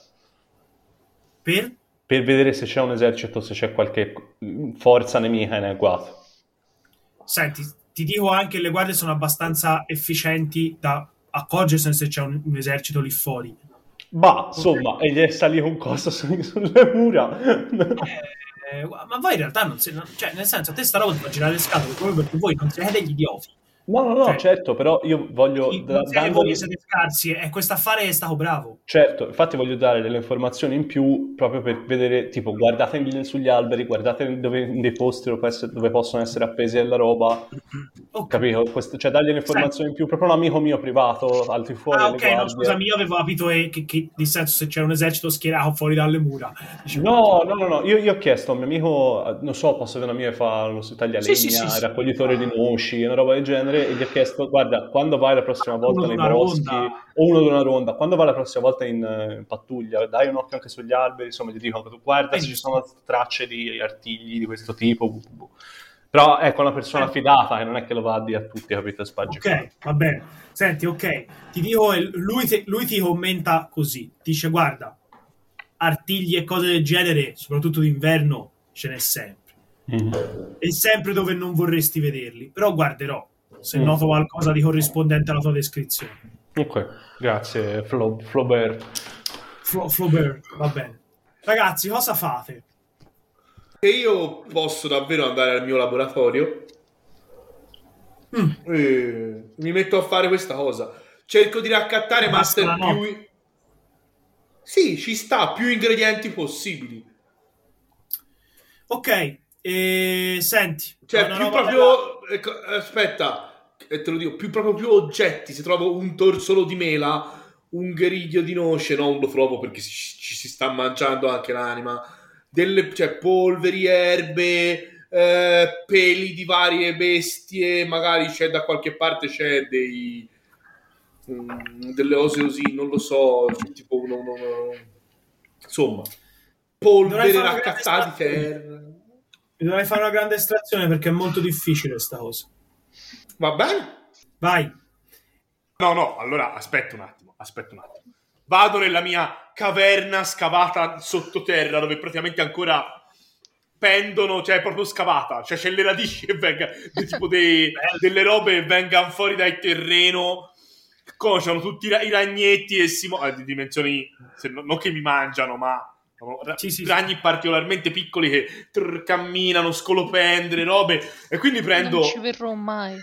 Per? per vedere se c'è un esercito, se c'è qualche forza nemica in agguato. Senti, ti dico anche che le guardie sono abbastanza efficienti da accorgersi se c'è un, un esercito lì fuori. Bah, insomma, e gli è salito un coso su- sulle mura. Eh, ma voi in realtà non siete, cioè, nel senso, a te sta roba ti fa girare le scatole proprio perché voi non siete degli idioti. No, no, no, Cioè, certo, però io voglio... Sì, da- non siete dandogli- voi, siete scarsi e questo affare è stato bravo. Certo, infatti voglio dare delle informazioni in più proprio per vedere, tipo, guardate in- sugli alberi, guardate dove, in dei posti dove, può essere- dove possono essere appesi alla roba, Ok. capito? Questo- cioè, dargli le informazioni in più, proprio un amico mio privato, al di fuori Ah, delle ok, no, guardie. scusami, io avevo capito eh, che, che nel senso se c'era un esercito schierato fuori dalle mura. Dicevo, No, no, no, no, io, io ho chiesto a un mio amico, eh, non so, posso avere una mia che fa lo so, taglialegna, Sì, sì, sì, sì. raccoglitore di noci, una roba del genere, e gli ho chiesto, guarda, quando vai la prossima volta Uno nei di una boschi, ronda. o uno di una ronda, quando vai la prossima volta in, eh, in pattuglia, dai un occhio anche sugli alberi, insomma, gli dico anche tu, guarda se ci sono tracce di artigli di questo tipo, bu, bu, bu. Però ecco, una persona Eh. fidata che non è che lo va a dire a tutti, capito, spaggi. Ok, va bene. Senti, ok, ti dico, eh, lui, te- lui ti commenta così, dice guarda, artigli e cose del genere, soprattutto d'inverno, ce n'è sempre. Mhm. E sempre dove non vorresti vederli, però guarderò se Mm. noto qualcosa di corrispondente alla tua descrizione. Ok, grazie Flo- Flaubert. Flo- Flaubert, va bene. Ragazzi, cosa fate? E io posso davvero andare al mio laboratorio Mm. e mi metto a fare questa cosa. Cerco di raccattare Basta master la più... Sì, ci sta, più ingredienti possibili. Ok, e senti, Cioè, una più roba proprio... ecco, aspetta, e te lo dico, più proprio più oggetti. Se trovo un torsolo di mela, un gheriglio di noce, non lo trovo perché ci, ci si sta mangiando anche l'anima. Delle, cioè, polveri, erbe, eh, peli di varie bestie, magari c'è da qualche parte c'è dei um, delle cose così, non lo so, tipo uno, uno, uno, insomma, polvere raccattata di terra. Mi dovrei fare una grande estrazione perché è molto difficile sta cosa. Va bene? Vai. No, no, allora aspetta un attimo, aspetta un attimo. Vado nella mia caverna scavata sottoterra dove praticamente ancora pendono, cioè è proprio scavata, cioè c'è le radici che vengono, tipo dei, delle robe che vengano fuori dal terreno, cociano tutti i ragnetti e si muovono, di dimensioni, se no, non che mi mangiano, ma sì, sì, ragni sì. particolarmente piccoli che trrr, camminano, scolopendere, robe, e quindi prendo... Non ci verrò mai.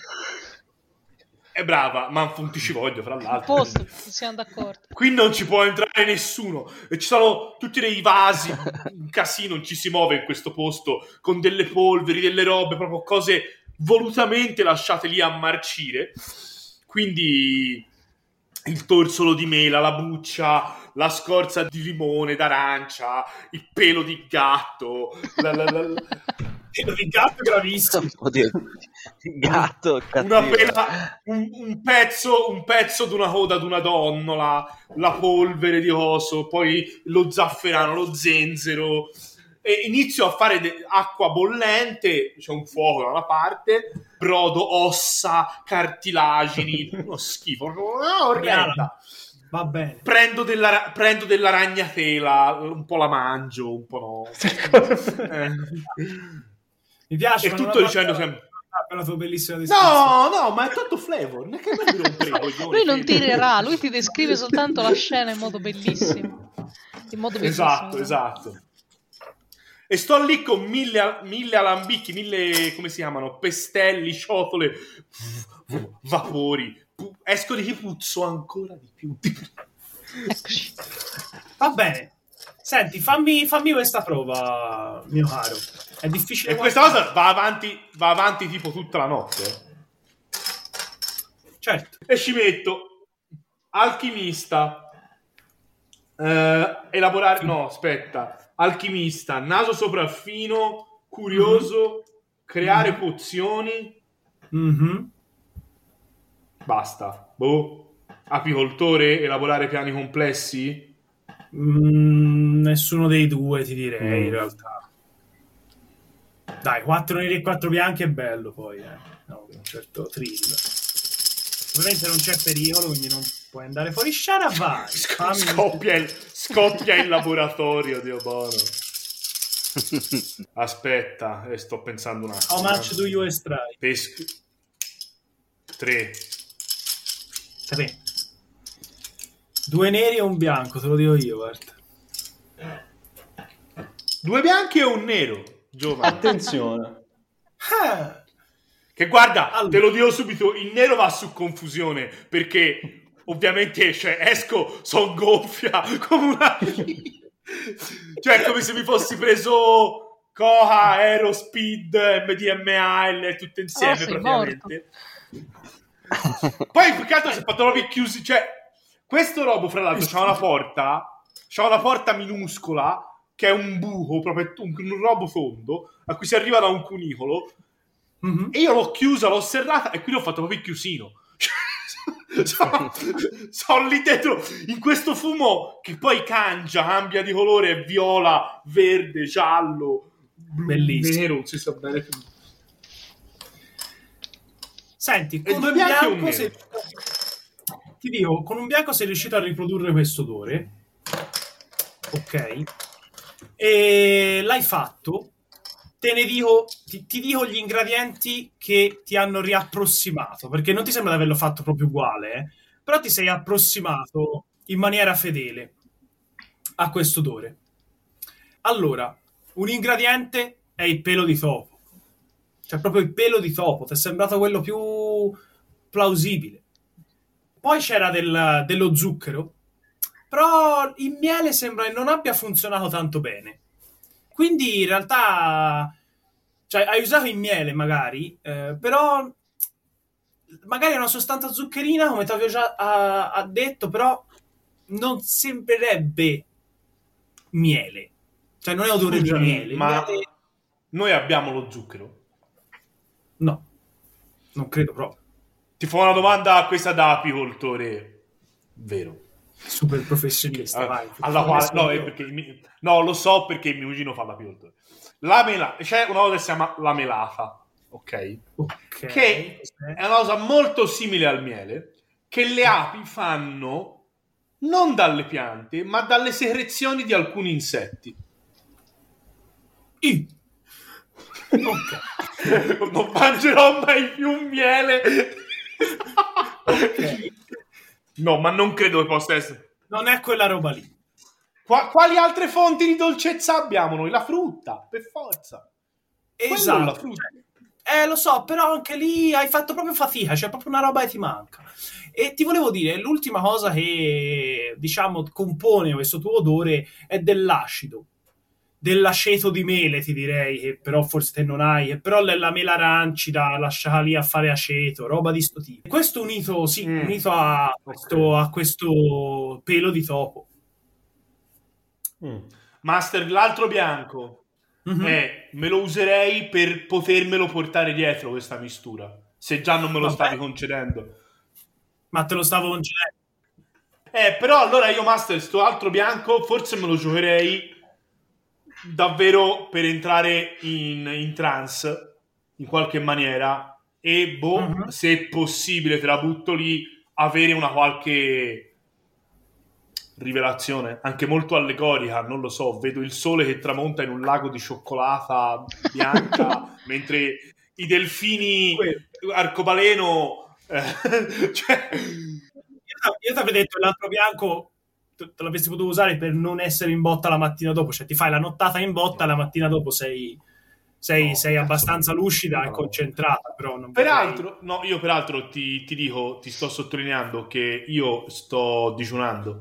È brava, ma non ti ci voglio, fra l'altro. Posto, siamo d'accordo. Qui non ci può entrare nessuno. E ci sono tutti dei vasi, un casino, non ci si muove in questo posto, con delle polveri, delle robe, proprio cose volutamente lasciate lì a marcire. Quindi il torsolo di mela, la buccia, la scorza di limone, d'arancia, il pelo di gatto, la, la, la, la... pelo di gatto gravissimo. Oddio, gatto, una pela, un, un pezzo, un pezzo di una coda di una donnola, la polvere di oso, poi lo zafferano, lo zenzero. E inizio a fare de- acqua bollente, c'è un fuoco da una parte, brodo, ossa, cartilagini, uno schifo, oh, orrenda. Va bene. Prendo della, prendo della ragnatela, un po' la mangio, un po' no. eh. Mi piace. E tutto dicendo sempre... per la tua bellissima descrizione. No, no, ma è tutto flavor. Non è che non mi rompere, lui non tirerà, lui ti descrive soltanto la scena in modo bellissimo. In modo bellissimo. Esatto, esatto. E sto lì con mille, mille alambicchi, mille, come si chiamano, pestelli, ciotole, vapori. Esco di chi puzzo ancora di più. Eccoci. Va bene. Senti, fammi, fammi questa prova, mio caro. È difficile. E questa cosa va avanti, va avanti tipo tutta la notte. Certo. E ci metto alchimista, eh, elaborare... No, aspetta. Alchimista, naso sopraffino, curioso, mm-hmm. creare mm-hmm. pozioni. Mm-hmm. Basta. Boh. Apicoltore, elaborare piani complessi? Mm, nessuno dei due, ti direi, mm. in realtà. Dai, quattro neri e quattro bianchi è bello, poi, eh. No, un certo thrill. Ovviamente non c'è pericolo, quindi non puoi andare fuori scena, vai. Sc- scoppia, il, scoppia il laboratorio, Dio buono. Aspetta, eh, sto pensando un attimo. How much do you extract? Pesco. Tre. Tre. Due neri e un bianco, te lo dico io, guarda. Due bianchi e un nero, giovane. Attenzione. Ah. Che guarda, allora. Te lo dico subito, il nero va su confusione, perché ovviamente, cioè, esco, sono gonfia, come una... cioè, come se mi fossi preso Koha, Aerospeed, M D M A L, tutte insieme, oh, praticamente. Poi, più che altro, si è fatto proprio chiusi, cioè... Questo robo, fra l'altro, c'ha una porta, c'ha una porta minuscola, che è un buco, proprio un, un robo fondo, a cui si arriva da un cunicolo, mm-hmm. e io l'ho chiusa, l'ho serrata, e qui l'ho fatto proprio il chiusino. Sono so lì dentro, in questo fumo, che poi cangia, cambia di colore, viola, verde, giallo, blu, bellissimo. Nero, non si sa bene. Senti, con un bianco... Se... Ti dico, con un bianco sei riuscito a riprodurre questo odore, ok, e l'hai fatto. Te ne dico, ti, ti dico gli ingredienti che ti hanno riapprossimato, perché non ti sembra di averlo fatto proprio uguale, eh? Però ti sei approssimato in maniera fedele a questo odore. Allora, un ingrediente è il pelo di topo, cioè proprio il pelo di topo, ti è sembrato quello più plausibile. Poi c'era del, dello zucchero, però il miele sembra che non abbia funzionato tanto bene. Quindi in realtà, cioè, hai usato il miele magari, eh, però magari è una sostanza zuccherina, come ti avevo già a, a detto, però non sembrerebbe miele. Cioè non è odore di miele. Ma... miele noi abbiamo lo zucchero? No, non credo proprio. Ti fa una domanda questa da apicoltore vero. Super professionista, Eh, vai. alla quale, no, è Io. perché mi- no, lo so perché mio cugino fa l'apicoltore. La mela, c'è una cosa che si chiama la melata, ok? Ok. Che è una cosa molto simile al miele, che le api fanno non dalle piante, ma dalle secrezioni di alcuni insetti. I. Ok. Non mangerò mai più un miele. Ok. No, ma non credo che possa essere. Non è quella roba lì. Qua- quali altre fonti di dolcezza abbiamo noi? La frutta, per forza. Quello è Esatto. la frutta. Eh, lo so, però anche lì hai fatto proprio fatica, c'è proprio una roba che ti manca. E ti volevo dire, l'ultima cosa che, diciamo, compone questo tuo odore è dell'acido, dell'aceto di mele, ti direi, che però forse te non hai, e però la mela arancida lasciata lì a fare aceto, roba di sto tipo. Questo unito, sì, Mm. unito a questo, a questo pelo di topo. Mm. Master, l'altro bianco. Mhm. Eh, me lo userei per potermelo portare dietro questa mistura, se già non me lo Vabbè. stavi concedendo. Ma te lo stavo concedendo. Eh, però allora io, Master, sto altro bianco forse me lo giocherei davvero per entrare in, in trance in qualche maniera e boh, Mhm. se possibile te la butto lì, avere una qualche rivelazione, anche molto allegorica, non lo so, vedo il sole che tramonta in un lago di cioccolata bianca mentre i delfini arcobaleno eh, cioè... Io ti avrei detto l'altro bianco te te l'avresti potuto usare per non essere in botta la mattina dopo, cioè ti fai la nottata in botta, la mattina dopo sei, sei, No, sei cazzo, abbastanza lucida e no. concentrata, però non Peraltro, no, io peraltro ti, ti dico, ti sto sottolineando che io sto digiunando.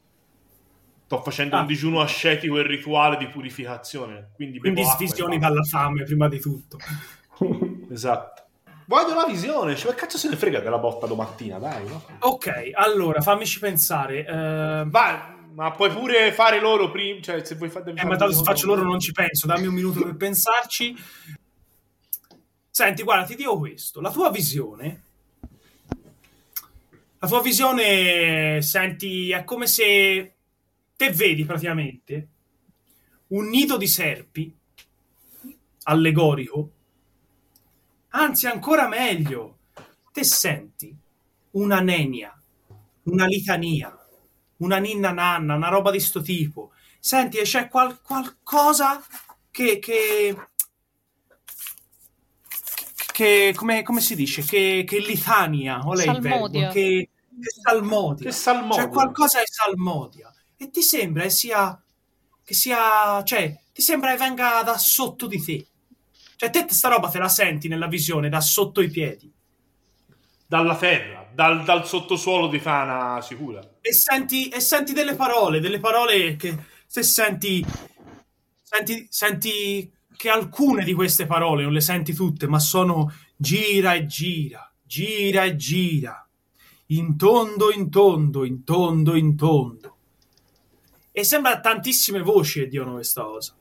Sto facendo Ah. un digiuno ascetico e rituale di purificazione. Quindi, quindi bevo acqua e sfisioni basta. dalla fame prima di tutto. Esatto. Voglio la visione. Cioè, che cazzo se ne frega della botta domattina, dai. No? Ok, allora fammici pensare. eh, Vai, ma puoi pure fare loro prima. Cioè, se vuoi fare. Eh, ma tanto se faccio loro non ci penso, dammi un minuto per pensarci. Senti, guarda, ti dico questo, la tua visione la tua visione, senti, è come se te vedi praticamente un nido di serpi allegorico, anzi ancora meglio, te senti una nenia, una litania, una ninna nanna, una roba di sto tipo. Senti, e c'è qual- qualcosa che, che, che come, come si dice? Che, che litania, o lei il verbo, Salmodia. che, che salmodia. Che salmodia. C'è qualcosa che salmodia. E ti sembra che sia, che sia, cioè, ti sembra che venga da sotto di te. Cioè, te sta roba te la senti nella visione da sotto i piedi. Dalla terra, dal, dal sottosuolo di Fana sicura. E senti, e senti delle parole, delle parole che se senti, senti, senti che alcune di queste parole non le senti tutte, ma sono gira e gira, gira e gira, in tondo, in tondo, in tondo, in tondo. E sembra tantissime voci che dicono questa cosa.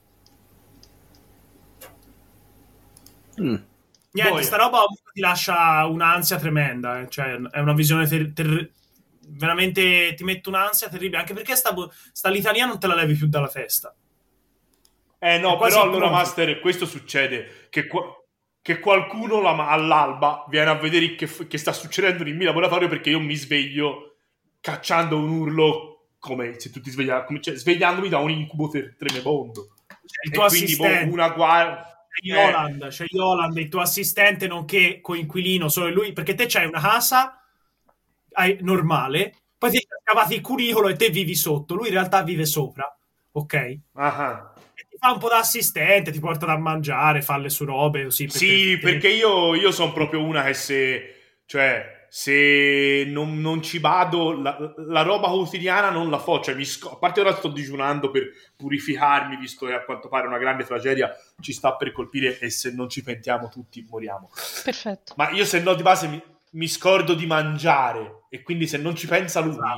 Mm. Niente, Boia. sta roba ti lascia un'ansia tremenda, eh. Cioè è una visione ter- ter- veramente ti mette un'ansia terribile, anche perché sta, sta litania non te la levi più dalla testa. Eh no, È quasi però allora, pronto. Master, questo succede che, qua- che qualcuno la- all'alba viene a vedere che, f- che sta succedendo nel mio laboratorio perché io mi sveglio cacciando un urlo come se tu ti svegli, come, cioè, svegliandomi da un incubo ter- tremebondo. C'è il E tuo quindi boh, assistente, una guardia... c'è Yoland, c'è Yoland, il tuo assistente, nonché coinquilino, solo lui, perché te c'hai una casa hai- normale, poi ti hai scavato il cunicolo e te vivi sotto, lui in realtà vive sopra, ok? E Ah. ti fa un po' da assistente, ti porta da mangiare, fa le sue robe così. per- Sì, per- perché io, io sono proprio una che se... Cioè, se non, non ci vado, la, la roba quotidiana non la faccio. Cioè, mi sco- a parte ora sto digiunando per purificarmi, visto che a quanto pare una grande tragedia ci sta per colpire e se non ci pentiamo tutti moriamo. Perfetto. Ma io se no di base mi, mi scordo di mangiare e quindi se non ci pensa lui Esatto.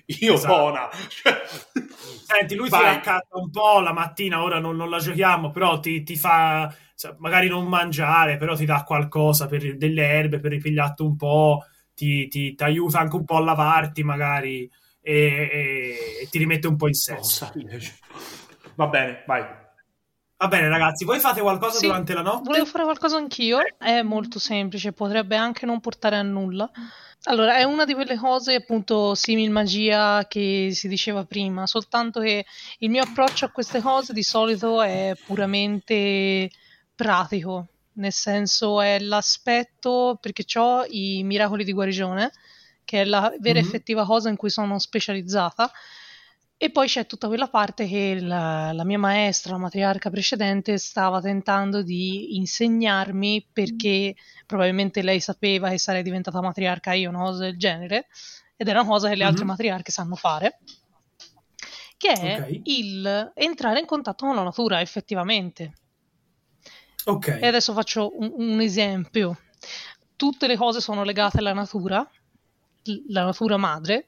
io Esatto. buona. Senti, lui Vai. ti raccatta un po' la mattina, ora non, non la giochiamo, però ti, ti fa, cioè, magari non mangiare, però ti dà qualcosa, per delle erbe per ripigliarti un po', ti, ti, ti aiuta anche un po' a lavarti magari e, e, e ti rimette un po' in Oh, sesto. sai, va bene, vai. Va bene ragazzi, voi fate qualcosa Sì, durante la notte? volevo fare qualcosa anch'io, è molto semplice, potrebbe anche non portare a nulla. Allora, è una di quelle cose appunto simil magia che si diceva prima, soltanto che il mio approccio a queste cose di solito è puramente pratico, nel senso è l'aspetto, perché ho i miracoli di guarigione, che è la vera e Mhm. effettiva cosa in cui sono specializzata. E poi c'è tutta quella parte che la, la mia maestra, la matriarca precedente, stava tentando di insegnarmi perché probabilmente lei sapeva che sarei diventata matriarca io, una cosa del genere, ed è una cosa che le altre Mhm. matriarche sanno fare, che è Ok. il entrare in contatto con la natura, effettivamente. Ok. E adesso faccio un, un esempio. Tutte le cose sono legate alla natura, l- la natura madre.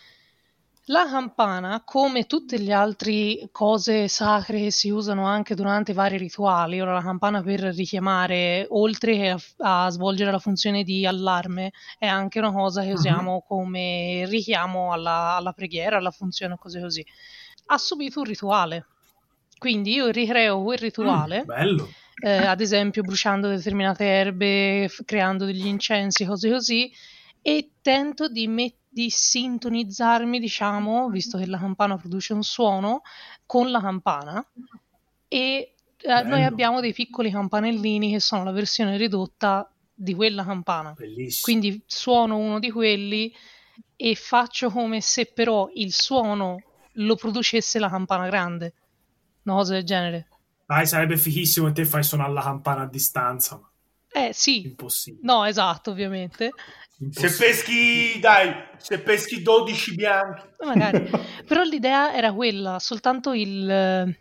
La campana, come tutte le altre cose sacre che si usano anche durante i vari rituali, ora la campana per richiamare, oltre che a, a svolgere la funzione di allarme, è anche una cosa che Mhm. usiamo come richiamo alla, alla preghiera, alla funzione, cose così. Ha subito un rituale. Quindi io ricreo quel Mm, rituale, bello. eh, ad esempio bruciando determinate erbe, f- creando degli incensi, cose così, e tento di, met- di sintonizzarmi, diciamo, visto che la campana produce un suono, con la campana. E eh, noi Bello. abbiamo dei piccoli campanellini che sono la versione ridotta di quella campana. Bellissimo. Quindi suono uno di quelli e faccio come se però il suono lo producesse la campana grande, una cosa del genere. Dai, sarebbe fighissimo che te fai suonare la campana a distanza, ma Eh sì, impossibile. no, esatto, ovviamente. Se Impossibile. peschi, dai, se peschi dodici bianchi. Magari. Però l'idea era quella, soltanto il eh,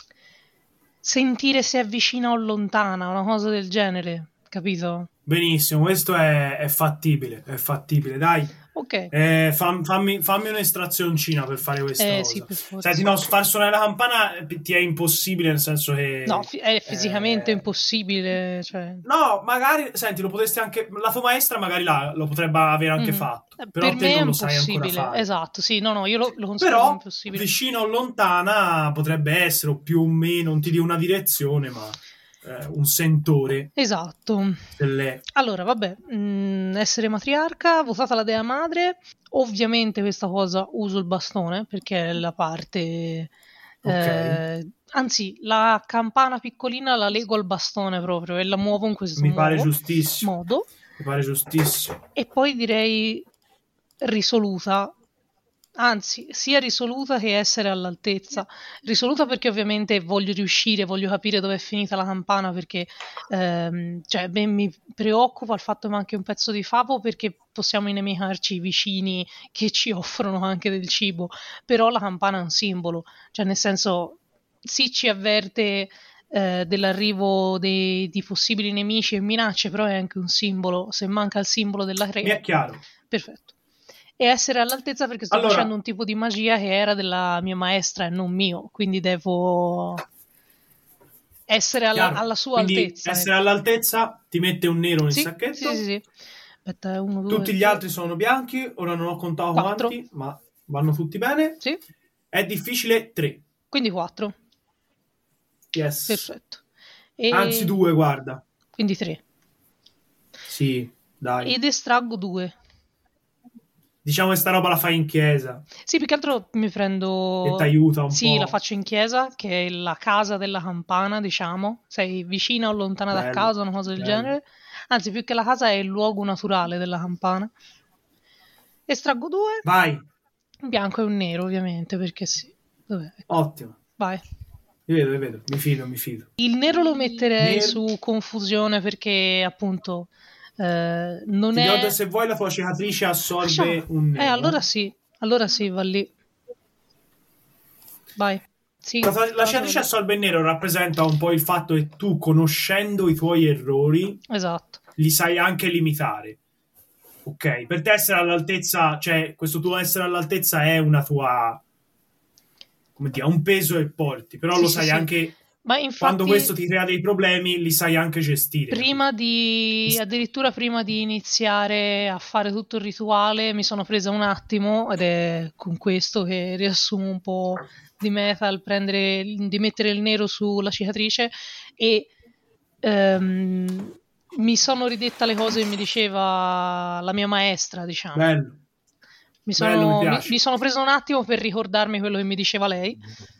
sentire se è vicina o lontana, una cosa del genere, capito? Benissimo, questo è, è fattibile, è fattibile. Dai, Ok. eh, fam- fammi, fammi un'estrazioncina per fare questa Eh cosa. sì, per forza. Senti, no, far suonare la campana eh, ti è impossibile, nel senso che... No, fi- è fisicamente eh, impossibile, cioè... No, magari, senti, lo potresti anche... La tua maestra magari la- lo potrebbe aver anche Mhm. fatto, Eh, però Per te me è non lo sai ancora impossibile, fare. esatto, sì, no, no, io lo, lo considero Però, impossibile. vicino o lontana, potrebbe essere, o più o meno, non ti di una direzione, ma eh, un sentore Esatto. delle... Allora, vabbè, mh, essere matriarca, votata la dea madre, ovviamente questa cosa uso il bastone perché è la parte... Ok. eh, anzi, la campana piccolina la lego al bastone proprio e la muovo in questo Mi pare nuovo giustissimo. modo. Mi pare giustissimo. E poi direi risoluta, anzi, sia risoluta che essere all'altezza. Risoluta perché ovviamente voglio riuscire, voglio capire dove è finita la campana, perché ehm, cioè, ben mi preoccupa il fatto che manchi un pezzo di favo, perché possiamo inimicarci i vicini che ci offrono anche del cibo, però la campana è un simbolo, cioè nel senso sì ci avverte eh, dell'arrivo dei, di possibili nemici e minacce, però è anche un simbolo. Se manca il simbolo della Mi crea, è chiaro. perfetto. E essere all'altezza perché sto Allora- facendo un tipo di magia che era della mia maestra e non mio, quindi devo essere alla, Chiaro. alla sua Quindi altezza. essere ecco. all'altezza ti mette un nero nel Sì, sacchetto. sì, sì, sì. Aspetta, è uno, due, Tutti gli tre, altri sono bianchi. Ora non ho contato quattro. quanti, ma vanno tutti bene. Sì, È difficile tre. quindi quattro. Yes. Perfetto. E... Anzi due, guarda. Quindi tre. Sì, dai. Ed estraggo due. Diciamo che sta roba la fai in chiesa. Sì, più che altro mi prendo... Che ti aiuta un Sì, po'. la faccio in chiesa, che è la casa della campana, diciamo. Sei vicina o lontana da Bello, casa, una cosa del bello. genere. Anzi, più che la casa è il luogo naturale della campana. Estraggo due. Vai. Un bianco e un nero, ovviamente, perché sì. Dov'è? Ottimo. Vai. Io vedo, io vedo. Mi fido, mi fido. Il nero lo metterei Nero. su confusione perché, appunto, eh, non Ti è... ricordo, se vuoi, la tua cicatrice assorbe Lasciamo. un nero. Eh, allora sì. Allora sì, va lì. Vai. Sì, La, tua- la cicatrice assorbe il nero rappresenta un po' il fatto che tu, conoscendo i tuoi errori, esatto. li sai anche limitare. Ok, per te essere all'altezza, cioè questo tuo essere all'altezza è una tua, come dire, un peso e porti, però Sì, lo sì, sai sì. anche, Ma infatti, quando questo ti crea dei problemi, li sai anche gestire. prima di, addirittura prima di iniziare a fare tutto il rituale, mi sono presa un attimo, ed è con questo che riassumo un po' di metal, prendere, di mettere il nero sulla cicatrice e ehm, mi sono ridetta le cose che mi diceva la mia maestra, diciamo. Bello. Mi Bello, mi sono, mi, piace. mi sono preso un attimo per ricordarmi quello che mi diceva lei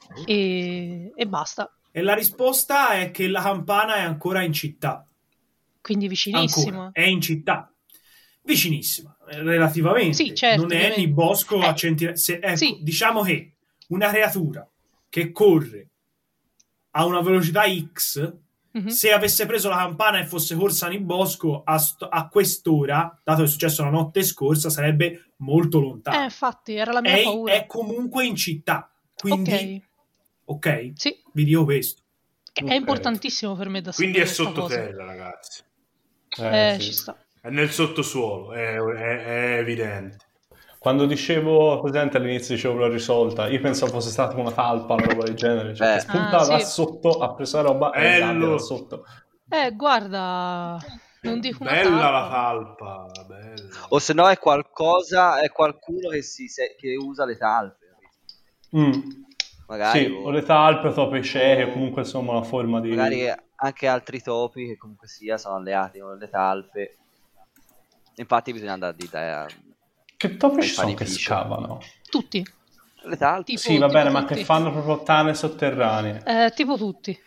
e, e basta. E la risposta è che la campana è ancora in città. Quindi vicinissimo. Ancora, è in città. Vicinissima, relativamente. Sì, certo, non è ovviamente. nei bosco a Eh, centinaia. Se, ecco, sì. diciamo che una creatura che corre a una velocità X, Mhm. se avesse preso la campana e fosse corsa nel bosco a, st- a quest'ora, dato che è successo la notte scorsa, sarebbe molto lontano. Eh, infatti, era la mia è, paura. è comunque in città. Quindi, Ok, ok, sì, vi dico questo. che è Ok. importantissimo per me da Quindi è sapere questa cosa. sottoterra, ragazzi. Eh, Eh, sì. ci sta. È nel sottosuolo, è, è- è evidente. Quando dicevo, presente all'inizio dicevo l'ho risolta, io pensavo fosse stata una talpa, una roba del genere, cioè Eh. che spunta Ah, da sì. sotto, ha preso la roba e Bello. gabbia da sotto. Eh, guarda, non dico una Bella talpa. la talpa, bella. O se no è qualcosa, è qualcuno che, si, se- che usa le talpe. capito? Mm. Magari, Sì, o- o le talpe, tope cieche, comunque insomma una forma di... magari anche altri topi che comunque sia sono alleati con le talpe. Infatti bisogna andare a dite a... Che topi ai ci sono che panifici. scavano? Tutti. Le talpe? Tipo, Sì, va tipo bene, ma tutti. che fanno proprio tane sotterranee. Eh, tipo tutti.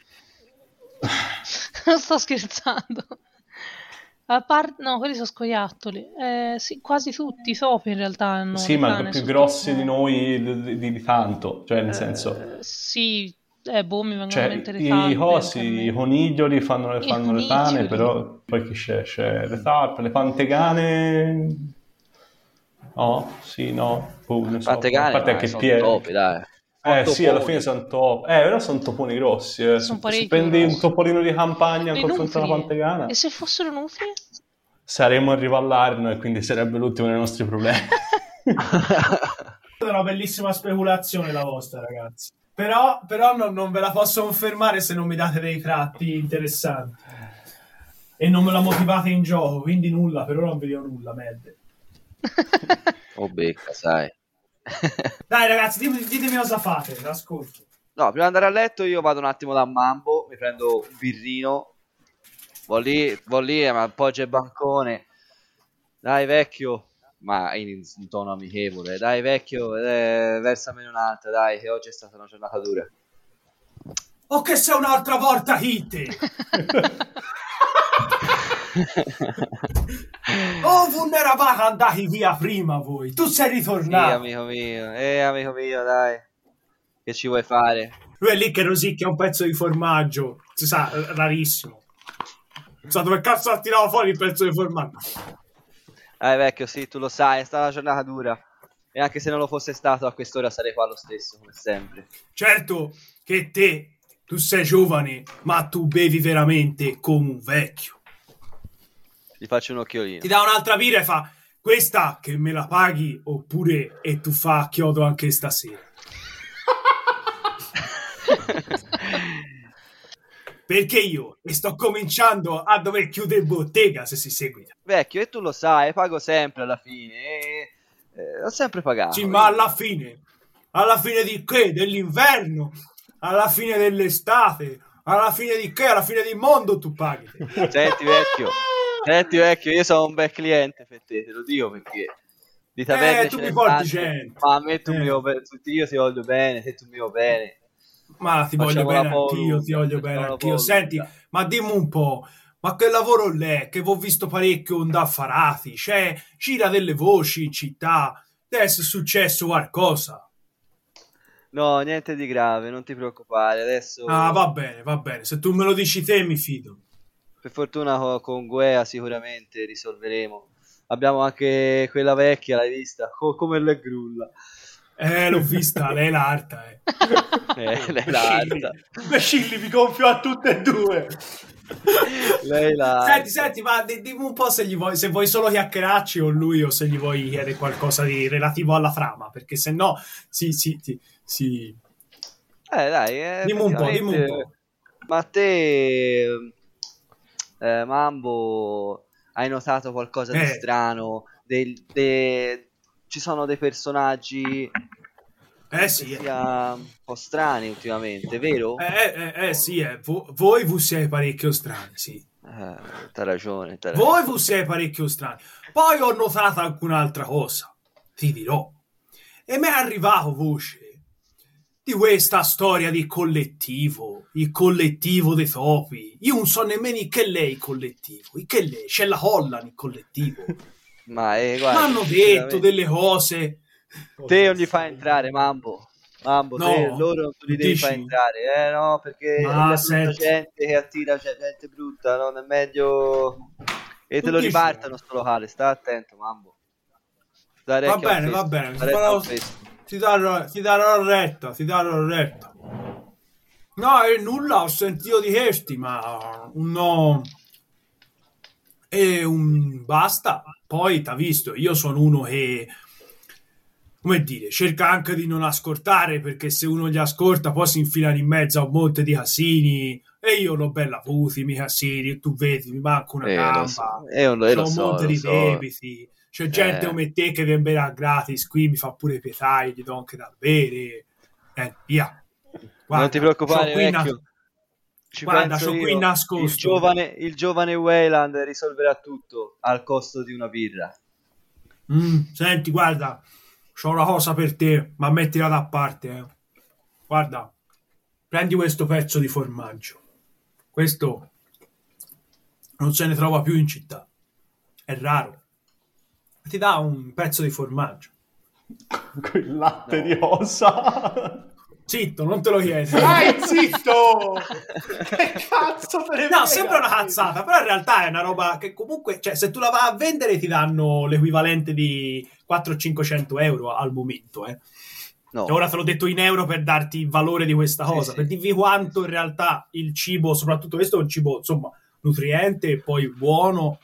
Non sto scherzando. A parte, no, quelli sono scoiattoli. Eh, sì, quasi tutti i topi in realtà hanno Sì, le ma tane più sotto- grossi di noi di, di- di tanto, cioè nel senso... Eh, sì, eh, boh, mi vengono Cioè, in mente le i talpe. cosi, per me. i coniglioli fanno, I fanno le tane, coniglioli. però poi chi c'è? C'è le talpe, le pantegane... No, sì, no, boh, ne so. Pantegane, a parte ma che sono piede. topi, dai. Eh Sono sì, alla toponi. fine sono top. Eh, però sono toponi grossi. Eh. Sono Se, se parecchio prendi grossi. un topolino di campagna Le col fronte alla nutrie. pantegana, E se fossero nutrie? saremmo a rivallarno e quindi sarebbe l'ultimo dei nostri problemi. È una bellissima speculazione la vostra, ragazzi. Però, però non, non ve la posso confermare se non mi date dei tratti interessanti. E non me la motivate in gioco, quindi nulla, per ora non vedo nulla, merde. Oh becca, sai. Dai ragazzi, ditemi, ditemi cosa fate, ascolto. No, prima di andare a letto io vado un attimo da Mambo, mi prendo un birrino, vado lì, vado lì, ma appoggio il bancone. Dai vecchio, ma in, in tono amichevole, dai vecchio, eh, versamene un'altra, dai, che oggi è stata una giornata dura. O che sei un'altra volta hit! Oh, voi ne eravate andati via prima voi, tu sei Sì, ritornato. amico mio, eh, amico mio, dai, che ci vuoi fare? Lui è lì che rosicchia un pezzo di formaggio, si sa, rarissimo. Non so dove cazzo ha tirato fuori il pezzo di formaggio. Dai vecchio, sì, tu lo sai, è stata una giornata dura. E anche se non lo fosse stato, a quest'ora sarei qua lo stesso, come sempre. Certo che te, tu sei giovane, ma tu bevi veramente come un vecchio. Gli faccio un occhiolino. Ti dà un'altra birra e fa, questa che me la paghi, oppure e tu fa a chiodo anche stasera. Perché io e sto cominciando a dover chiudere bottega se si seguita. Vecchio, e tu lo sai, pago sempre alla fine. E... Eh, ho sempre pagato. Sì, ma alla fine, alla fine di che? Dell'inverno, alla fine dell'estate, alla fine di che? Alla fine del mondo tu paghi. Senti vecchio, senti vecchio, io sono un bel cliente per te, te lo dico perché di taverne Eh, tu ce mi ne porti tante, gente. ma a me tu Eh. mi vuoi- io ti voglio bene, se tu mi vuoi bene. Ma ti voglio Facciamo la bene pollo, anch'io, ti voglio facciamo bene la anch'io. pollo, Senti, dai. ma dimmi un po', ma che lavoro l'è? Che vi ho visto parecchio indaffarati, c'è, gira delle voci in città, deve essere successo qualcosa. No, niente di grave, non ti preoccupare, adesso Ah, va bene, va bene, se tu me lo dici te mi fido. per fortuna co- con Guea sicuramente risolveremo. Abbiamo anche quella vecchia, l'hai vista? Co- come le grulla. Eh, l'ho vista, lei è l'arta, eh. Eh, lei è Imbecilli, l'alta. imbecilli, vi gonfio a tutte e due. Lei la... Senti, senti, ma di- dimmi un po' se, gli vuoi, se vuoi solo chiacchieracci con lui o se gli vuoi chiedere qualcosa di relativo alla trama, perché se no, sì, sì, sì, sì. Eh dai, eh, Dimmi un po', dimmi un effettivamente- po'. Ma te, eh, Mambo, hai notato qualcosa di Eh. strano? Del- de- Ci sono dei personaggi Eh sì, eh, sia un po' strani ultimamente, vero? eh, eh, eh, sì, eh. Vo- voi vi siete parecchio strani, sì. Eh, t'ha ragione, t'ha Voi ragione. vi siete parecchio strani. Poi ho notato anche un'altra cosa, ti dirò. E mi è arrivato voce di questa storia di collettivo, il collettivo dei topi. Io non so nemmeno che lei il collettivo, che lei, c'è la Holland il collettivo. Ma eh, Mi guarda, hanno detto sinceramente, delle cose. te non li fai entrare, Mambo. Mambo, No, te, loro non li devi dici? fare entrare, eh no, perché Ma è la brutta senti. gente che attira cioè, gente brutta, non è meglio e te Tu lo dici? ripartano sto locale, sta attento, Mambo. Dai, Va orecchio a bene, questo, va bene, ti, dai, orecchio farò- a questo. ti darò, ti darò retta, ti darò retta. No, e nulla, ho sentito di questi, ma no. E un basta. Poi t'ha visto, io sono uno che, come dire, cerca anche di non ascoltare, perché se uno li ascolta poi si infilano in mezzo a un monte di casini e io l'ho bella avuti i miei casini, e tu vedi, mi manca una Eh, lo gamba, so, eh, lo, eh, c'è lo un so, monte lo di so. debiti, c'è gente Eh. come te che viene gratis, qui mi fa pure i pietà, gli do anche da bere, eh, via. Guarda, Non ti preoccupare, c'ho qui na- vecchio. Ci Guarda, penso c'ho io. qui Il nascosto. giovane, il giovane Wayland risolverà tutto al costo di una birra. Mm, senti, guarda, c'ho una cosa per te, ma mettila da parte. Eh. Guarda, prendi questo pezzo di formaggio. Questo non se ne trova più in città. È raro. Ti dà un pezzo di formaggio. Quel latte di ossa. Zitto, non te lo chiedi. Dai, zitto! Che cazzo te ne No, frega? sembra una cazzata, però in realtà è una roba che comunque, cioè, se tu la vai a vendere ti danno l'equivalente di quattrocento cinquecento euro al momento, eh. No, E ora te l'ho detto in euro per darti il valore di questa Sì, cosa, sì. per dirvi quanto in realtà il cibo, soprattutto questo è un cibo, insomma, nutriente e poi buono.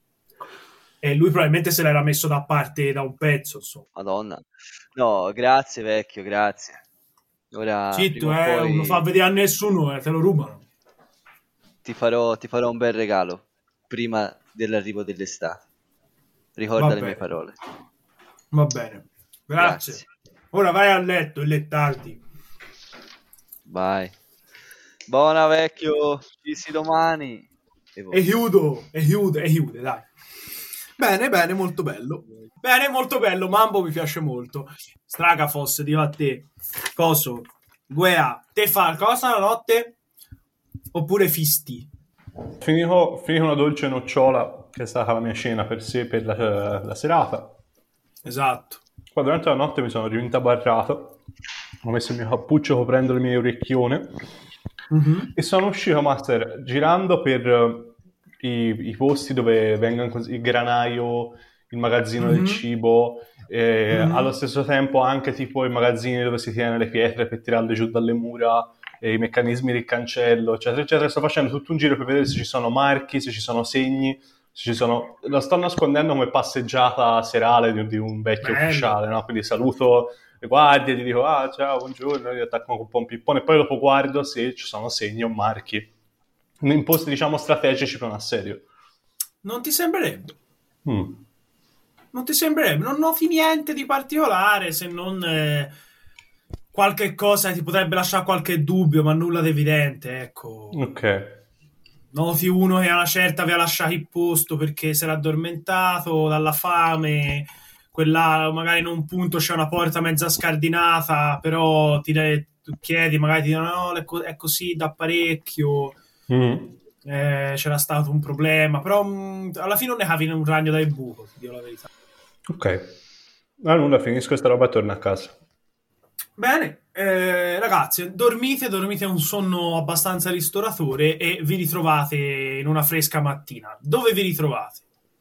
E lui probabilmente se l'era messo da parte da un pezzo, insomma. Madonna. No, grazie vecchio, grazie. Ora Zitto, prima o eh, poi non lo fa vedere a nessuno, eh, te lo rubano. ti farò, ti farò un bel regalo prima dell'arrivo dell'estate. Ricorda Va le mie bene. parole. Va bene. Grazie. Grazie. Ora vai a letto, è tardi. Vai. Buona vecchio, ci si domani. E voi. E chiudo, e chiude, e chiude, dai. Bene, bene, molto bello. Bene, molto bello. Mambo mi piace molto. Stragafos, dico a te. Coso? Guea, te fa cosa la notte? Oppure fisti? Finito, finito una dolce nocciola che è stata la mia cena per sé per la, la serata. Esatto. Qua durante la notte mi sono rintabarrato, ho messo il mio cappuccio coprendo le mie orecchione Mhm. e sono uscito, Master, girando per eh, i, i posti dove vengono così, il granaio, il magazzino Mhm. del cibo, e Mhm. allo stesso tempo anche tipo i magazzini dove si tiene le pietre per tirarle giù dalle mura, e i meccanismi del cancello, eccetera, eccetera. Sto facendo tutto un giro per vedere se ci sono marchi, se ci sono segni, se ci sono... La sto nascondendo come passeggiata serale di, di un vecchio Bello. ufficiale, no? Quindi saluto le guardie, ti dico ah ciao, buongiorno, io attacco un po' un pippone e poi dopo guardo se ci sono segni o marchi in posti diciamo strategici per un assedio. Non ti sembrerebbe? Mm. Non ti sembrerebbe? Non noti niente di particolare se non eh, qualche cosa che ti potrebbe lasciare qualche dubbio, ma nulla di evidente, ecco. Ok. Noti uno che a una certa aveva lasciato il posto perché si era addormentato dalla fame, quella magari in un punto c'è una porta mezza scardinata, però ti de- tu chiedi, magari ti dicono no, è, co- è così da parecchio, Mm. eh, c'era stato un problema, però mh, alla fine non ne cavi un ragno dal buco, ti dico la verità. Ok. Ah, nulla, finisco questa roba e torno a casa. Bene, eh, ragazzi, dormite, dormite un sonno abbastanza ristoratore e vi ritrovate in una fresca mattina. Dove vi ritrovate?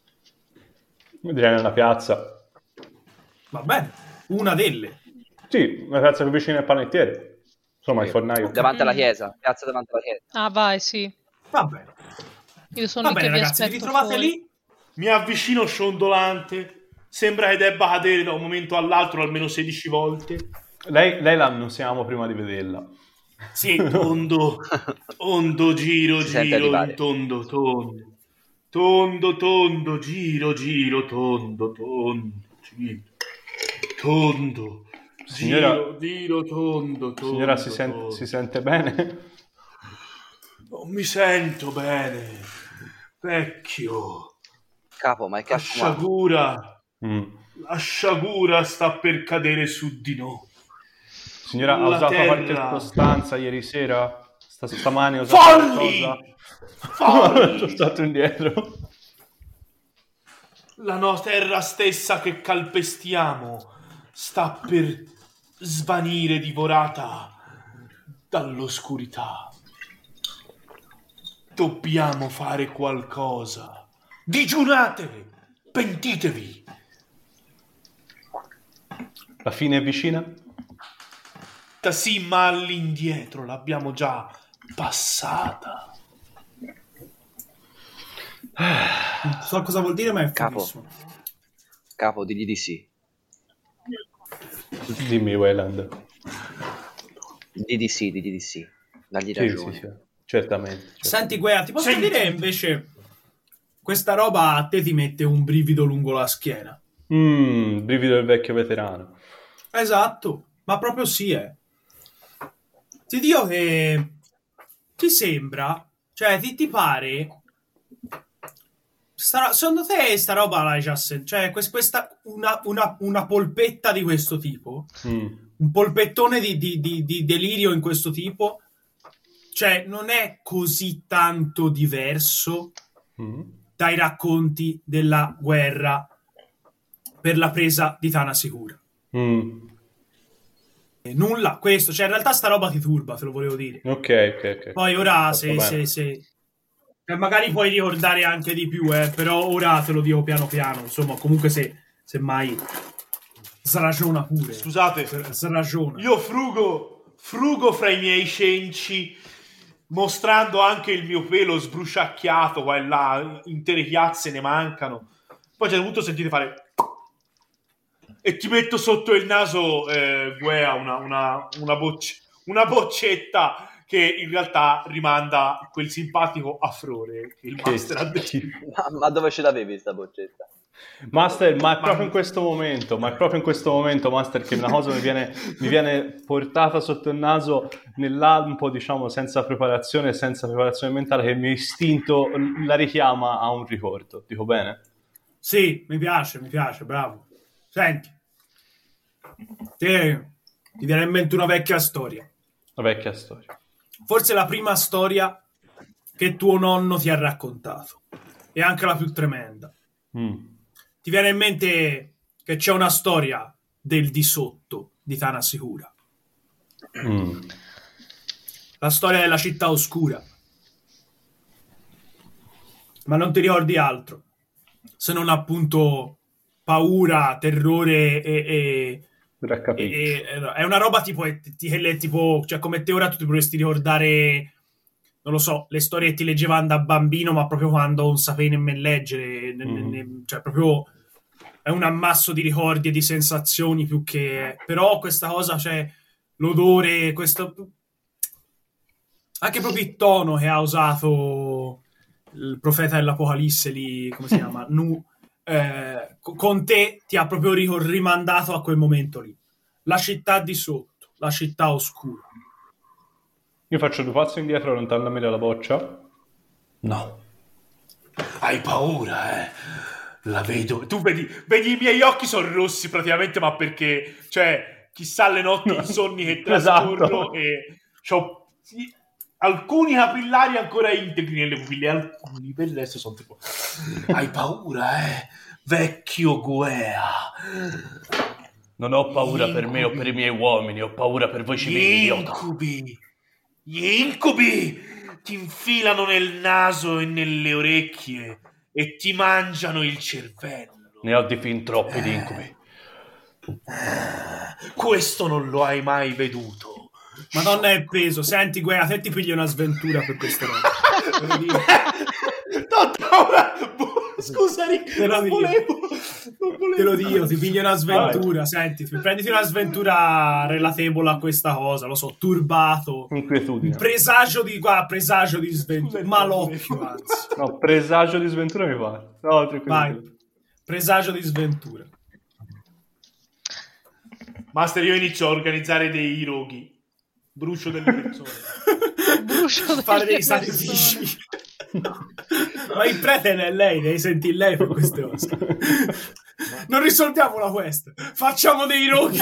Mi direi nella piazza. Va bene, una delle. Sì, una piazza più vicina al panettiere. Insomma, il fornaio. Davanti alla chiesa, piazza davanti alla chiesa. Ah, vai, sì. Va bene. Io sono Va lì bene che vi ragazzi, vi aspetto ritrovate fuori. lì. Mi avvicino sciondolante. Sembra che debba cadere da un momento all'altro almeno sedici volte. Lei, lei la annusiamo prima di vederla. Sì, Tondo, tondo, giro, Si sente giro, arrivare. in tondo, tondo. Tondo, tondo, giro, giro, tondo, tondo, giro. Tondo, Signora- giro, giro, tondo, tondo. Signora, si, sen- tondo. si sente bene? Non mi sento bene. Vecchio. Capo, ma è che La ha fumato? sciagura. Mm. La sciagura sta per cadere su di noi. Signora, ha La usato terra. qualche sostanza ieri sera? Sta, stamani ha usato Folli! qualcosa? Folli! Sono stato indietro. La nostra terra stessa che calpestiamo sta per svanire divorata dall'oscurità. Dobbiamo fare qualcosa. Digiunate! Pentitevi! La fine è vicina? Da sì, ma all'indietro l'abbiamo già passata. non so cosa vuol dire, ma è Capo. finissimo. Capo, digli di sì. Dimmi, Wayland. Digli di sì, digli di sì. Dagli Sì, ragione. sì, sì. Certamente. certamente. Senti Guea, ti posso Senti. dire invece questa roba a te ti mette un brivido lungo la schiena. Mm, brivido del vecchio veterano. Esatto, ma proprio sì, eh. Ti dico che ti sembra, cioè ti, ti pare, sta- secondo te sta roba l'hai già sentita? Cioè quest- questa, una, una, una polpetta di questo tipo, Mm. un polpettone di, di, di, di delirio in questo tipo, cioè non è così tanto diverso Mm. dai racconti della guerra per la presa di Tana Sicura. Mm. E nulla, questo, cioè in realtà sta roba ti turba, te lo volevo dire. Ok, ok, ok. Poi ora Fatto se, bene. se, se eh, magari puoi ricordare anche di più, eh, però ora te lo dico piano piano, insomma, comunque se, se mai sragiona pure. Scusate, S- sragiona. io frugo, frugo fra i miei cenci, mostrando anche il mio pelo sbruciacchiato qua e là, intere chiazze ne mancano. Poi c'è dovuto sentire fare e ti metto sotto il naso, eh, Guea, una, una, una, bocce- una boccetta che in realtà rimanda quel simpatico affrore che il Che master ha detto. schifo. Ma, ma dove ce l'avevi sta boccetta? Master, ma è Ma- proprio in questo momento, ma è proprio in questo momento, Master, che una cosa mi viene, mi viene portata sotto il naso nell'alpo, diciamo, senza preparazione, senza preparazione mentale, che il mio istinto la richiama a un ricordo. Dico bene? Sì, mi piace, mi piace, bravo. Senti, te, ti viene in mente una vecchia storia. La vecchia storia. Forse la prima storia che tuo nonno ti ha raccontato. E anche la più tremenda. Mm. Ti viene in mente che c'è una storia del di sotto di Tana Sicura. Mm. La storia della città oscura. Ma non ti ricordi altro. Se non appunto paura, terrore e... e Ora capito. E- e- è una roba tipo, e- ti- ti- tipo, cioè come te ora tu ti potresti ricordare, non lo so, le storie che ti leggevano da bambino, ma proprio quando non sapevi nemmeno leggere, ne- ne- Mhm. ne- cioè proprio è un ammasso di ricordi e di sensazioni più che... Però questa cosa, cioè l'odore, questo... Anche proprio il tono che ha usato il profeta dell'Apocalisse lì, come si chiama? Nu... Eh, co- con te ti ha proprio ri- rimandato a quel momento lì. La città di sotto, la città oscura. Io faccio due passi indietro allontanarmi dalla boccia. No. Hai paura, eh? La vedo. Tu vedi, vedi i miei occhi sono rossi praticamente, ma perché, cioè, chissà le notti insonni che trascorro Esatto. e c'ho sì, alcuni capillari ancora integri nelle pupille, alcuni per il resto sono tipo hai paura, eh? Vecchio Guea. Non ho paura per me o per i miei uomini, ho paura per voi civili, Gli idiota. incubi, gli incubi ti infilano nel naso e nelle orecchie e ti mangiano il cervello. Ne ho di fin troppi di incubi. Questo non lo hai mai veduto. Madonna è peso. Senti, Guea, te ti pigli una sventura per queste robe. Devo dire. No, Paola, scusa Rick, Te lo non dico. volevo, non volevo. Te lo dico, ti pigli una sventura, senti, prenditi una sventura relatevole a questa cosa, lo so, turbato, Inquietudine. un presagio di, guarda, presagio di sventura, malocchio, anzi. No, presagio di sventura mi fa. No, tranquillo. Vai, presagio di sventura. Master, io inizio a organizzare dei roghi, brucio delle persone. Brucio delle Fare dei persone. sacrifici. Ma il prete è lei, devi sentire lei per queste cose. Non risolviamo la quest, facciamo dei roghi.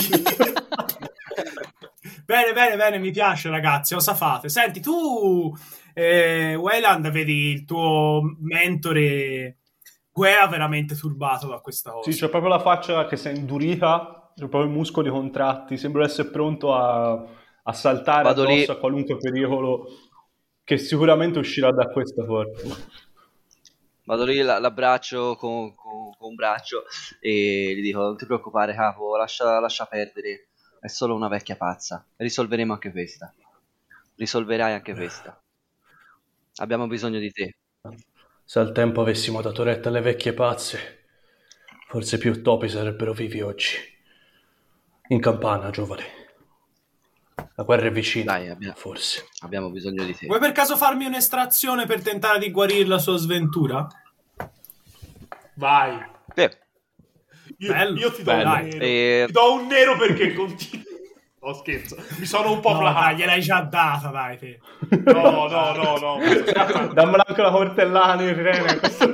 Bene, bene, bene, mi piace ragazzi, cosa fate? Senti, tu eh, Wayland, vedi il tuo mentore Guea veramente turbato da questa cosa. Sì, c'è proprio la faccia che si è indurita, c'è proprio i muscoli contratti, sembra essere pronto a, a saltare Vado lì. addosso a qualunque pericolo che sicuramente uscirà da questa forza. Vado lì, la- l'abbraccio con, con- con un braccio e gli dico: non ti preoccupare capo, lascia, lascia perdere, è solo una vecchia pazza, risolveremo anche questa, risolverai anche questa, abbiamo bisogno di te. Se al tempo avessimo dato retta alle vecchie pazze, forse più topi sarebbero vivi oggi. In campana, giovane. La guerra è vicina, Dai, abbiamo, forse. abbiamo bisogno di te. Vuoi per caso farmi un'estrazione per tentare di guarire la sua sventura? Vai. Sì. Io, Bello, io ti do bello. un nero. E- Ti do un nero perché continui. No, scherzo. Mi sono un po' No, dai, placato. gliel'hai già data, dai, te. No, no, no, no. Dammela anche la coltellana, Irene. questo-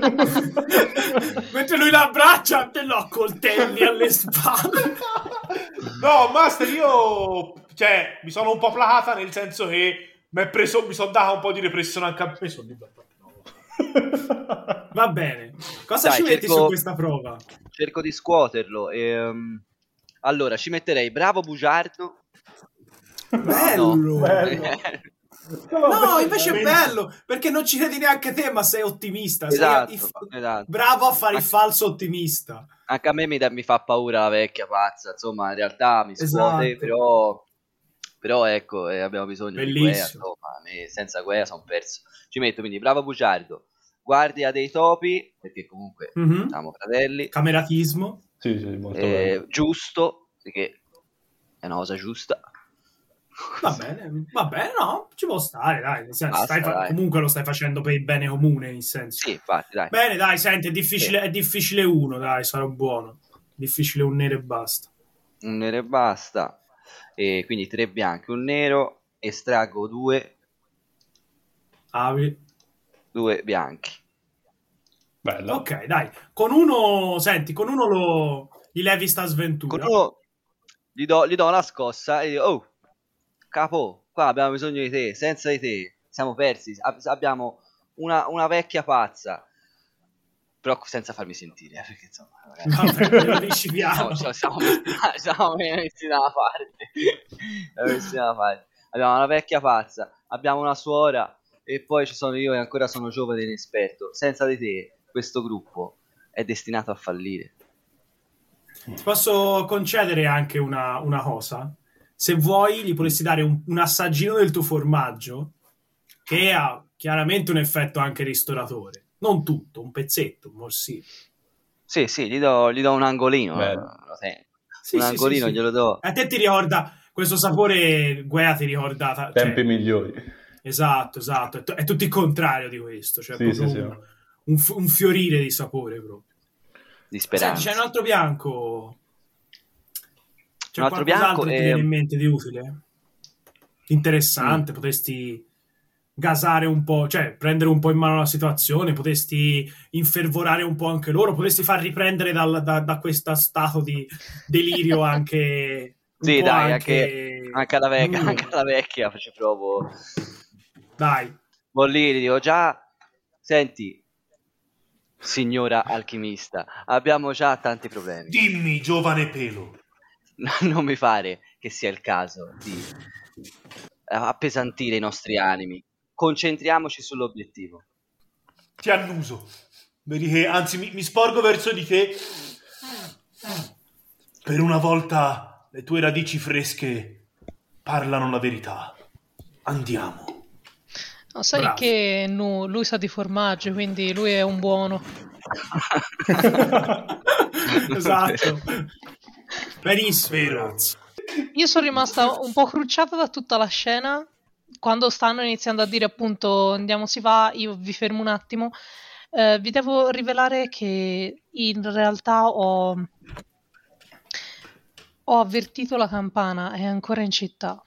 Mentre lui l'abbraccia, te lo accoltelli alle spalle. No, Master, io cioè mi sono un po' placata nel senso che mi è preso, mi sono data un po' di repressione anche a me. Sono libero. No. Va bene. Cosa Dai, ci metti cerco- su questa prova? cerco di scuoterlo. ehm, allora ci metterei bravo bugiardo. Bello. No. Bello. No, invece è bello, perché non ci credi neanche te, ma sei ottimista. Sei Esatto, il- esatto. bravo a fare il Anche- falso ottimista. Anche a me mi, da- mi fa paura la vecchia pazza, insomma, in realtà mi scuote, Esatto. però, però ecco, eh, abbiamo bisogno di Guea, Bellissimo. insomma, a me senza Guea sono perso. Ci metto quindi bravo bugiardo, guardia dei topi, perché comunque Mhm. siamo fratelli, Cameratismo. Sì, sì, molto eh, bello. giusto, perché è una cosa giusta. Va bene, va bene, no, ci può stare, dai. Nel senso, Basta, stai fa- dai. comunque lo stai facendo per il bene comune, in senso. Sì, infatti, dai. Bene, dai, senti, è difficile, è difficile uno, dai, sarò buono. Difficile un nero e basta. Un nero e basta, e quindi tre bianchi, un nero, estraggo due, Avi. due bianchi. Bello. Ok, dai. Con uno, senti, con uno lo gli levi sta Con sventura. uno gli do, gli do una scossa e dico: oh, capo, qua abbiamo bisogno di te, senza di te siamo persi, ab- abbiamo una, una vecchia pazza, però senza farmi sentire, eh, perché insomma magari- Vabbè, lo dici piano. siamo, siamo, messi, siamo messi da una parte. Siamo messi da una parte. Abbiamo una vecchia pazza, abbiamo una suora e poi ci sono io e ancora sono giovane e inesperto, senza di te questo gruppo è destinato a fallire. Ti posso concedere anche una, una cosa? Se vuoi, gli potresti dare un, un assaggino del tuo formaggio, che ha chiaramente un effetto anche ristoratore. Non tutto, un pezzetto, un morsino. Sì, sì, gli do, gli do un angolino, Bello. lo sento. Sì, un sì, angolino sì, sì. glielo do. A te ti ricorda, questo sapore, Guea ti ricorda... cioè, Tempi migliori. esatto, esatto. È, t- è tutto il contrario di questo. Cioè, Sì, proprio sì, sì. un, un f- un fiorire di sapore proprio. Di Senti, speranza. c'è un altro bianco. C'è Un altro qualcos'altro bianco che ti e- viene in mente di utile? Interessante, Mm. potresti gasare un po', cioè prendere un po' in mano la situazione, potresti infervorare un po' anche loro, potresti far riprendere dal- da, da questo stato di delirio anche un Sì, po' dai, anche, anche, anche alla vecchia, duro. anche alla vecchia ci provo. Dai, Bollì, gli dico già, senti, signora alchimista, abbiamo già tanti problemi. Dimmi, giovane pelo. Non mi pare che sia il caso di eh, appesantire i nostri animi. Concentriamoci sull'obiettivo. Ti annuso. Vedi che, anzi, mi, mi sporgo verso di te. Per una volta le tue radici fresche parlano la verità. Andiamo. No, sai Bravo. che no, lui sa di formaggio, quindi lui è un buono. Esatto. Benissimo, Vero. ragazzi. Io sono rimasta un po' crucciata da tutta la scena. Quando stanno iniziando a dire appunto andiamo, si va, io vi fermo un attimo. Eh, vi devo rivelare che in realtà ho, ho avvertito la campana, è ancora in città.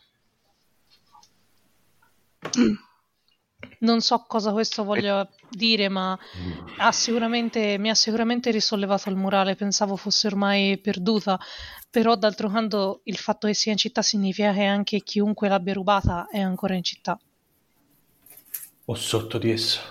Non so cosa questo voglia dire, ma ha sicuramente, mi ha sicuramente risollevato il morale. Pensavo fosse ormai perduta, però d'altro canto il fatto che sia in città significa che anche chiunque l'abbia rubata è ancora in città. O sotto di essa.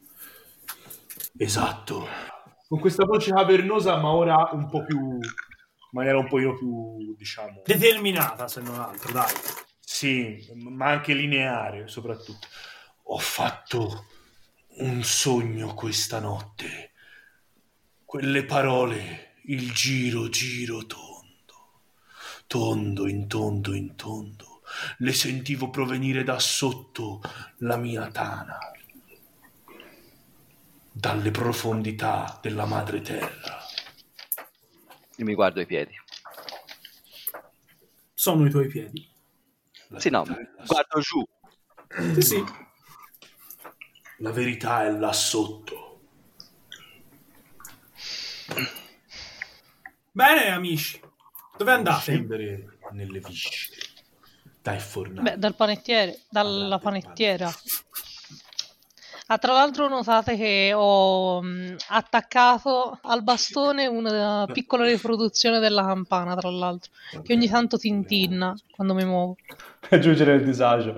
Esatto. Con questa voce cavernosa, ma ora un po' più... in maniera un pochino più, diciamo... Determinata, se non altro, dai. Sì, ma anche lineare, soprattutto. Ho fatto un sogno questa notte. Quelle parole, il giro, giro, tondo. Tondo, in tondo, in tondo. Le sentivo provenire da sotto la mia tana. Dalle profondità della madre terra. Io mi guardo i piedi. Sono i tuoi piedi. La Sì, no, verità è là guardo giù. Sì, sì. La verità è là sotto. Bene, amici. Dove andate? Scendere nelle viscere. Dai fornai. Beh, dal panettiere, dalla panettiera. Ah, tra l'altro notate che ho mh, attaccato al bastone una piccola riproduzione della campana, tra l'altro, che ogni tanto tintinna quando mi muovo. Per giungere il disagio.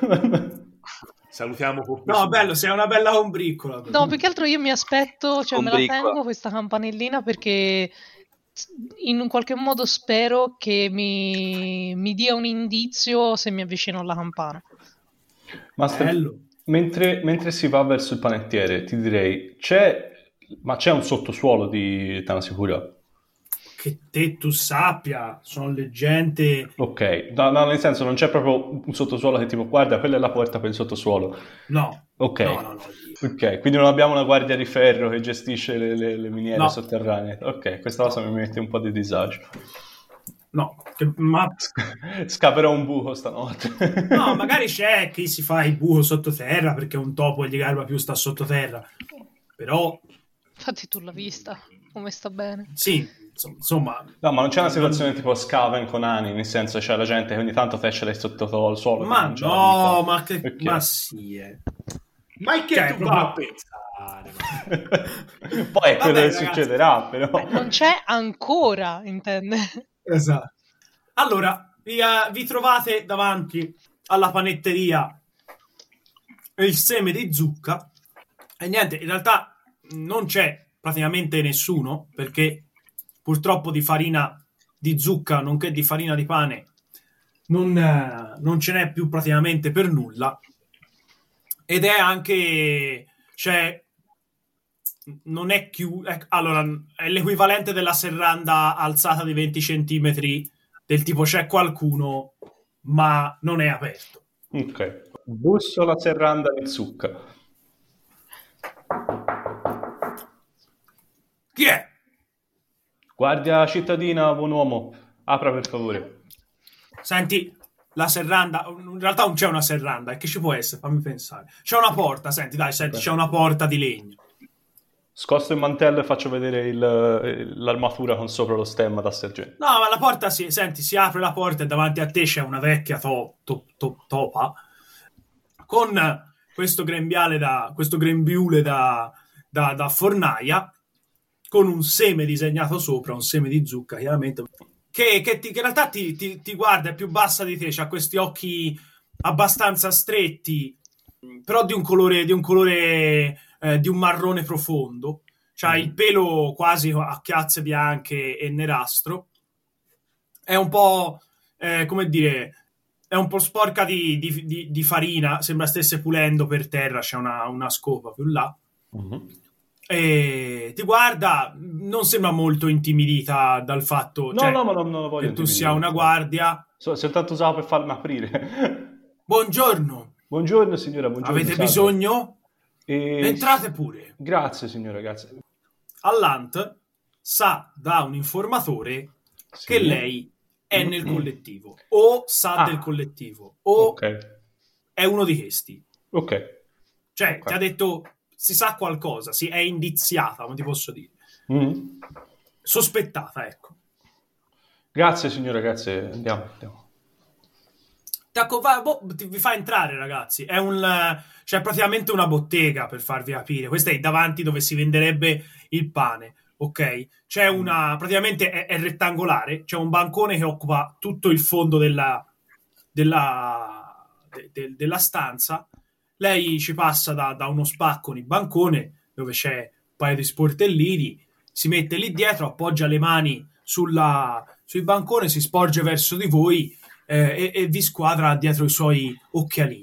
Salutiamo con No, bello, sei una bella ombriccola. No, più che altro io mi aspetto, cioè me la Ombriccola. tengo questa campanellina perché in un qualche modo spero che mi, mi dia un indizio se mi avvicino alla campana. Master, Bello. mentre, mentre si va verso il panettiere, ti direi, c'è, ma c'è un sottosuolo di Tana Sicura? Che te tu sappia, sono leggende. Ok, no, no, nel senso non c'è proprio un sottosuolo che tipo, guarda, quella è la porta per il sottosuolo. No. Ok, No, no, no. ok, quindi non abbiamo una guardia di ferro che gestisce le, le, le miniere No. sotterranee. Ok, questa cosa mi mette un po' di disagio. No, che- ma Scaverò un buco stanotte. no, magari c'è chi si fa il buco sottoterra perché un topo e gli garba più sta sottoterra. Però, Infatti tu l'hai vista, come sta bene. sì, insomma, insomma, No, ma non c'è una situazione tipo Scaven con Ani, nel senso c'è la gente che ogni tanto fece lei sotto il suolo. ma non c'è la no, vita. ma che Ok. ma sì, eh. Ma che Cioè, tu proprio- va a pensare? Poi è quello Vabbè, che ragazzi. succederà, però. Eh, non c'è ancora, intende? Esatto. Allora, vi, eh, vi trovate davanti alla panetteria il seme di zucca e niente, in realtà non c'è praticamente nessuno perché purtroppo di farina di zucca nonché di farina di pane non, eh, non ce n'è più praticamente per nulla ed è anche cioè non è chiuso, allora è l'equivalente della serranda alzata di venti centimetri del tipo c'è qualcuno ma non è aperto. Ok. Busso la serranda di zucca. Chi è? Guardia cittadina, buon uomo, apra per favore. Senti, la serranda, in realtà non c'è una serranda, e che ci può essere? Fammi pensare. C'è una porta, senti, dai, senti, c'è una porta di legno. Scosto il mantello e faccio vedere il- l'armatura con sopra lo stemma da sergente. No, ma la porta si, senti, si apre la porta e davanti a te c'è una vecchia to, to, to- topa con questo grembiale da, questo grembiule da, da, da fornaia con un seme disegnato sopra, un seme di zucca, chiaramente, che, che, ti, che in realtà ti, ti, ti guarda, è più bassa di te, c'ha questi occhi abbastanza stretti, però di un colore, di un colore eh, di un marrone profondo, c'ha il pelo quasi a chiazze bianche e nerastro, è un po', eh, come dire, è un po' sporca di, di, di, di farina, sembra stesse pulendo per terra, c'è una, una scopa più là, Mhm. e ti guarda, non sembra molto intimidita dal fatto No, cioè, no, ma non, non lo voglio che tu intimidire, sia una insomma. guardia. So- soltanto usavo per farmi aprire. Buongiorno, Buongiorno signora, buongiorno. Avete salve. bisogno? E... Entrate pure. Grazie signora, grazie. Allant sa da un informatore Sì. che lei è nel collettivo, o sa Ah. del collettivo, o Ok, è uno di questi. ok. Cioè, Ok. ti ha detto, si sa qualcosa, si è indiziata, come ti posso dire. Mm. Sospettata, ecco. Grazie signora, grazie. Andiamo, andiamo. Tacco, va, boh, ti- vi fa entrare, ragazzi. È un, eh, c'è praticamente una bottega, per farvi capire. Questa è davanti dove si venderebbe il pane, ok? C'è una, praticamente è, è rettangolare, c'è un bancone che occupa tutto il fondo della, della, de- de- della stanza. Lei ci passa da, da uno spacco di bancone dove c'è un paio di sportellini, si mette lì dietro, appoggia le mani sulla, sul bancone, si sporge verso di voi eh, e, e vi squadra dietro i suoi occhialini.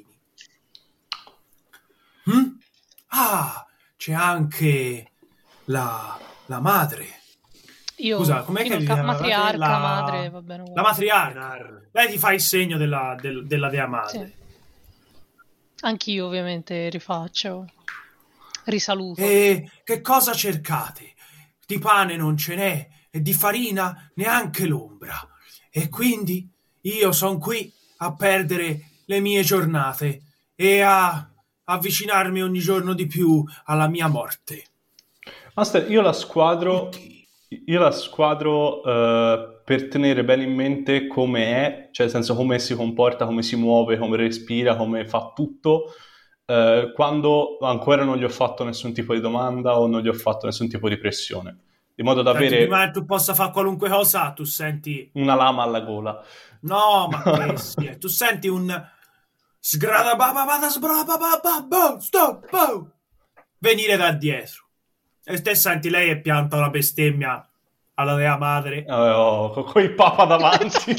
Mm? Ah, c'è anche la, la madre. Io Scusa, com'è fino che al vi ca- chiamavate? matriarca, La- madre, va bene La uguale. matriarca. Lei ti fa il segno della, del- della dea madre. Sì. Anch'io ovviamente rifaccio, risaluto. E che cosa cercate? Di pane non ce n'è e di farina neanche l'ombra. E quindi io sono qui a perdere le mie giornate e a avvicinarmi ogni giorno di più alla mia morte. Master, io la squadro, io la squadro eh, per tenere bene in mente come è, cioè nel senso come si comporta, come si muove, come respira, come fa tutto, eh, quando ancora non gli ho fatto nessun tipo di domanda o non gli ho fatto nessun tipo di pressione, di modo da Senti, avere prima che tu possa fare qualunque cosa, tu senti... una lama alla gola. No, ma che sia? Tu senti un... sgradabababada sbrababababo, stop, oh, venire da dietro. E te senti lei e pianta una bestemmia alla dea madre. Eh, oh, con quel papa davanti.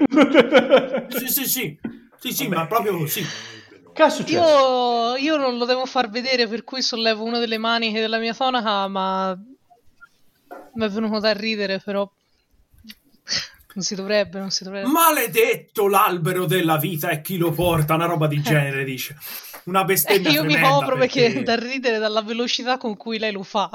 Sì, sì, sì. Sì, sì, ma proprio così. Che è successo? Io, io non lo devo far vedere, per cui sollevo una delle maniche della mia tonaca, ma mi è venuto da ridere, però non si dovrebbe, non si dovrebbe. Maledetto l'albero della vita e chi lo porta, una roba di genere, dice. Una Eh, bestemmia io mi tremenda copro perché... perché da ridere dalla velocità con cui lei lo fa.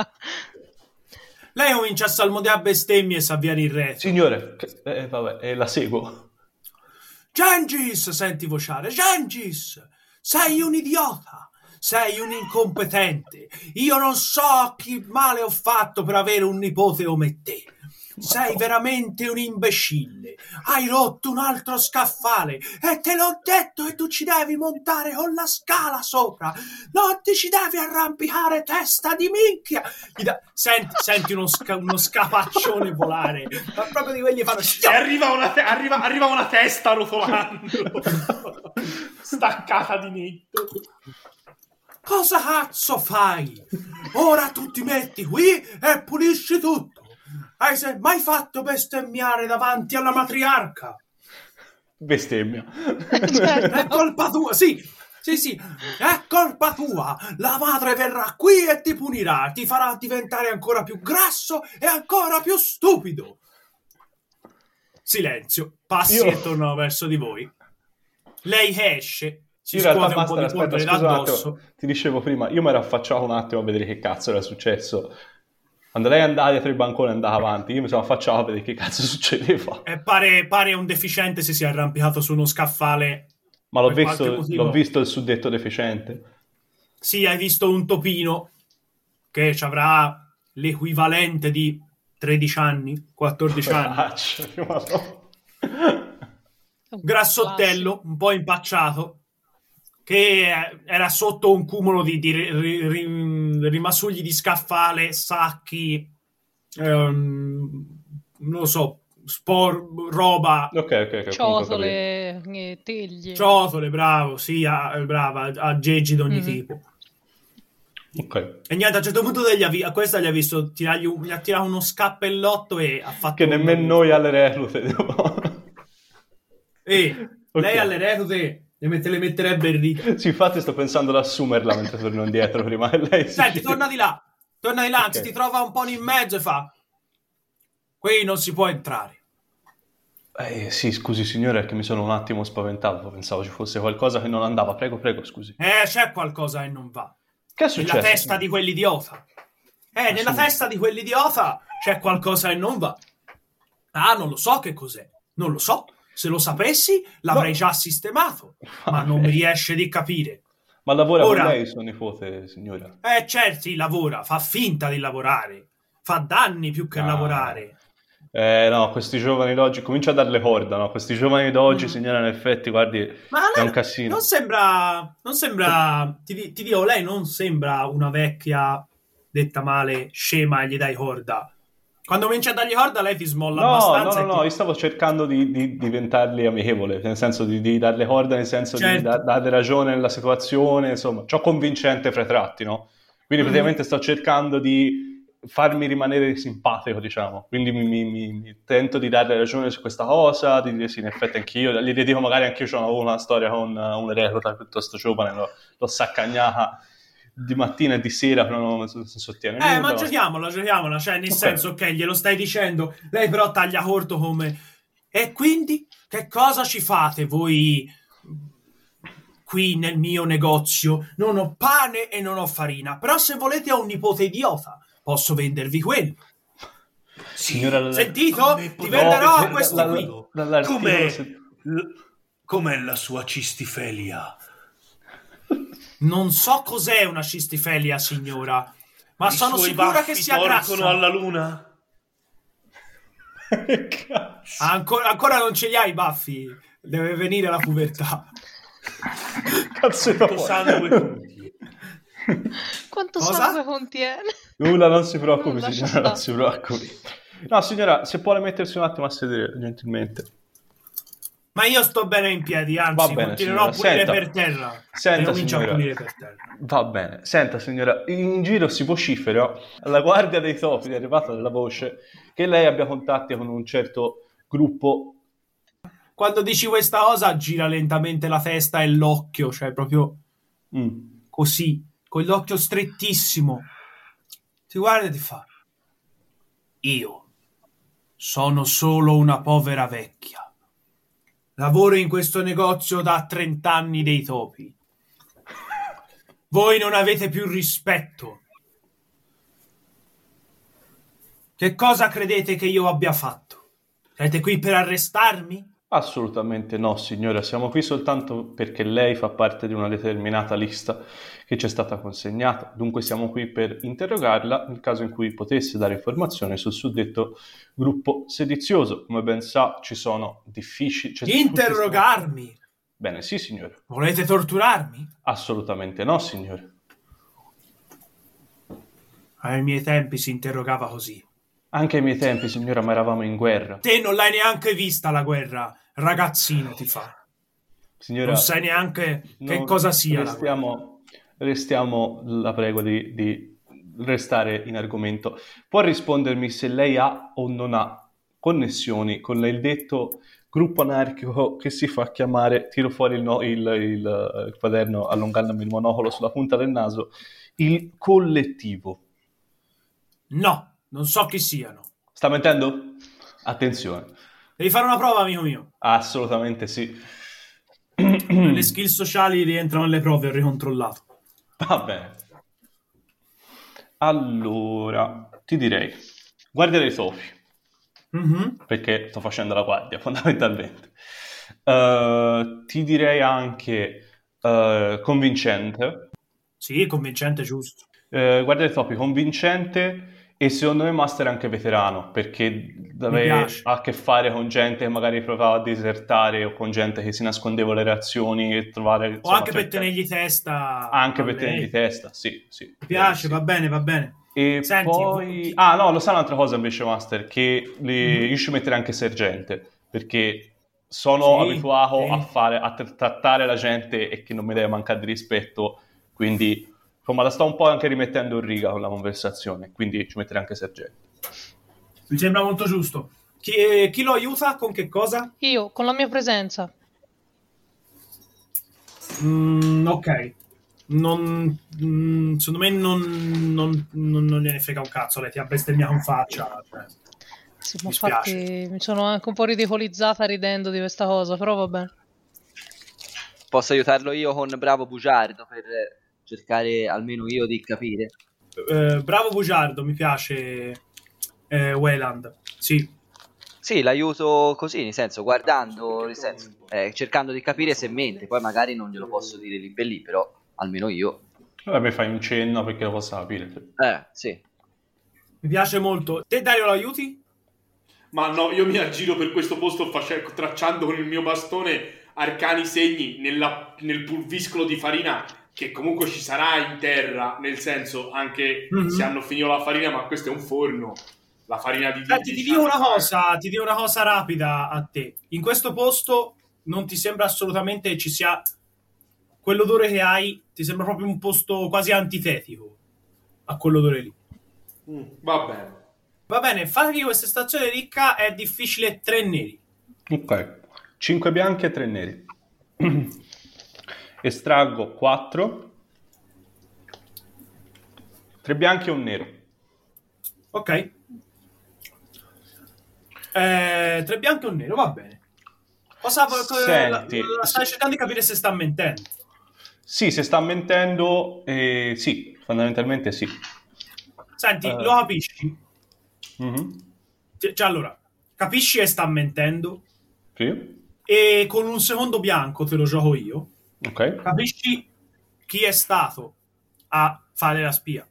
lei comincia a salmodiare bestemmie e si avviene in retro. Signore, che- eh, vabbè, eh, la seguo. Gengis, senti vociare, Gengis, sei un idiota, sei un incompetente. Io non so che male ho fatto per avere un nipote come te. Sei veramente un imbecille. Hai rotto un altro scaffale e te l'ho detto che tu ci devi montare con la scala sopra. Non ti ci devi arrampicare, testa di minchia. Gli da- Senti, senti uno, sca- uno scapaccione volare, ma proprio di quelli che fanno... E arriva una, te- arriva, arriva una testa rotolando. Staccata di netto. Cosa cazzo fai? Ora tu ti metti qui e pulisci tutto. Hai se- mai fatto bestemmiare davanti alla matriarca? Bestemmia. È colpa tua, sì, sì, sì, è colpa tua. La madre verrà qui e ti punirà, ti farà diventare ancora più grasso e ancora più stupido. Silenzio, passi Io- e tornano verso di voi. Lei esce, si In realtà, scuote un po' Master, di aspetta, polvere scusa da un addosso. attimo, ti dicevo prima, io mi ero affacciato un attimo a vedere che cazzo era successo. Quando lei andava dietro il bancone e andava avanti, io mi sono affacciato a vedere che cazzo succedeva. E pare, pare un deficiente si sia arrampicato su uno scaffale. Ma l'ho Per qualche visto, motivo. l'ho visto il suddetto deficiente. Sì, hai visto un topino che ci avrà l'equivalente di tredici anni, quattordici anni. Faccia, ma no. Un Grassottello, un po' impacciato, che eh, era sotto un cumulo di, di ri- ri- ri- rimasugli di scaffale, sacchi, ehm, non lo so, spor, roba, Ok, ok, ok. comunque ho capito. ciotole, eh, teglie. ciotole, bravo, sì, a, brava, aggeggi di ogni Mhm. tipo. Ok. E niente, a un certo punto degli ha vi- a questa gli ha visto tirargli un- gli ha tirato uno scappellotto e ha fatto Che un- nemmeno noi alle reclute. E Ok. lei alle reclute le, mette- le metterebbe il rito. Sì, infatti sto pensando ad assumerla mentre torno indietro prima che lei si... Senti, torna di là, torna di là, anzi Ok. ti trova un po' in mezzo e fa: qui non si può entrare. Eh, sì, scusi signore, è che mi sono un attimo spaventato, pensavo ci fosse qualcosa che non andava. Prego, prego, scusi. Eh, c'è qualcosa che non va. Che è successo? Nella testa di quell'idiota. Eh, nella sì. testa di quell'idiota c'è qualcosa che non va. Ah, non lo so che cos'è. Non lo so. Se lo sapessi, l'avrei No. già sistemato. Ma Vabbè. non mi riesce di capire. Ma lavora Ora- con lei suo nipote, signora? Eh, certo, lavora. Fa finta di lavorare. Fa danni più che Ah. lavorare. Eh no, questi giovani d'oggi, comincia a darle corda, no? Questi giovani d'oggi, Mm. signora, in effetti, guardi, Ma è lei un casino. non sembra... Non sembra... Ti, di- ti dico, lei non sembra una vecchia, detta male, scema e gli dai corda. Quando cominci a dargli corda, lei ti smolla No, no, abbastanza. no, e no, ti- io stavo cercando di, di diventarli amichevole, nel senso di, di darle corda, nel senso di Certo. da- darle ragione nella situazione, insomma, ciò convincente fra i tratti, no? Quindi Mhm. praticamente sto cercando di farmi rimanere simpatico, diciamo, quindi mi, mi- mi- mi tento di darle ragione su questa cosa, di dire sì, in effetti anch'io, gli dico magari anch'io ho avuto una storia con uh, un recluta piuttosto giovane, l'ho, l'ho saccagnata di mattina e di sera, però non si si sottiene Eh, nulla, ma no? giochiamola, giochiamola. Cioè, nel Ok. senso, ok, glielo stai dicendo. Lei però taglia corto come... E quindi, che cosa ci fate voi qui nel mio negozio? Non ho pane e non ho farina. Però se volete ho un nipote idiota. Posso vendervi quello. Signora, la- Sentito? come Ti potete venderò a la- questi la- qui. la- dall'articolo Com'è, se- l- com'è la sua cistifelia? Non so cos'è una cistifelia, signora. Ma I sono suoi sicura baffi che sia torcono grassa. alla luna? Che cazzo? Ah, ancora, ancora non ce li hai i baffi. Deve venire la pubertà. Cazzo di Quanto fuori. sangue contiene? Quanto Cosa? sangue contiene? Nulla, non si preoccupi, Mm, lascia signora, non stare. si preoccupi. No, signora, se può mettersi un attimo a sedere, gentilmente. Ma io sto bene in piedi, anzi, Va bene, continuerò a signora. pulire Senta. per terra. Senta, e comincio signora. a pulire per terra. Va bene. Senta, signora, in giro si vocifera alla guardia dei topi, è arrivata la voce che lei abbia contatti con un certo gruppo. Quando dici questa cosa, gira lentamente la testa e l'occhio, cioè proprio Mm. così, con l'occhio strettissimo. Ti guarda e ti fa: io sono solo una povera vecchia. Lavoro in questo negozio da trent'anni dei topi. Voi non avete più rispetto. Che cosa credete che io abbia fatto? Siete qui per arrestarmi? Assolutamente no, signora, siamo qui soltanto perché lei fa parte di una determinata lista che ci è stata consegnata, dunque siamo qui per interrogarla nel caso in cui potesse dare informazioni sul suddetto gruppo sedizioso. Come ben sa, ci sono difficili... c'è- Interrogarmi? tutti- Bene, sì, signore. Volete torturarmi? Assolutamente no, signore. Ai miei tempi si interrogava così. Anche ai miei tempi, signora, ma eravamo in guerra. Te non l'hai neanche vista la guerra, ragazzino, ti fa. Signora, Non sai neanche che non- cosa sia la guerra. Restiamo, restiamo, la prego di, di restare in argomento. Può rispondermi se lei ha o non ha connessioni con il detto gruppo anarchico che si fa chiamare, tiro fuori il, no- il, il, il quaderno allungandomi il monocolo sulla punta del naso, il collettivo. No, non so chi siano. Sta mentendo? Attenzione. Devi fare una prova, amico mio. Assolutamente sì. Le skill sociali rientrano nelle prove, ho ricontrollato. Va bene. Allora, ti direi, guardia dei topi, Mhm. perché sto facendo la guardia, fondamentalmente. Eh, ti direi anche eh, convincente. Sì, convincente, giusto. Eh, guardia dei topi, convincente e secondo me master anche veterano, perché avere piace. a che fare con gente che magari provava a disertare o con gente che si nascondeva le reazioni e trovare... O insomma, anche per cercare- tenergli testa. Anche a per lei. tenergli testa, sì, sì. Mi piace, Sì. va bene, va bene. E Senti, poi... chi- Ah, no, lo sa un'altra cosa invece, Master, che le... Mhm. io ci metterei anche sergente, perché sono Sì, abituato sì. a fare, a tra- trattare la gente e che non mi deve mancare di rispetto, quindi, insomma, la sto un po' anche rimettendo in riga con la conversazione, quindi ci metterei anche sergente. Mi sembra molto giusto. Chi, eh, chi lo aiuta? Con che cosa? Io, con la mia presenza. Mm, ok. Non, mm, secondo me non, non, non, non gliene frega un cazzo. Lei ti ha bestemmiato in faccia. Cioè. Benissimo, Mi spiace. infatti mi sono anche un po' ridicolizzata ridendo di questa cosa, però va bene. Posso aiutarlo io con Bravo Bugiardo per cercare almeno io di capire? Eh, bravo Bugiardo, mi piace eh, Wayland. Sì. Sì, l'aiuto così, nel senso, guardando, nel senso, eh, cercando di capire se mente, poi magari non glielo posso dire lì per lì, però almeno io. Vabbè, mi fai un cenno perché lo possa capire. Eh, sì. Mi piace molto. Te Dario lo aiuti? Ma no, io mi aggiro per questo posto face- tracciando con il mio bastone arcani segni nella- nel pulviscolo di farina che comunque ci sarà in terra, nel senso anche Mhm. se hanno finito la farina, ma questo è un forno. La farina di... Senti, di- ti dico una cosa, ti dico una cosa rapida a te. In questo posto non ti sembra assolutamente che ci sia quell'odore che hai, ti sembra proprio un posto quasi antitetico a quell'odore lì. Mm, va bene. Va bene, fatevi questa stazione ricca, è difficile tre neri. Ok, cinque bianchi e tre neri. Estraggo quattro, tre bianchi e un nero. Ok. Eh, tre bianchi e un nero, va bene. Cosa Senti, la, la stai cercando di capire se sta mentendo? Sì, se sta mentendo, eh, sì, fondamentalmente sì. Senti, Eh. lo capisci? Mhm. Cioè, cioè, allora, capisci che sta mentendo Sì, e con un secondo bianco te lo gioco io. ok. Capisci chi è stato a fare la spia?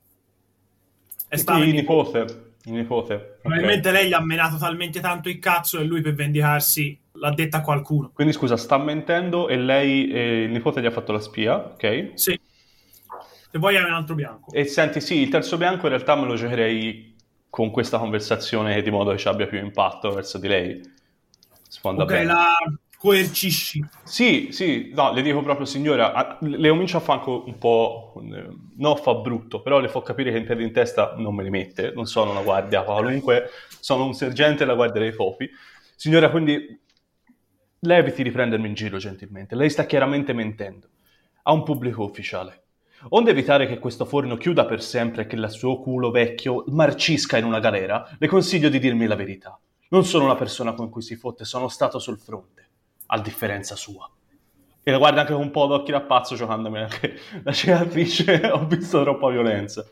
È E stato qui il il nipote. nipote, il nipote. ok. Probabilmente lei gli ha menato talmente tanto il cazzo e lui per vendicarsi l'ha detta a qualcuno. Quindi scusa, sta mentendo e lei, eh, il nipote gli ha fatto la spia, ok? Sì. Se vuoi hai un altro bianco. E senti, sì, il terzo bianco in realtà me lo giocherei con questa conversazione di modo che ci abbia più impatto verso di lei. Sponda Ok, bene. la coercisci. Sì, sì, no, le dico proprio signora, a- le comincio a fare anche un po', eh, no fa brutto, però le fa capire che in piedi in testa non me li mette, non sono una guardia qualunque, sono un sergente della guardia dei topi. Signora, quindi leviti di prendermi in giro gentilmente, lei sta chiaramente mentendo, ha un pubblico ufficiale. Onde evitare che questo forno chiuda per sempre e che il suo culo vecchio marcisca in una galera, le consiglio di dirmi la verità. Non sono una persona con cui si fotte, sono stato sul fronte, a differenza sua. E la guarda anche con un po' d'occhi da pazzo, giocandomi anche la cicatrice, ho visto troppa violenza.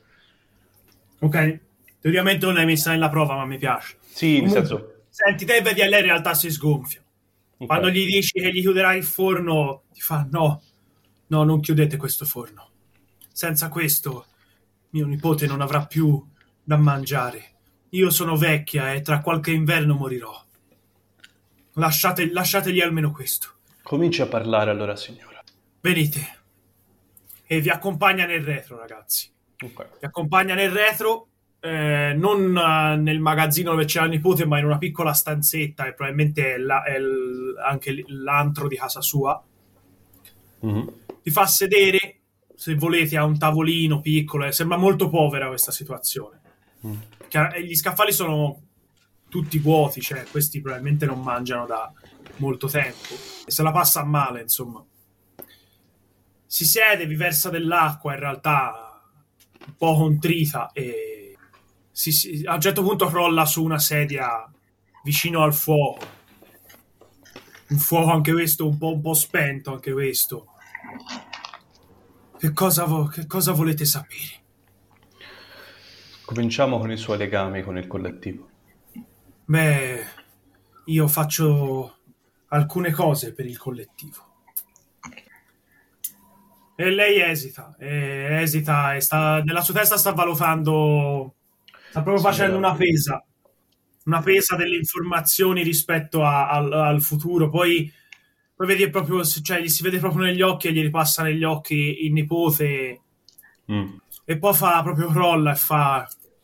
Ok, teoricamente non l'hai messa nella prova, ma mi piace. Sì, nel Comunque, senso... senti, te vedi a lei in realtà si sgonfia. ok. Quando gli dici che gli chiuderai il forno, ti fa no, no, non chiudete questo forno. Senza questo mio nipote non avrà più da mangiare. Io sono vecchia e tra qualche inverno morirò. Lasciate, lasciategli almeno questo. Cominci a parlare allora, signora. Venite. E vi accompagna nel retro, ragazzi. Ok. Vi accompagna nel retro, eh, non eh, nel magazzino dove c'è la nipote, ma in una piccola stanzetta, e probabilmente è, la- è il- anche l- l'antro di casa sua. Mhm. Vi fa sedere, se volete, a un tavolino piccolo. eh, Sembra molto povera questa situazione. Mm. Chiar- e gli scaffali sono tutti vuoti, cioè questi probabilmente non mangiano da molto tempo. E se la passa male, insomma. Si siede, vi versa dell'acqua, in realtà un po' contrita, e si- si- a un certo punto crolla su una sedia vicino al fuoco. Un fuoco anche questo, un po', un po' spento anche questo. Che cosa, vo- che cosa volete sapere? Cominciamo con i suoi legami con il collettivo. Beh, io faccio alcune cose per il collettivo. E lei esita, e esita e sta, nella sua testa sta valutando, sta proprio Signora. facendo una pesa, una pesa delle informazioni rispetto a- al, al futuro. Poi, poi vedi proprio, cioè, gli si vede proprio negli occhi e gli ripassa negli occhi il nipote, Mm. e poi fa proprio crolla e fa...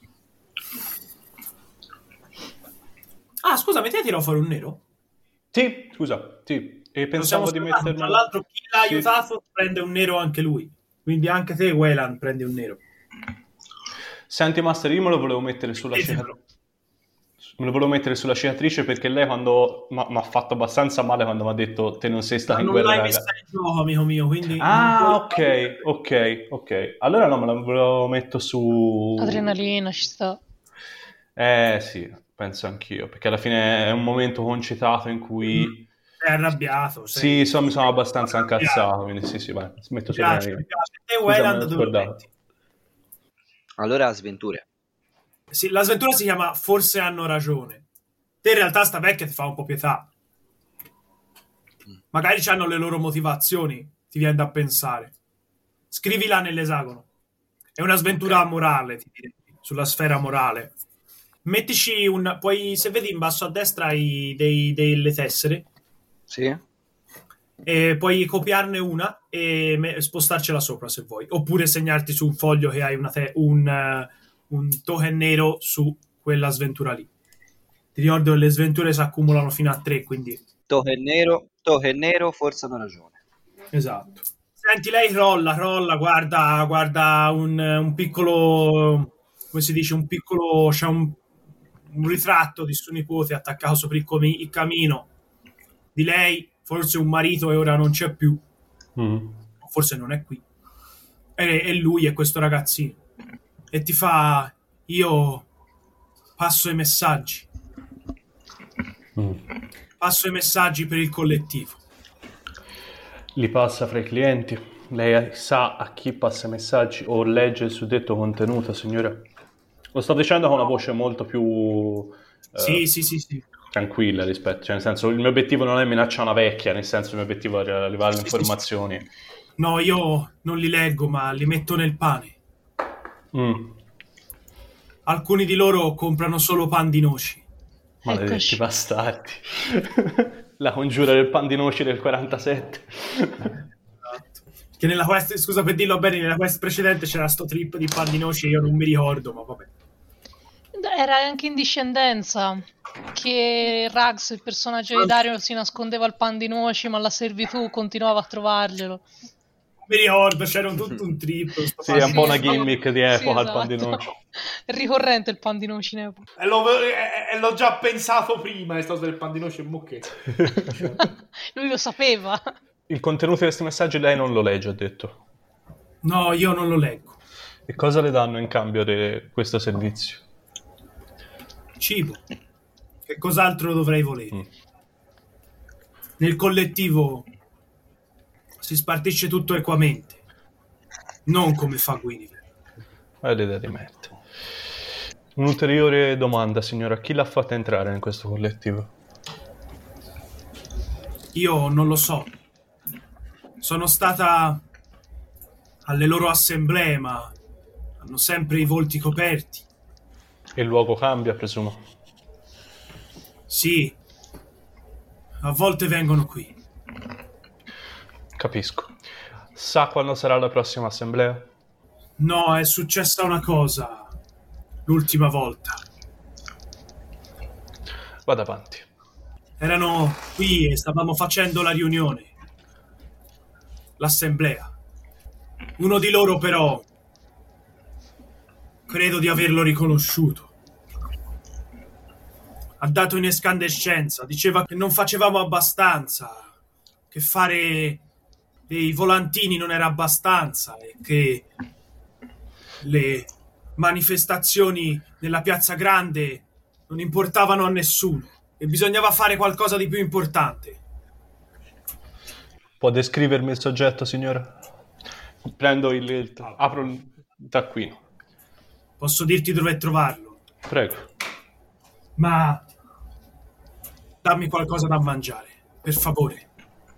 Ah, scusa, mi ti tirò fuori un nero? Sì, scusa, sì. E Lo pensavo siamo di scordati. mettermi... Tra l'altro chi l'ha Sì. aiutato prende un nero anche lui, quindi anche te, Wayland, prendi un nero. Senti, Master, io me lo volevo mettere sulla cicatrice. Mettitelo. Me lo volevo mettere sulla cicatrice perché lei quando mi ha fatto abbastanza male quando mi ha detto te non sei stato in Non guerra, l'hai raga. messa in gioco, amico mio, quindi... Ah, non puoi- ok, ok, ok. Allora no, me lo, me lo metto su... Adrenalina ci sta. Eh sì, penso anch'io, perché alla fine è un momento concitato in cui... Sei arrabbiato. Sì, sei... so, mi sono abbastanza incazzato, quindi sì, sì, vai, smetto Mi piace, sempre. mi piace. E Wayland dove lo metti? Allora, sventure. Sì, la sventura si chiama Forse hanno ragione. Te in realtà sta vecchia ti fa un po' pietà. Magari hanno le loro motivazioni, ti viene da pensare. Scrivila nell'esagono. È una sventura morale, ti direi, sulla sfera morale. Mettici un... Poi, se vedi in basso a destra hai dei, delle tessere. Sì. E puoi copiarne una e me- spostarcela sopra se vuoi. Oppure segnarti su un foglio che hai una te- un, uh, un token nero su quella sventura lì. Ti ricordo che le sventure si accumulano fino a tre, quindi... Token nero, token nero, forse hanno ragione. Esatto. Senti, lei rolla, rolla, guarda, guarda un, un piccolo, come si dice, un piccolo, c'è un, un ritratto di suo nipote attaccato sopra il, comi- il camino di lei, forse un marito e ora non c'è più, Mm. forse non è qui, e, e lui è questo ragazzino, e ti fa, io passo i messaggi, Mm. passo i messaggi per il collettivo. Li passa fra i clienti. Lei sa a chi passa i messaggi o legge il suddetto contenuto, signora? Lo sto dicendo con una voce molto più eh, Sì, sì, sì, sì. tranquilla rispetto, cioè nel senso il mio obiettivo non è minacciare una vecchia, nel senso il mio obiettivo è arrivare alle Sì, sì, informazioni. sì. No, io non li leggo, ma li metto nel pane. Mm. Alcuni di loro comprano solo pan di noci. Maledetti Eccoci. bastardi. La congiura del pan di noci del quarantasette. Che nella quest, scusa per dirlo bene, nella quest precedente c'era sto trip di pan di noci e io non mi ricordo, ma vabbè. Era anche in discendenza che Rags, il personaggio di Dario, si nascondeva al pan di noci, ma la servitù continuava a trovarglielo. Mi ricordo, c'era tutto un trip. sto Sì, pan è un di po' una noci. gimmick di epoca Sì, il pan di esatto. noci. È ricorrente il pan di noci in epoca. E l'ho, e- e l'ho già pensato prima, è stato del pan di noce e mocchetto. Lui lo sapeva. Il contenuto di questi messaggi lei non lo legge, ha detto. No, io non lo leggo. E cosa le danno in cambio di questo servizio? Cibo. Che cos'altro dovrei volere? Mm. Nel collettivo si spartisce tutto equamente. Non come fa Guinevere. È l'idea di mente. Un'ulteriore domanda, signora. Chi l'ha fatta entrare in questo collettivo? Io non lo so. Sono stata alle loro assemblee, ma hanno sempre i volti coperti. E il luogo cambia, presumo. Sì, a volte vengono qui. Capisco. Sa quando sarà la prossima assemblea? No, è successa una cosa l'ultima volta. Vada avanti. Erano qui e stavamo facendo la riunione. L'assemblea. Uno di loro però credo di averlo riconosciuto. Ha dato in escandescenza, diceva che non facevamo abbastanza, che fare dei volantini non era abbastanza e che le manifestazioni nella piazza grande non importavano a nessuno e bisognava fare qualcosa di più importante. Può descrivermi il soggetto, signora? Prendo il... il apro il taccuino. Posso dirti dove trovarlo, Prego. ma dammi qualcosa da mangiare, per favore.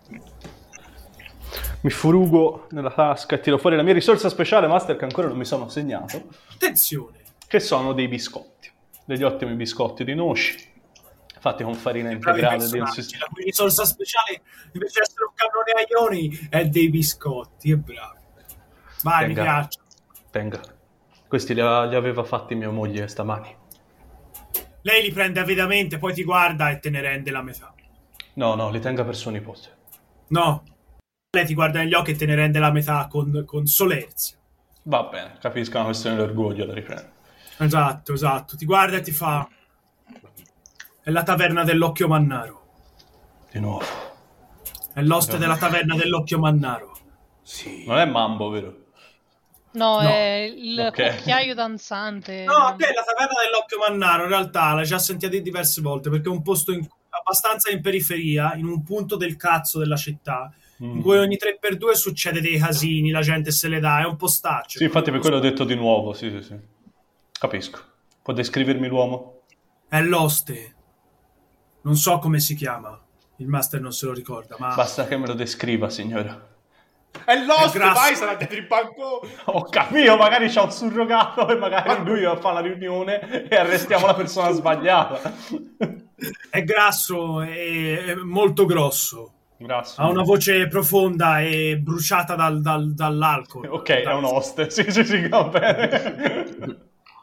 Mi frugo nella tasca e tiro fuori la mia risorsa speciale, master, che ancora non mi sono segnato, Attenzione, che sono dei biscotti. Degli ottimi biscotti di noci, fatti con farina bravi integrale. Di personaggi. La cui risorsa speciale, invece di essere un cannone a ioni, è dei biscotti, è bravo. Vai, Tenga. mi piace. Tenga. Questi li, ha- li aveva fatti mia moglie stamani. Lei li prende avidamente, poi ti guarda e te ne rende la metà. No, no, li tenga per suo nipote. No, lei ti guarda negli occhi e te ne rende la metà con, con solerzia. Va bene, capisco, è una questione di orgoglio, la riprendo. Esatto, esatto. Ti guarda e ti fa... È la taverna dell'Occhio Mannaro. Di nuovo. È l'oste della taverna dell'Occhio Mannaro. Sì. Non è Mambo, vero? No, No. è il Ok. cucchiaio danzante. No, te la taverna dell'Occhio Mannaro in realtà l'hai già sentita diverse volte perché è un posto in- abbastanza in periferia, in un punto del cazzo della città, in Mm. cui ogni tre per due succede dei casini, la gente se le dà, è un postaccio. Sì, infatti per quello ho detto di nuovo, sì, sì, sì. Capisco. Può descrivermi l'uomo? È l'oste. Non so come si chiama. Il master non se lo ricorda, ma... Basta che me lo descriva, signora. È l'host, È grasso. vai, sarà dentro il bancone. Ho capito, magari c'ha un surrogato e magari lui va a fare la riunione e arrestiamo la persona sbagliata. È grasso e è molto grosso. Grazie. Ha una voce profonda e bruciata dal- dal- dall'alcol. Ok, è un host. Sì, sì, sì, va bene.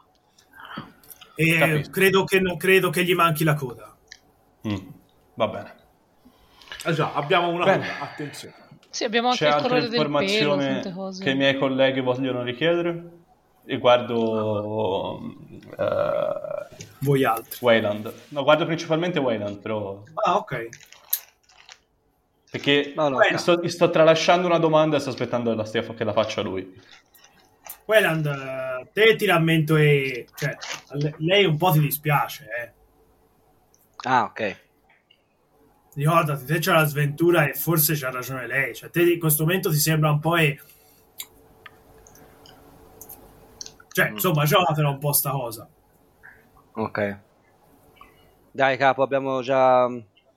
E Capisco. credo che, non credo che gli manchi la coda. Mm, va bene. Eh già, abbiamo una Bene. coda, attenzione. Sì, abbiamo anche C'è il altre colore del pelo, informazioni tante cose. che i miei colleghi vogliono richiedere riguardo eh, Voi altri. Wayland? No, guardo principalmente Wayland, però Ah, ok. perché No, no, gli sto, gli sto tralasciando una domanda e sto aspettando che la, stia- che la faccia lui. Wayland, eh, te ti rammento e... Cioè, a le- lei un po' ti dispiace, eh. Ah, ok. Ricordati, te c'è la sventura e forse c'ha ragione lei. Cioè, te in questo momento ti sembra un po' e... Cioè, Mm. insomma, giocatela un po' sta cosa. Ok. Dai, capo, abbiamo già...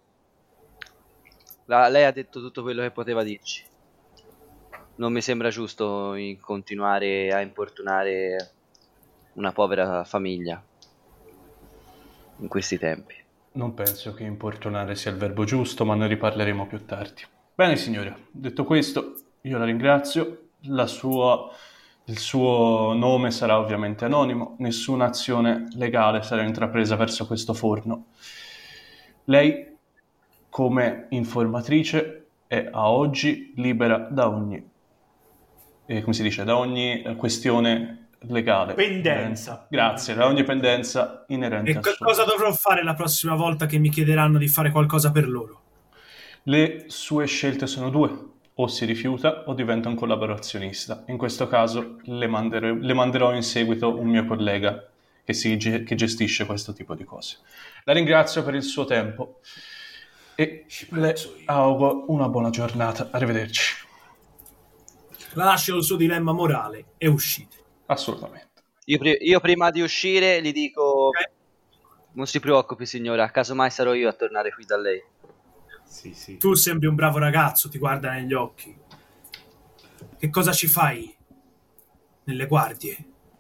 La- lei ha detto tutto quello che poteva dirci. Non mi sembra giusto in- continuare a importunare una povera famiglia in questi tempi. Non penso che importunare sia il verbo giusto, ma ne riparleremo più tardi. Bene, signore, detto questo, io la ringrazio. La sua, il suo nome sarà ovviamente anonimo, nessuna azione legale sarà intrapresa verso questo forno. Lei, come informatrice, è a oggi libera da ogni, eh, come si dice, da ogni eh, questione legale. Pendenza. Grazie, da ogni pendenza inerente E a co- suo. cosa dovrò fare la prossima volta che mi chiederanno di fare qualcosa per loro? Le sue scelte sono due: o si rifiuta o diventa un collaborazionista. In questo caso le manderò, le manderò in seguito un mio collega che, si, ge- che gestisce questo tipo di cose. La ringrazio per il suo tempo e le auguro una buona giornata. Arrivederci. Lascio il suo dilemma morale e uscite. Assolutamente. Io, pri- io prima di uscire gli dico: Ok? non si preoccupi signora, casomai sarò io a tornare qui da lei. Sì, sì. Tu sembri un bravo ragazzo, ti guarda negli occhi. Che cosa ci fai nelle guardie?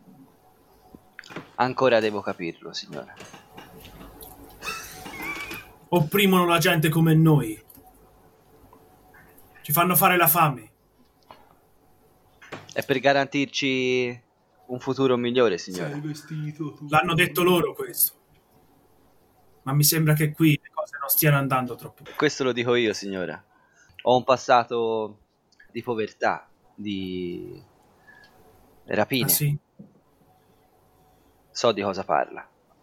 Ancora devo capirlo signora. Opprimono la gente come noi. Ci fanno fare la fame. È per garantirci un futuro migliore signora. Sei vestito tu. L'hanno detto loro questo. Ma mi sembra che qui le cose non stiano andando troppo bene. Questo lo dico io signora. Ho un passato di povertà, di rapine. Ah, sì? So di cosa parla.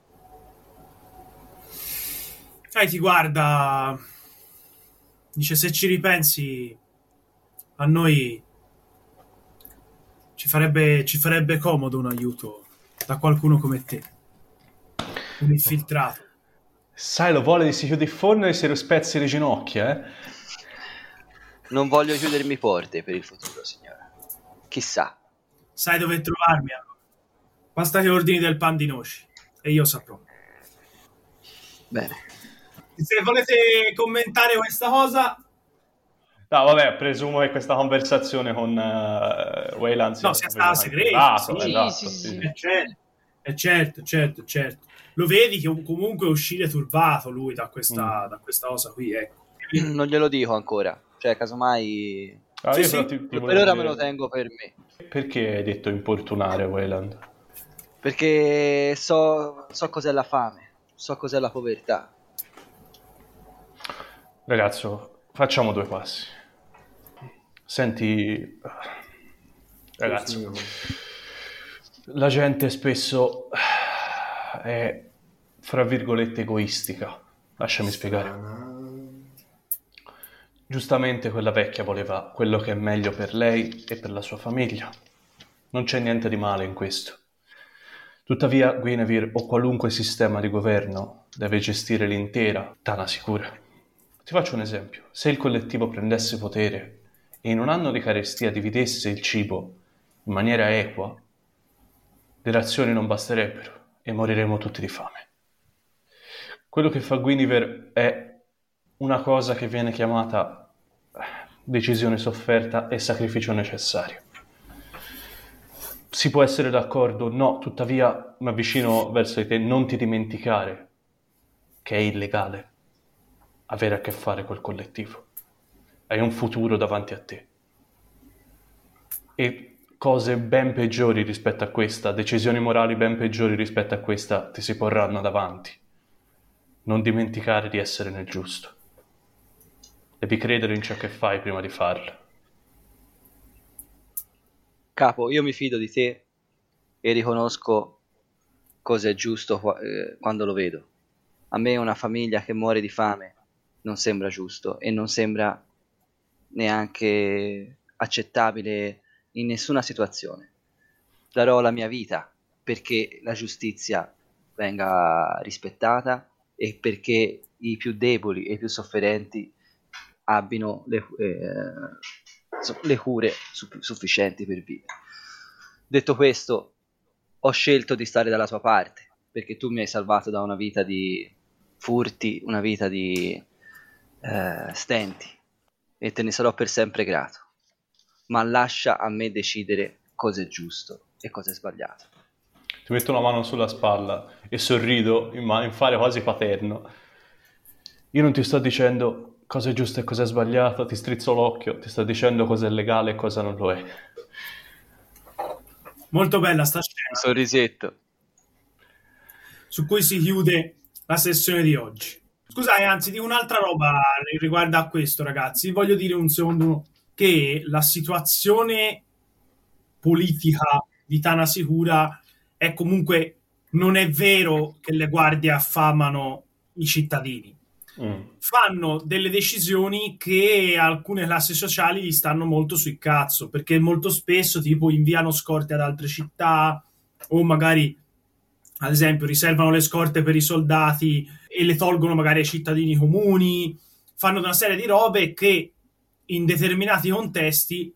Sai, ti guarda. Dice, se ci ripensi, a noi ci farebbe, ci farebbe comodo un aiuto da qualcuno come te. Un infiltrato. Sai, lo vuole, si chiude il forno e si spezzi le ginocchia, eh? Non voglio chiudermi porte per il futuro signora. Chissà. Sai dove trovarmi allora. Basta che ordini del pan di noci e io saprò. Bene. Se volete commentare questa cosa, No, vabbè, presumo che questa conversazione con uh, Wayland sia no, sia stata avvenuta in segreta. privato, Sì, esatto, sì, sì, sì. è certo, è certo, certo, certo. Lo vedi che comunque uscire turbato lui da questa, Mm. da questa cosa qui, ecco. Non glielo dico ancora. Cioè, casomai... Ah, Sì, io sì, però ti- ti Per volevo ora dire- me lo tengo per me. Perché hai detto importunare Wayland? Perché so, so cos'è la fame. So cos'è la povertà. Ragazzo, facciamo due passi. Senti, ragazzo, la gente spesso è, fra virgolette, egoistica. Lasciami spiegare. Giustamente quella vecchia voleva quello che è meglio per lei e per la sua famiglia. Non c'è niente di male in questo. Tuttavia, Guinevere o qualunque sistema di governo deve gestire l'intera Tana Sicura. Ti faccio un esempio. Se il collettivo prendesse potere e in un anno di carestia dividesse il cibo in maniera equa, le razioni non basterebbero e moriremo tutti di fame. Quello che fa Guinevere è una cosa che viene chiamata decisione sofferta e sacrificio necessario. Si può essere d'accordo? No, tuttavia mi avvicino verso di te, non ti dimenticare che è illegale avere a che fare col collettivo. Hai un futuro davanti a te. E cose ben peggiori rispetto a questa, decisioni morali ben peggiori rispetto a questa ti si porranno davanti. Non dimenticare di essere nel giusto. Devi credere in ciò che fai prima di farlo. Capo, io mi fido di te e riconosco cosa è giusto eh, quando lo vedo. A me una famiglia che muore di fame non sembra giusto e non sembra neanche accettabile in nessuna situazione. Darò la mia vita perché la giustizia venga rispettata e perché i più deboli e i più sofferenti abbiano le, eh, le cure su- sufficienti per vivere. Detto questo, ho scelto di stare dalla tua parte perché tu mi hai salvato da una vita di furti, una vita di eh, stenti, e te ne sarò per sempre grato. Ma lascia a me decidere cosa è giusto e cosa è sbagliato. Ti metto la mano sulla spalla e sorrido in, ma- in fare quasi paterno. Io non ti sto dicendo cosa è giusto e cosa è sbagliato, ti strizzo l'occhio, ti sto dicendo cosa è legale e cosa non lo è. Molto bella sta scena. Un sorrisetto. Su cui si chiude la sessione di oggi. Scusate, anzi, di un'altra roba riguardo a questo, ragazzi. Voglio dire un secondo che la situazione politica di Tana Sicura è comunque, non è vero che le guardie affamano i cittadini. Mm. Fanno delle decisioni che alcune classi sociali gli stanno molto sui cazzo, perché molto spesso tipo inviano scorte ad altre città o magari ad esempio riservano le scorte per i soldati e le tolgono magari ai cittadini comuni, fanno una serie di robe che in determinati contesti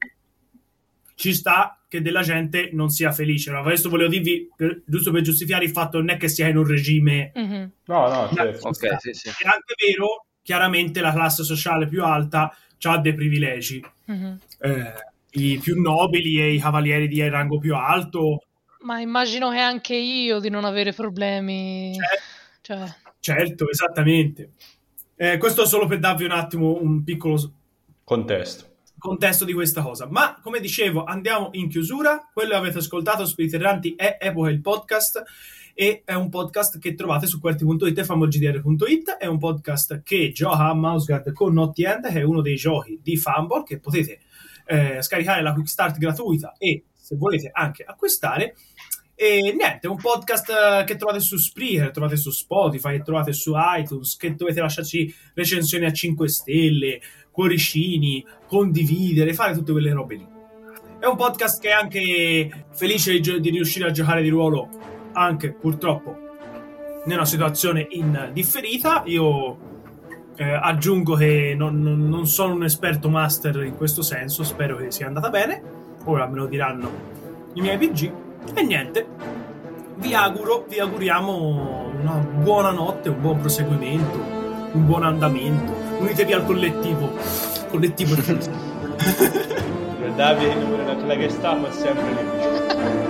ci sta che della gente non sia felice. Ma questo volevo dirvi per, giusto per giustificare il fatto non è che sia in un regime mm-hmm. no no certo. Okay, sì, sì. È anche vero, chiaramente la classe sociale più alta ha dei privilegi, mm-hmm. eh, i più nobili e i cavalieri di rango più alto. Ma immagino che anche io di non avere problemi. Certo, cioè... certo esattamente. Eh, questo solo per darvi un attimo un piccolo contesto. contesto di questa cosa. Ma come dicevo, andiamo in chiusura. Quello che avete ascoltato, Spiriti Erranti, è Epoca il podcast, e è un podcast che trovate su Qwerty punto it e famogdr punto it. È un podcast che gioca a Mouseguard con Naughty End, che è uno dei giochi di Fumble che potete eh, scaricare la quick start gratuita e se volete anche acquistare. E niente, è un podcast che trovate su Spreaker, trovate su Spotify, trovate su iTunes, che dovete lasciarci recensioni a cinque stelle, cuoricini, condividere, fare tutte quelle robe lì. È un podcast che è anche felice di, gio- di riuscire a giocare di ruolo, anche purtroppo nella situazione indifferita. Io eh, aggiungo che non, non, non sono un esperto master in questo senso, spero che sia andata bene, ora me lo diranno i miei P G. E niente, vi auguro, vi auguriamo una buona notte, un buon proseguimento, un buon andamento. Unitevi al collettivo. Collettivo. Davide, la che sta, ma sempre lì.